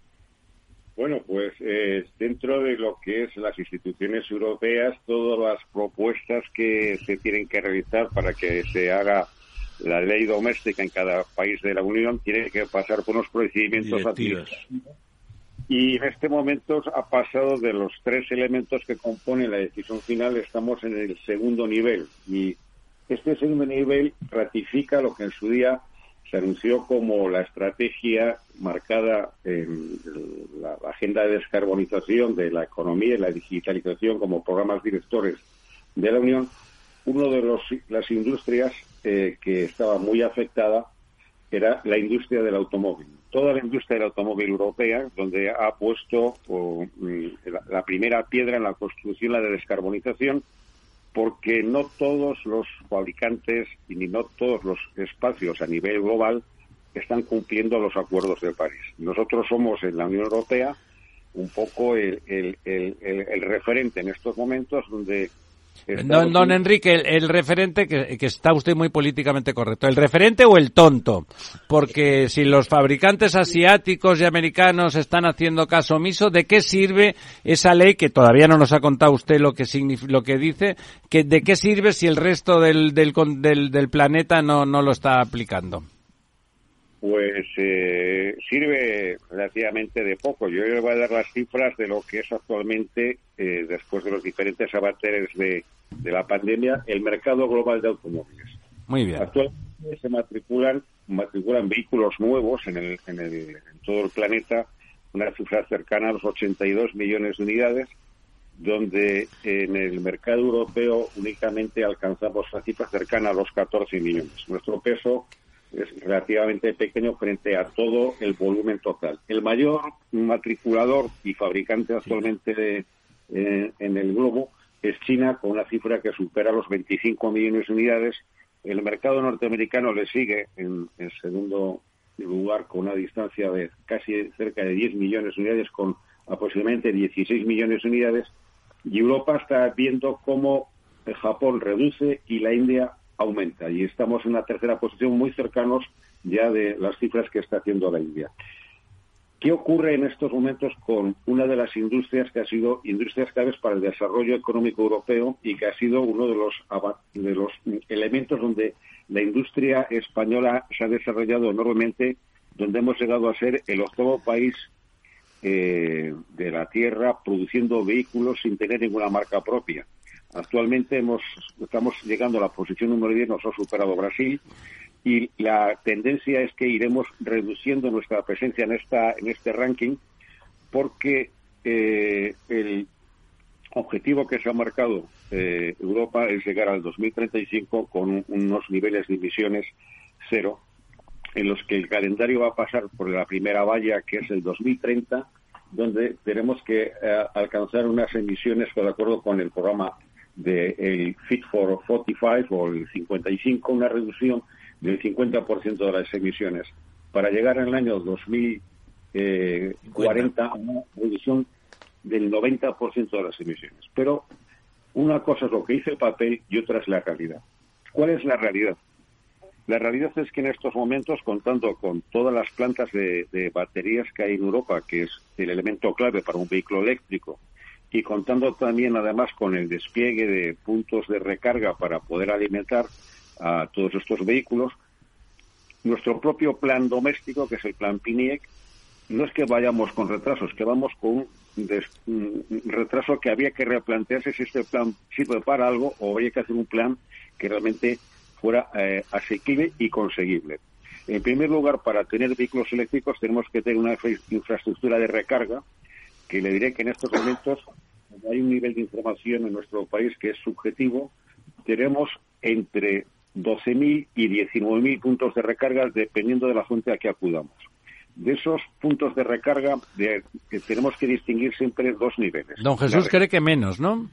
Bueno, pues eh, dentro de lo que es las instituciones europeas, todas las propuestas que se tienen que realizar para que se haga la ley doméstica en cada país de la Unión tienen que pasar por unos procedimientos Directivas. administrativos. Y en este momento ha pasado de los tres elementos que componen la decisión final, estamos en el segundo nivel. Y este segundo nivel ratifica lo que en su día se anunció como la estrategia marcada en la agenda de descarbonización de la economía y la digitalización como programas directores de la Unión. Uno de los las industrias eh, que estaba muy afectada era la industria del automóvil. Toda la industria del automóvil europea, donde ha puesto oh, la, la primera piedra en la construcción, la de descarbonización, porque no todos los fabricantes y ni no todos los espacios a nivel global están cumpliendo los acuerdos de París. Nosotros somos en la Unión Europea un poco el, el, el, el, el referente en estos momentos donde... Don, don Enrique, el, el referente, que, que está usted muy políticamente correcto, ¿el referente o el tonto? Porque si los fabricantes asiáticos y americanos están haciendo caso omiso, ¿de qué sirve esa ley, que todavía no nos ha contado usted lo que significa, lo que dice, que de qué sirve si el resto del, del, del, del planeta no, no lo está aplicando? Pues eh, sirve relativamente de poco. Yo les voy a dar las cifras de lo que es actualmente, eh, después de los diferentes avatares de, de la pandemia, el mercado global de automóviles. Muy bien. Actualmente se matriculan matriculan vehículos nuevos en, el, en, el, en todo el planeta, una cifra cercana a los ochenta y dos millones de unidades, donde en el mercado europeo únicamente alcanzamos la cifra cercana a los catorce millones. Nuestro peso es relativamente pequeño frente a todo el volumen total. El mayor matriculador y fabricante actualmente de, eh, en el globo es China, con una cifra que supera los veinticinco millones de unidades. El mercado norteamericano le sigue en, en segundo lugar con una distancia de casi cerca de diez millones de unidades, con aproximadamente dieciséis millones de unidades. Y Europa está viendo cómo Japón reduce y la India aumenta. Y estamos en una tercera posición muy cercanos ya de las cifras que está haciendo la India. ¿Qué ocurre en estos momentos con una de las industrias que ha sido industrias claves para el desarrollo económico europeo y que ha sido uno de los, de los elementos donde la industria española se ha desarrollado enormemente, donde hemos llegado a ser el octavo país eh, de la Tierra produciendo vehículos sin tener ninguna marca propia? Actualmente hemos, estamos llegando a la posición número diez, nos ha superado Brasil, y la tendencia es que iremos reduciendo nuestra presencia en esta en este ranking, porque eh, el objetivo que se ha marcado eh, Europa es llegar al dos mil treinta y cinco con unos niveles de emisiones cero, en los que el calendario va a pasar por la primera valla, que es el dos mil treinta, donde tenemos que eh, alcanzar unas emisiones que, de acuerdo con el programa del Fit for cuarenta y cinco o el cincuenta y cinco, una reducción del cincuenta por ciento de las emisiones, para llegar en el año dos mil cuarenta a una reducción del noventa por ciento de las emisiones. Pero una cosa es lo que dice el papel y otra es la realidad. ¿Cuál es la realidad? La realidad es que en estos momentos, contando con todas las plantas de, de baterías que hay en Europa, que es el elemento clave para un vehículo eléctrico, y contando también además con el despliegue de puntos de recarga para poder alimentar a todos estos vehículos, nuestro propio plan doméstico, que es el plan PINIEC, no es que vayamos con retrasos, que vamos con un, des, un retraso que había que replantearse si este plan sirve para algo o había que hacer un plan que realmente fuera eh, asequible y conseguible. En primer lugar, para tener vehículos eléctricos tenemos que tener una infraestructura de recarga, que le diré que en estos momentos hay un nivel de información en nuestro país que es subjetivo. Tenemos entre doce mil y diecinueve mil puntos de recarga, dependiendo de la fuente a que acudamos. De esos puntos de recarga, de, que tenemos que distinguir siempre dos niveles. Don Jesús cree que menos, ¿no?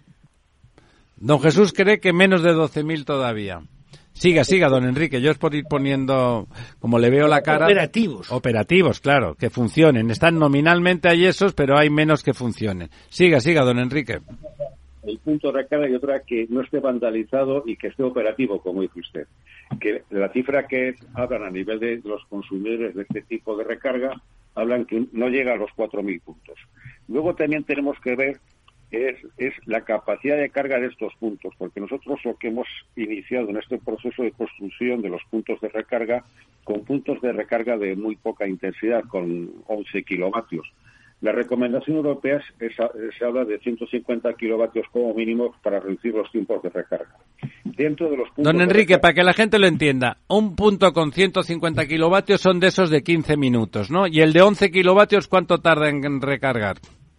Don Jesús cree que menos de doce mil todavía. Siga, siga, don Enrique. Yo es por ir poniendo, como le veo la cara... Operativos. Operativos, claro, que funcionen. Están nominalmente hay esos, pero hay menos que funcionen. Siga, siga, don Enrique. El punto de recarga y otra que no esté vandalizado y que esté operativo, como dice usted. Que la cifra que hablan a nivel de los consumidores de este tipo de recarga, hablan que no llega a los cuatro mil puntos. Luego también tenemos que ver es, es la capacidad de carga de estos puntos, porque nosotros lo que hemos iniciado en este proceso de construcción de los puntos de recarga, con puntos de recarga de muy poca intensidad, con once kilovatios. La recomendación europea es, es, se habla de ciento cincuenta kilovatios como mínimo para reducir los tiempos de recarga. Dentro de los puntos Don Enrique, recarga, para que la gente lo entienda, un punto con ciento cincuenta kilovatios son de esos de quince minutos, ¿no? Y el de once kilovatios, ¿cuánto tarda en recargar?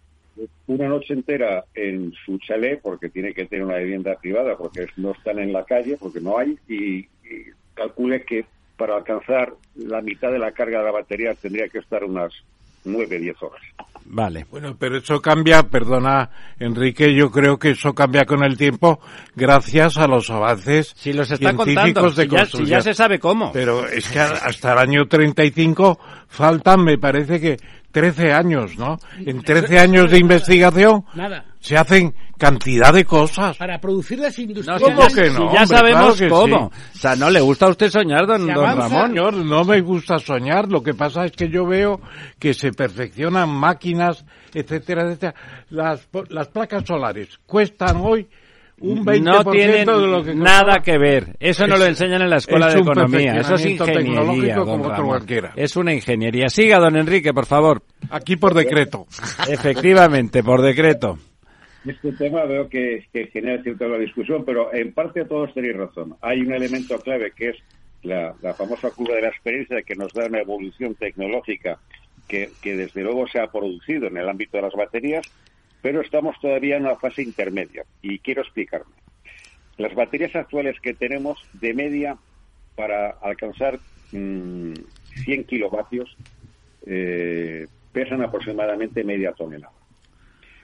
Una noche entera en su chalet, porque tiene que tener una vivienda privada, porque no están en la calle, porque no hay, y, y calcule que para alcanzar la mitad de la carga de la batería tendría que estar unas nueve, diez horas. Vale. Bueno, pero eso cambia, perdona, Enrique, yo creo que eso cambia con el tiempo gracias a los avances si los está científicos contando, de si ya, construcción. si ya se sabe cómo. Pero es que hasta el año treinta y cinco faltan, me parece que trece años, ¿no? En trece años de investigación Nada. se hacen cantidad de cosas. Para producir las industrias. No, ¿Cómo si que ya, no? si ya Hombre, sabemos claro que cómo. sí. O sea, no le gusta a usted soñar, don, Se don avanza, Ramón. Señor, no me gusta soñar. Lo que pasa es que yo veo que se perfeccionan máquinas, etcétera, etcétera. Las, las placas solares cuestan hoy un veinte No por ciento tienen de lo que nada costaba. que ver. Eso no Es- lo enseñan en la escuela es de un economía. Eso es perfeccionamiento ingeniería, tecnológico don como otro Ramón. cualquiera. Es una ingeniería. Siga, don Enrique, por favor. Aquí por decreto. Efectivamente, por decreto. Este tema veo que, que genera cierta discusión, pero en parte todos tenéis razón. Hay un elemento clave que es la, la famosa curva de la experiencia, que nos da una evolución tecnológica que, que desde luego se ha producido en el ámbito de las baterías, pero estamos todavía en una fase intermedia y quiero explicarme. Las baterías actuales que tenemos de media para alcanzar mmm, cien kilovatios eh, pesan aproximadamente media tonelada.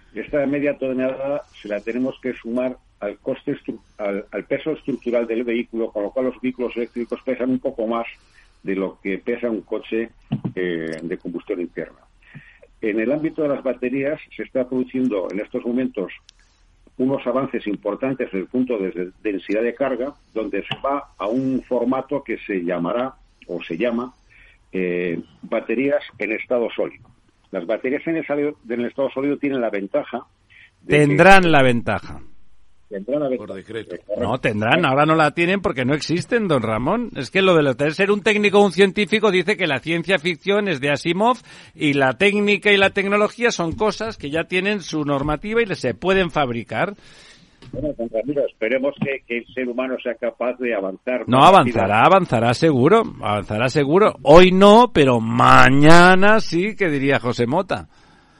Esta media tonelada se la tenemos que sumar al coste estru- al, al peso estructural del vehículo, con lo cual los vehículos eléctricos pesan un poco más de lo que pesa un coche eh, de combustión interna. En el ámbito de las baterías se está produciendo en estos momentos unos avances importantes desde el punto de densidad de carga, donde se va a un formato que se llamará, o se llama, eh, baterías en estado sólido. Las baterías en el, en el estado sólido tienen la ventaja... De tendrán que, la ventaja. Tendrán la ventaja. Por decreto. No, tendrán, ahora no la tienen porque no existen, don Ramón. Es que lo de, lo de ser un técnico o un científico dice que la ciencia ficción es de Asimov y la técnica y la tecnología son cosas que ya tienen su normativa y se pueden fabricar. Bueno, don Ramiro, esperemos que, que el ser humano sea capaz de avanzar. No, avanzará, avanzará seguro, avanzará seguro. Hoy no, pero mañana sí, que diría José Mota.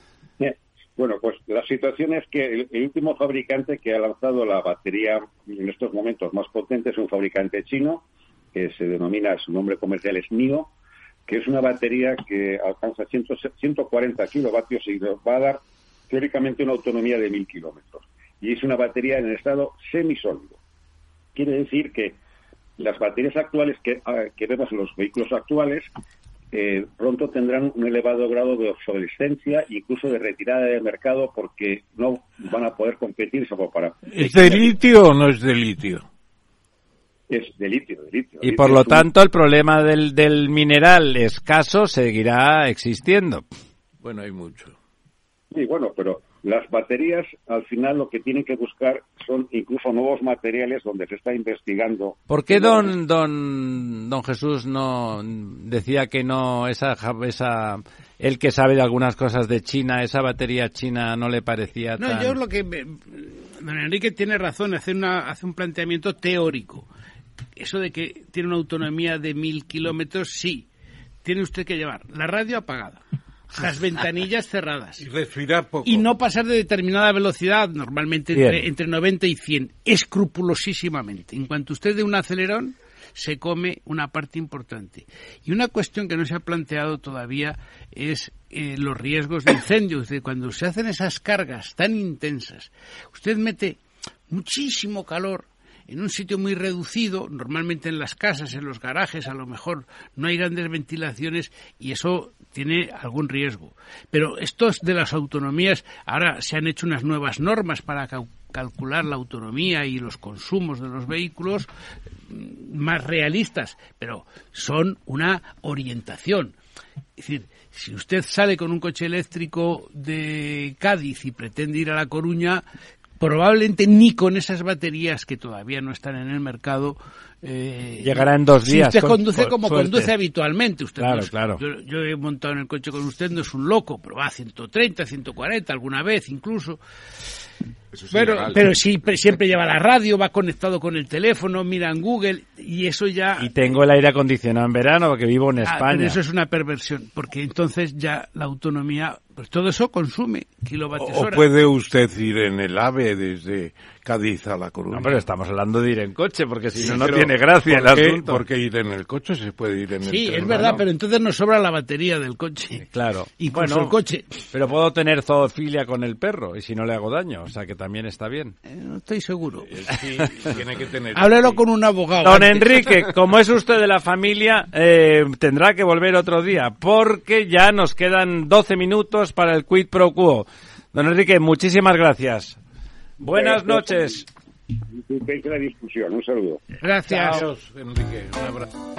Bueno, pues la situación es que el, el último fabricante que ha lanzado la batería en estos momentos más potente es un fabricante chino, que se denomina, su nombre comercial es NIO, que es una batería que alcanza ciento cuarenta kilovatios y nos va a dar teóricamente una autonomía de mil kilómetros. Y es una batería en estado semisólido. Quiere decir que las baterías actuales que, que vemos en los vehículos actuales eh, pronto tendrán un elevado grado de obsolescencia e incluso de retirada del mercado porque no van a poder competir salvo para... ¿Es de litio o no es de litio? Es de litio, de litio. Y por lo tanto el problema del, del mineral escaso seguirá existiendo. Bueno, hay mucho. Sí, bueno, pero las baterías al final lo que tienen que buscar son incluso nuevos materiales donde se está investigando. ¿Por qué don don don Jesús no decía que no esa esa él que sabe de algunas cosas de China, esa batería china no le parecía no, tan... yo lo que me, don Enrique tiene razón, hace una hace un planteamiento teórico. Eso de que tiene una autonomía de mil kilómetros, sí. Tiene usted que llevar la radio apagada, las ventanillas cerradas. Y respirar poco. Y no pasar de determinada velocidad, normalmente entre, entre noventa y cien, escrupulosísimamente. En cuanto usted dé un acelerón, se come una parte importante. Y una cuestión que no se ha planteado todavía es eh, los riesgos de incendio. Usted, cuando se hacen esas cargas tan intensas, usted mete muchísimo calor en un sitio muy reducido, normalmente en las casas, en los garajes, a lo mejor no hay grandes ventilaciones y eso tiene algún riesgo. Pero estos de las autonomías, ahora se han hecho unas nuevas normas para ca- calcular la autonomía y los consumos de los vehículos más realistas, pero son una orientación. Es decir, si usted sale con un coche eléctrico de Cádiz y pretende ir a La Coruña, probablemente ni con esas baterías que todavía no están en el mercado eh, llegará en dos días. Si usted con, conduce como suerte. conduce habitualmente, usted claro, no es, claro. Yo, yo he montado en el coche con usted, no es un loco, pero va a ciento treinta, ciento cuarenta alguna vez incluso. Eso es pero ilegal. pero sí, siempre lleva la radio, va conectado con el teléfono, mira en Google y eso ya... Y tengo el aire acondicionado en verano porque vivo en España. Ah, pero eso es una perversión, porque entonces ya la autonomía, pues todo eso consume kilovatios O hora. puede usted ir en el AVE desde Cádiz a La Coruña. No, pero estamos hablando de ir en coche, porque si Sí, no, no pero tiene gracia ¿por el qué, asunto. Porque ir en el coche se puede ir en el Sí, tren, es verdad, ¿no? pero entonces nos sobra la batería del coche. Claro. Incluso Bueno, el coche. Pero puedo tener zoofilia con el perro, y si no le hago daño, o sea que también está bien. Eh, no estoy seguro. Sí, tiene que tener... Háblalo con un abogado. Don antes. Enrique, como es usted de la familia, eh, tendrá que volver otro día, porque ya nos quedan doce minutos para el quid pro quo. Don Enrique, muchísimas gracias. Buenas noches. Disculpéis la discusión. Un saludo. Gracias. Adiós, Enrique. Un abrazo.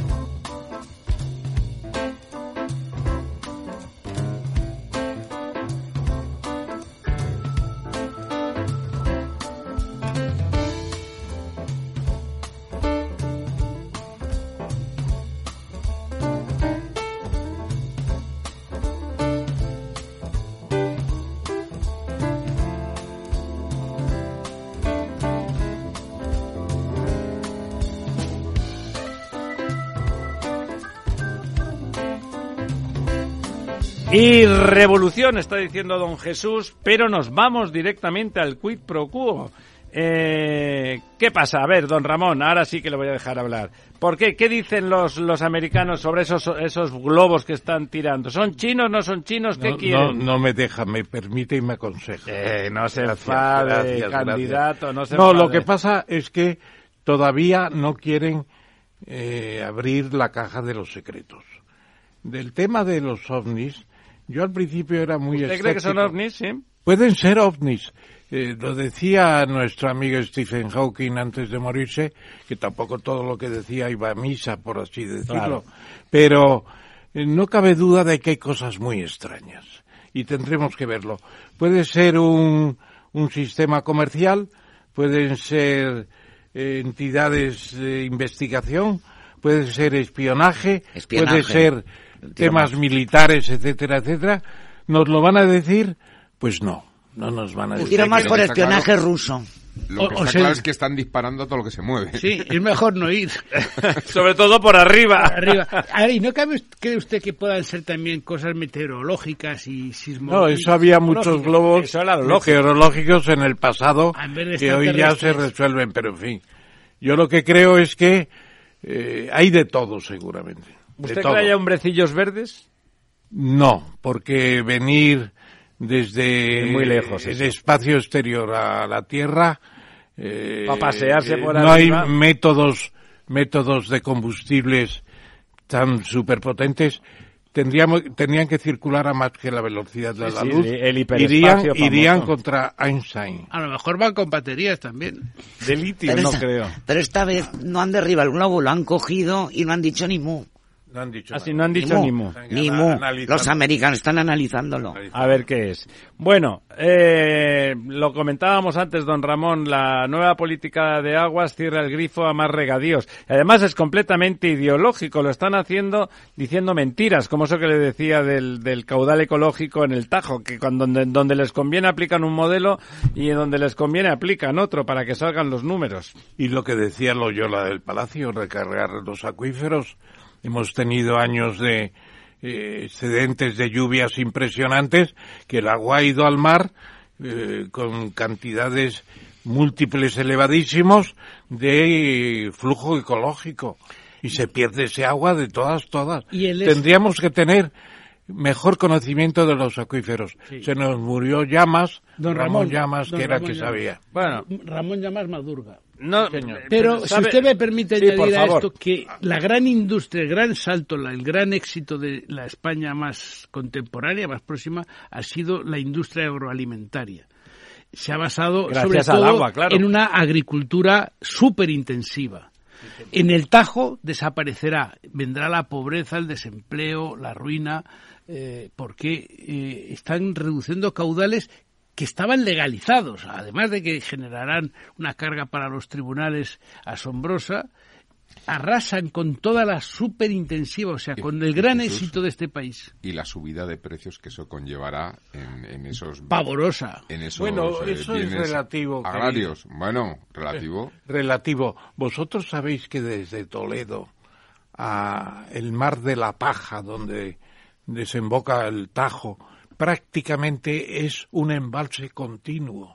Y revolución, está diciendo don Jesús, pero nos vamos directamente al quid pro quo. Eh, ¿Qué pasa? A ver, don Ramón, ahora sí que le voy a dejar hablar. ¿Por qué? ¿Qué dicen los, los americanos sobre esos, esos globos que están tirando? ¿Son chinos, no son chinos? ¿Qué no, quieren? No, no me deja, me permite y me aconseja. Eh, no se Gracias, enfade, gracias, candidato, gracias. no se No, enfade. lo que pasa es que todavía no quieren eh, abrir la caja de los secretos. Del tema de los ovnis, yo al principio era muy ¿Usted escéptico. cree que son ovnis, sí? Pueden ser ovnis. Eh, lo decía nuestro amigo Stephen Hawking antes de morirse, que tampoco todo lo que decía iba a misa, por así decirlo. Claro. Pero eh, no cabe duda de que hay cosas muy extrañas y tendremos que verlo. Puede ser un, un sistema comercial, pueden ser eh, entidades de investigación, puede ser espionaje, Espionaje. puede ser temas militares, etcétera, etcétera. ¿Nos lo van a decir? Pues no, no nos van a decir. Tiro más Lo por que está espionaje claro- ruso. Lo que O- o está sea- claro es que están disparando a todo lo que se mueve. Sí, es mejor no ir. Sobre todo por arriba. Arriba. A ver, ¿y no cabe, cree usted que puedan ser también cosas meteorológicas y sismológicas? No, eso había muchos globos Eso era lo lógico. meteorológicos en el pasado En vez de que hoy ya se extraterrestres. resuelven, pero en fin. Yo lo que creo es que eh, hay de todo seguramente. de ¿Usted todo. cree que haya hombrecillos verdes? No, porque venir desde Es muy lejos el eso. espacio exterior a la Tierra eh, Pa' pasearse por no arriba. hay métodos métodos de combustibles tan superpotentes. Tendríamos tendrían que circular a más que la velocidad de Sí, la sí, luz. el irían hiperespacio irían famoso. contra Einstein. A lo mejor van con baterías también. De litio, Pero no esta, creo. pero esta vez no han derribado el globo, lo han cogido y no han dicho ni mu. No han dicho Así nada. no han dicho ni mu. Ni Venga, mu. analizando. Los americanos están analizándolo. A ver qué es. Bueno, eh, lo comentábamos antes, don Ramón, la nueva política de aguas cierra el grifo a más regadíos. Además es completamente ideológico, lo están haciendo diciendo mentiras, como eso que le decía del, del caudal ecológico en el Tajo, que cuando donde, donde les conviene aplican un modelo y en donde les conviene aplican otro para que salgan los números. Y lo que decía Loyola del Palacio, recargar los acuíferos. Hemos tenido años de eh, excedentes de lluvias impresionantes, que el agua ha ido al mar eh, con cantidades múltiples elevadísimos de eh, flujo ecológico. Y se pierde ese agua de todas, todas. Y el es- Tendríamos que tener mejor conocimiento de los acuíferos. Sí. Se nos murió Llamas, Don Ramón Ramón, Llamas, don que era Ramón que Llamas. sabía. Bueno, Ramón Llamas Madurga. no, señor. Pero si ¿sabe? usted me permite Sí, por añadir a favor. esto que la gran industria, el gran salto, la- el gran éxito de la España más contemporánea, más próxima, ha sido la industria agroalimentaria. Se ha basado Gracias sobre al todo agua, claro. en una agricultura súper intensiva. En el Tajo desaparecerá, vendrá la pobreza, el desempleo, la ruina, eh, porque eh, están reduciendo caudales que estaban legalizados, además de que generarán una carga para los tribunales asombrosa, arrasan con toda la superintensiva, o sea, con el gran Jesús. éxito de este país. Y la subida de precios que eso conllevará en, en esos Pavorosa. en esos Bueno, eh, eso es bienes relativo, agrarios. Bueno, relativo. Relativo. Vosotros sabéis que desde Toledo a el Mar de la Paja, donde desemboca el Tajo, prácticamente es un embalse continuo.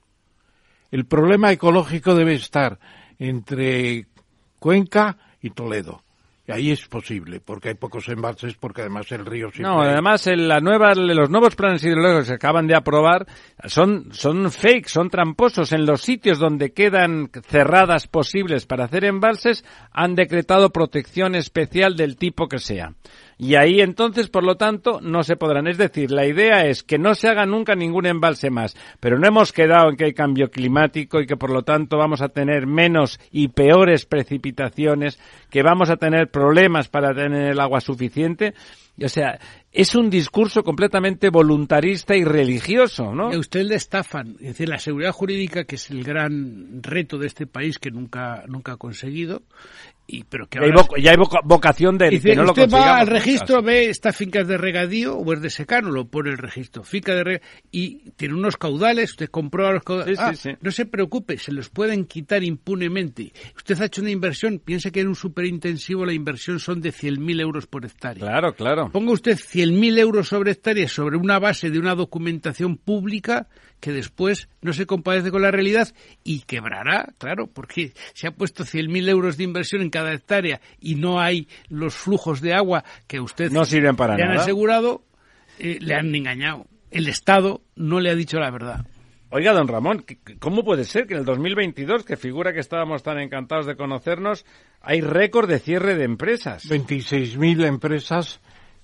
El problema ecológico debe estar entre Cuenca y Toledo. Y ahí es posible, porque hay pocos embalses, porque además el río siempre... No, además en la nueva, los nuevos planes hidrológicos que se acaban de aprobar son, son fake, son tramposos. En los sitios donde quedan cerradas posibles para hacer embalses han decretado protección especial del tipo que sea. Y ahí entonces, por lo tanto, no se podrán. Es decir, la idea es que no se haga nunca ningún embalse más. Pero no hemos quedado en que hay cambio climático y que, por lo tanto, vamos a tener menos y peores precipitaciones, que vamos a tener problemas para tener el agua suficiente. O sea, es un discurso completamente voluntarista y religioso, ¿no? Y a usted le estafan. Es decir, la seguridad jurídica, que es el gran reto de este país que nunca, nunca ha conseguido. Y, pero que Ya hay, ahora voc- ya hay voca- vocación de dice, que no lo usted va consigamos al nunca. registro, ve esta finca de regadío o es de secano, lo pone el registro, finca de regadío, y tiene unos caudales, usted comprueba los caudales. Sí, Ah, sí, sí. no se preocupe, se los pueden quitar impunemente. Usted ha hecho una inversión, piense que en un superintensivo la inversión son de cien mil euros por hectárea. Claro, claro. ponga usted cien mil euros sobre hectáreas sobre una base de una documentación pública que después no se compadece con la realidad y quebrará, claro, porque se ha puesto cien mil euros de inversión en cada hectárea y no hay los flujos de agua que usted no sirven para le han nada. asegurado, eh, le han engañado. El Estado no le ha dicho la verdad. Oiga, don Ramón, ¿cómo puede ser que en el dos mil veintidós, que figura que estábamos tan encantados de conocernos, hay récord de cierre de empresas? veintiséis mil empresas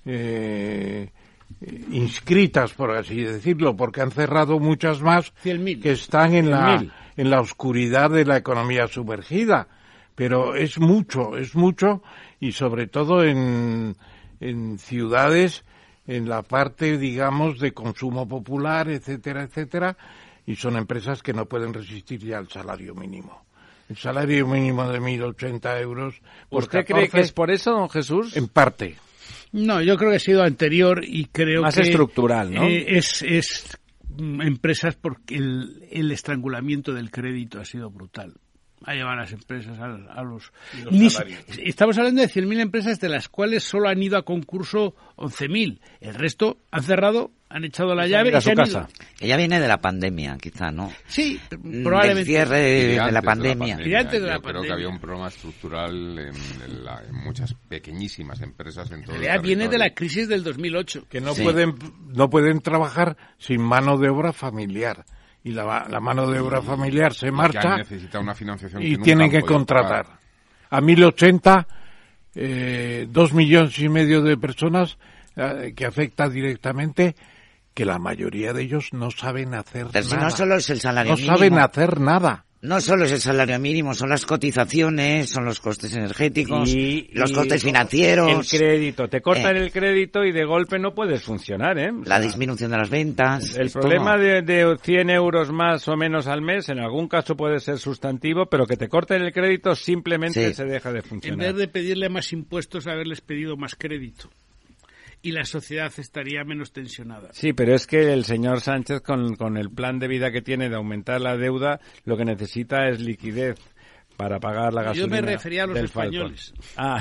eh, inscritas, por así decirlo, porque han cerrado muchas más que están en la, en la oscuridad de la economía sumergida. Pero es mucho, es mucho, y sobre todo en, en ciudades, en la parte, digamos, de consumo popular, etcétera, etcétera, y son empresas que no pueden resistir ya al salario mínimo. El salario mínimo de mil ochenta euros. Por ¿Usted catorce, cree que es por eso, don Jesús? En parte. No, yo creo que ha sido anterior y creo Más que... estructural, ¿no? Eh, es, es mm, empresas porque el, el estrangulamiento del crédito ha sido brutal. Ha llevado a las empresas a, a los... los Ni, salarios. estamos hablando de cien mil empresas, de las cuales solo han ido a concurso once mil. El resto han cerrado, han echado la llave y se han ido. Ella viene de la pandemia, quizá, ¿no? Sí, Del probablemente. cierre de, Y de antes la pandemia. Y antes de la Yo creo pandemia. que había un problema estructural en, en la- en muchas pequeñísimas empresas en todo En el realidad viene de territorio. la crisis del dos mil ocho. Que no Sí. pueden no pueden trabajar sin mano de obra familiar. Y la, la mano de obra familiar se Y que marcha han necesitado una financiación y que nunca tienen han que podido contratar. pagar. A mil ochenta, eh, dos millones y medio de personas eh, que afecta directamente, que la mayoría de ellos no saben hacer Pero si nada. no solo es el salario No mínimo. saben hacer nada. No solo es el salario mínimo, son las cotizaciones, son los costes energéticos, Y- los y costes financieros, El crédito. Te cortan Eh. el crédito y de golpe no puedes funcionar, ¿eh? O la sea, disminución de las ventas. el es problema todo. de, de cien euros más o menos al mes, en algún caso puede ser sustantivo, pero que te corten el crédito simplemente Sí. se deja de En funcionar. vez de pedirle más impuestos, haberles pedido más crédito. Y la sociedad estaría menos tensionada. Sí, pero es que el señor Sánchez, con, con el plan de vida que tiene de aumentar la deuda, lo que necesita es liquidez para pagar la Yo gasolina. me refería a los del Falcon. españoles. Ah.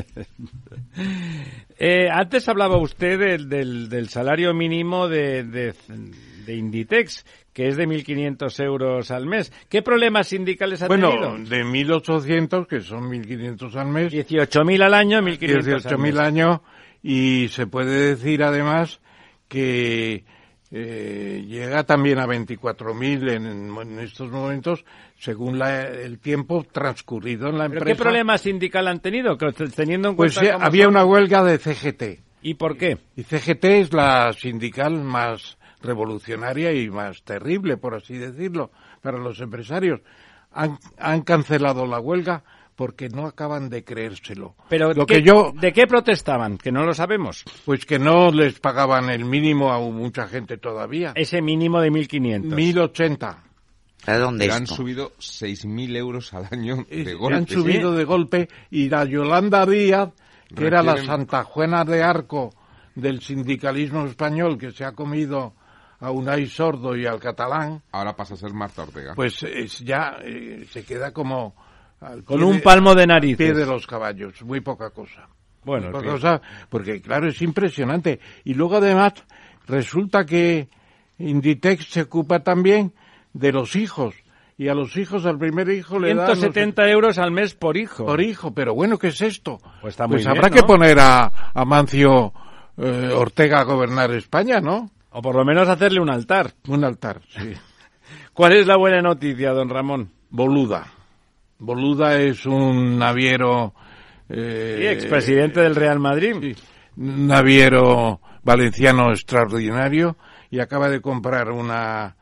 eh, antes hablaba usted del, del, del salario mínimo de, de, de Inditex, que es de mil quinientos euros al mes. ¿Qué problemas sindicales ha Bueno, tenido? de mil ochocientos, que son mil quinientos al mes, dieciocho mil al año, mil quinientos dieciocho al mil mes. al año, y se puede decir además que eh, llega también a veinticuatro mil en, en estos momentos, según la- el tiempo transcurrido en la ¿Pero empresa. qué problema sindical han tenido? Que, Teniendo en Pues cuenta eh, cómo había son- una huelga de C G T. ¿Y por qué? Y C G T es la sindical más revolucionaria y más terrible, por así decirlo, para los empresarios. Han, han cancelado la huelga porque no acaban de creérselo. Pero Lo ¿qué- que yo, ¿de qué protestaban? Que no lo sabemos. pues que no les pagaban el mínimo a mucha gente todavía. Ese mínimo de mil quinientos. mil ochenta. ¿De dónde Pero han esto? subido seis mil euros al año de Eh, golpe. han subido ¿sí? de golpe, y la Yolanda Díaz, que era la Requieren- Santa Juana de Arco del sindicalismo español, que se ha comido a Unai Sordo y al catalán, Ahora pasa a ser Marta Ortega. pues es ya eh, se queda como al Con pie un de- palmo de al narices. pie de los caballos, muy poca cosa. Bueno, Muy en poca fin. cosa, porque claro, es impresionante. Y luego además resulta que Inditex se ocupa también de los hijos, y a los hijos, al primer hijo le dan ciento setenta euros al mes por hijo. por hijo, pero bueno, ¿qué es esto? Pues está muy Pues bien, habrá ¿no? que poner a, a Mancio eh, Ortega a gobernar España, ¿no? O por lo menos hacerle un altar. Un altar, sí. ¿Cuál es la buena noticia, don Ramón? Boluda. Boluda es un naviero... Eh, Sí, expresidente del Real Madrid. sí, un naviero valenciano extraordinario, y acaba de comprar una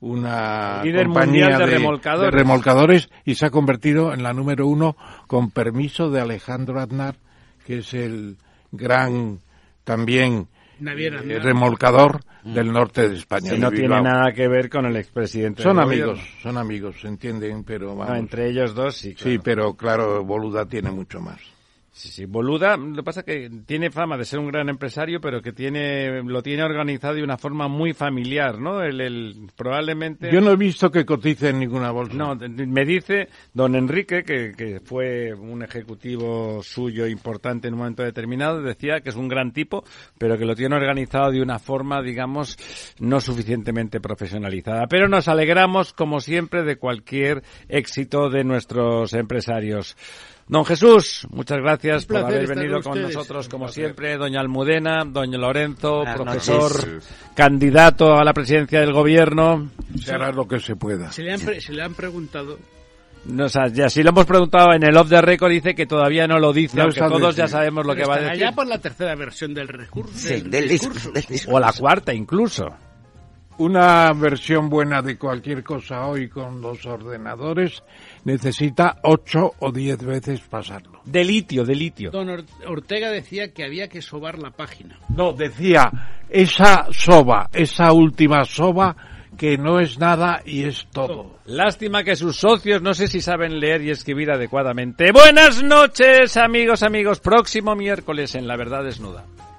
una Líder compañía mundial de remolcadores. de remolcadores, y se ha convertido en la número uno, con permiso de Alejandro Aznar, que es el gran también Naviera, eh, Aznar. remolcador del norte de España. Que de no tiene Bilbao. nada que ver con el expresidente. Son del amigos, gobierno. son amigos, se entienden, pero No, vamos. entre ellos dos sí. Sí, pero claro, Boluda tiene mucho más. Sí, sí, Boluda, lo que pasa es que tiene fama de ser un gran empresario, pero que tiene lo tiene organizado de una forma muy familiar, ¿no? El, el probablemente... Yo no he visto que cotice en ninguna bolsa. No, me dice don Enrique, que, que fue un ejecutivo suyo importante en un momento determinado, decía que es un gran tipo, pero que lo tiene organizado de una forma, digamos, no suficientemente profesionalizada. Pero nos alegramos, como siempre, de cualquier éxito de nuestros empresarios. Don Jesús, muchas gracias por haber venido con nosotros, como siempre. Doña Almudena, doña Lorenzo, Buenas profesor, noches. Candidato a la presidencia del gobierno. Se hará lo que se pueda. Se le han, pre- se le han preguntado... No, o sea, ya si lo hemos preguntado en el off the record, dice que todavía no lo dice, no aunque todos ya sabemos lo que va a decir. Ya por la tercera versión del recurso. Sí, del, del discurso. discurso. O la cuarta incluso. Una versión buena de cualquier cosa hoy con los ordenadores necesita ocho o diez veces pasarlo. De litio, de litio. Don Ortega decía que había que sobar la página. No, decía, esa soba, esa última soba, que no es nada y es todo. Lástima que sus socios no sé si saben leer y escribir adecuadamente. Buenas noches, amigos, amigos. Próximo miércoles en La Verdad Desnuda.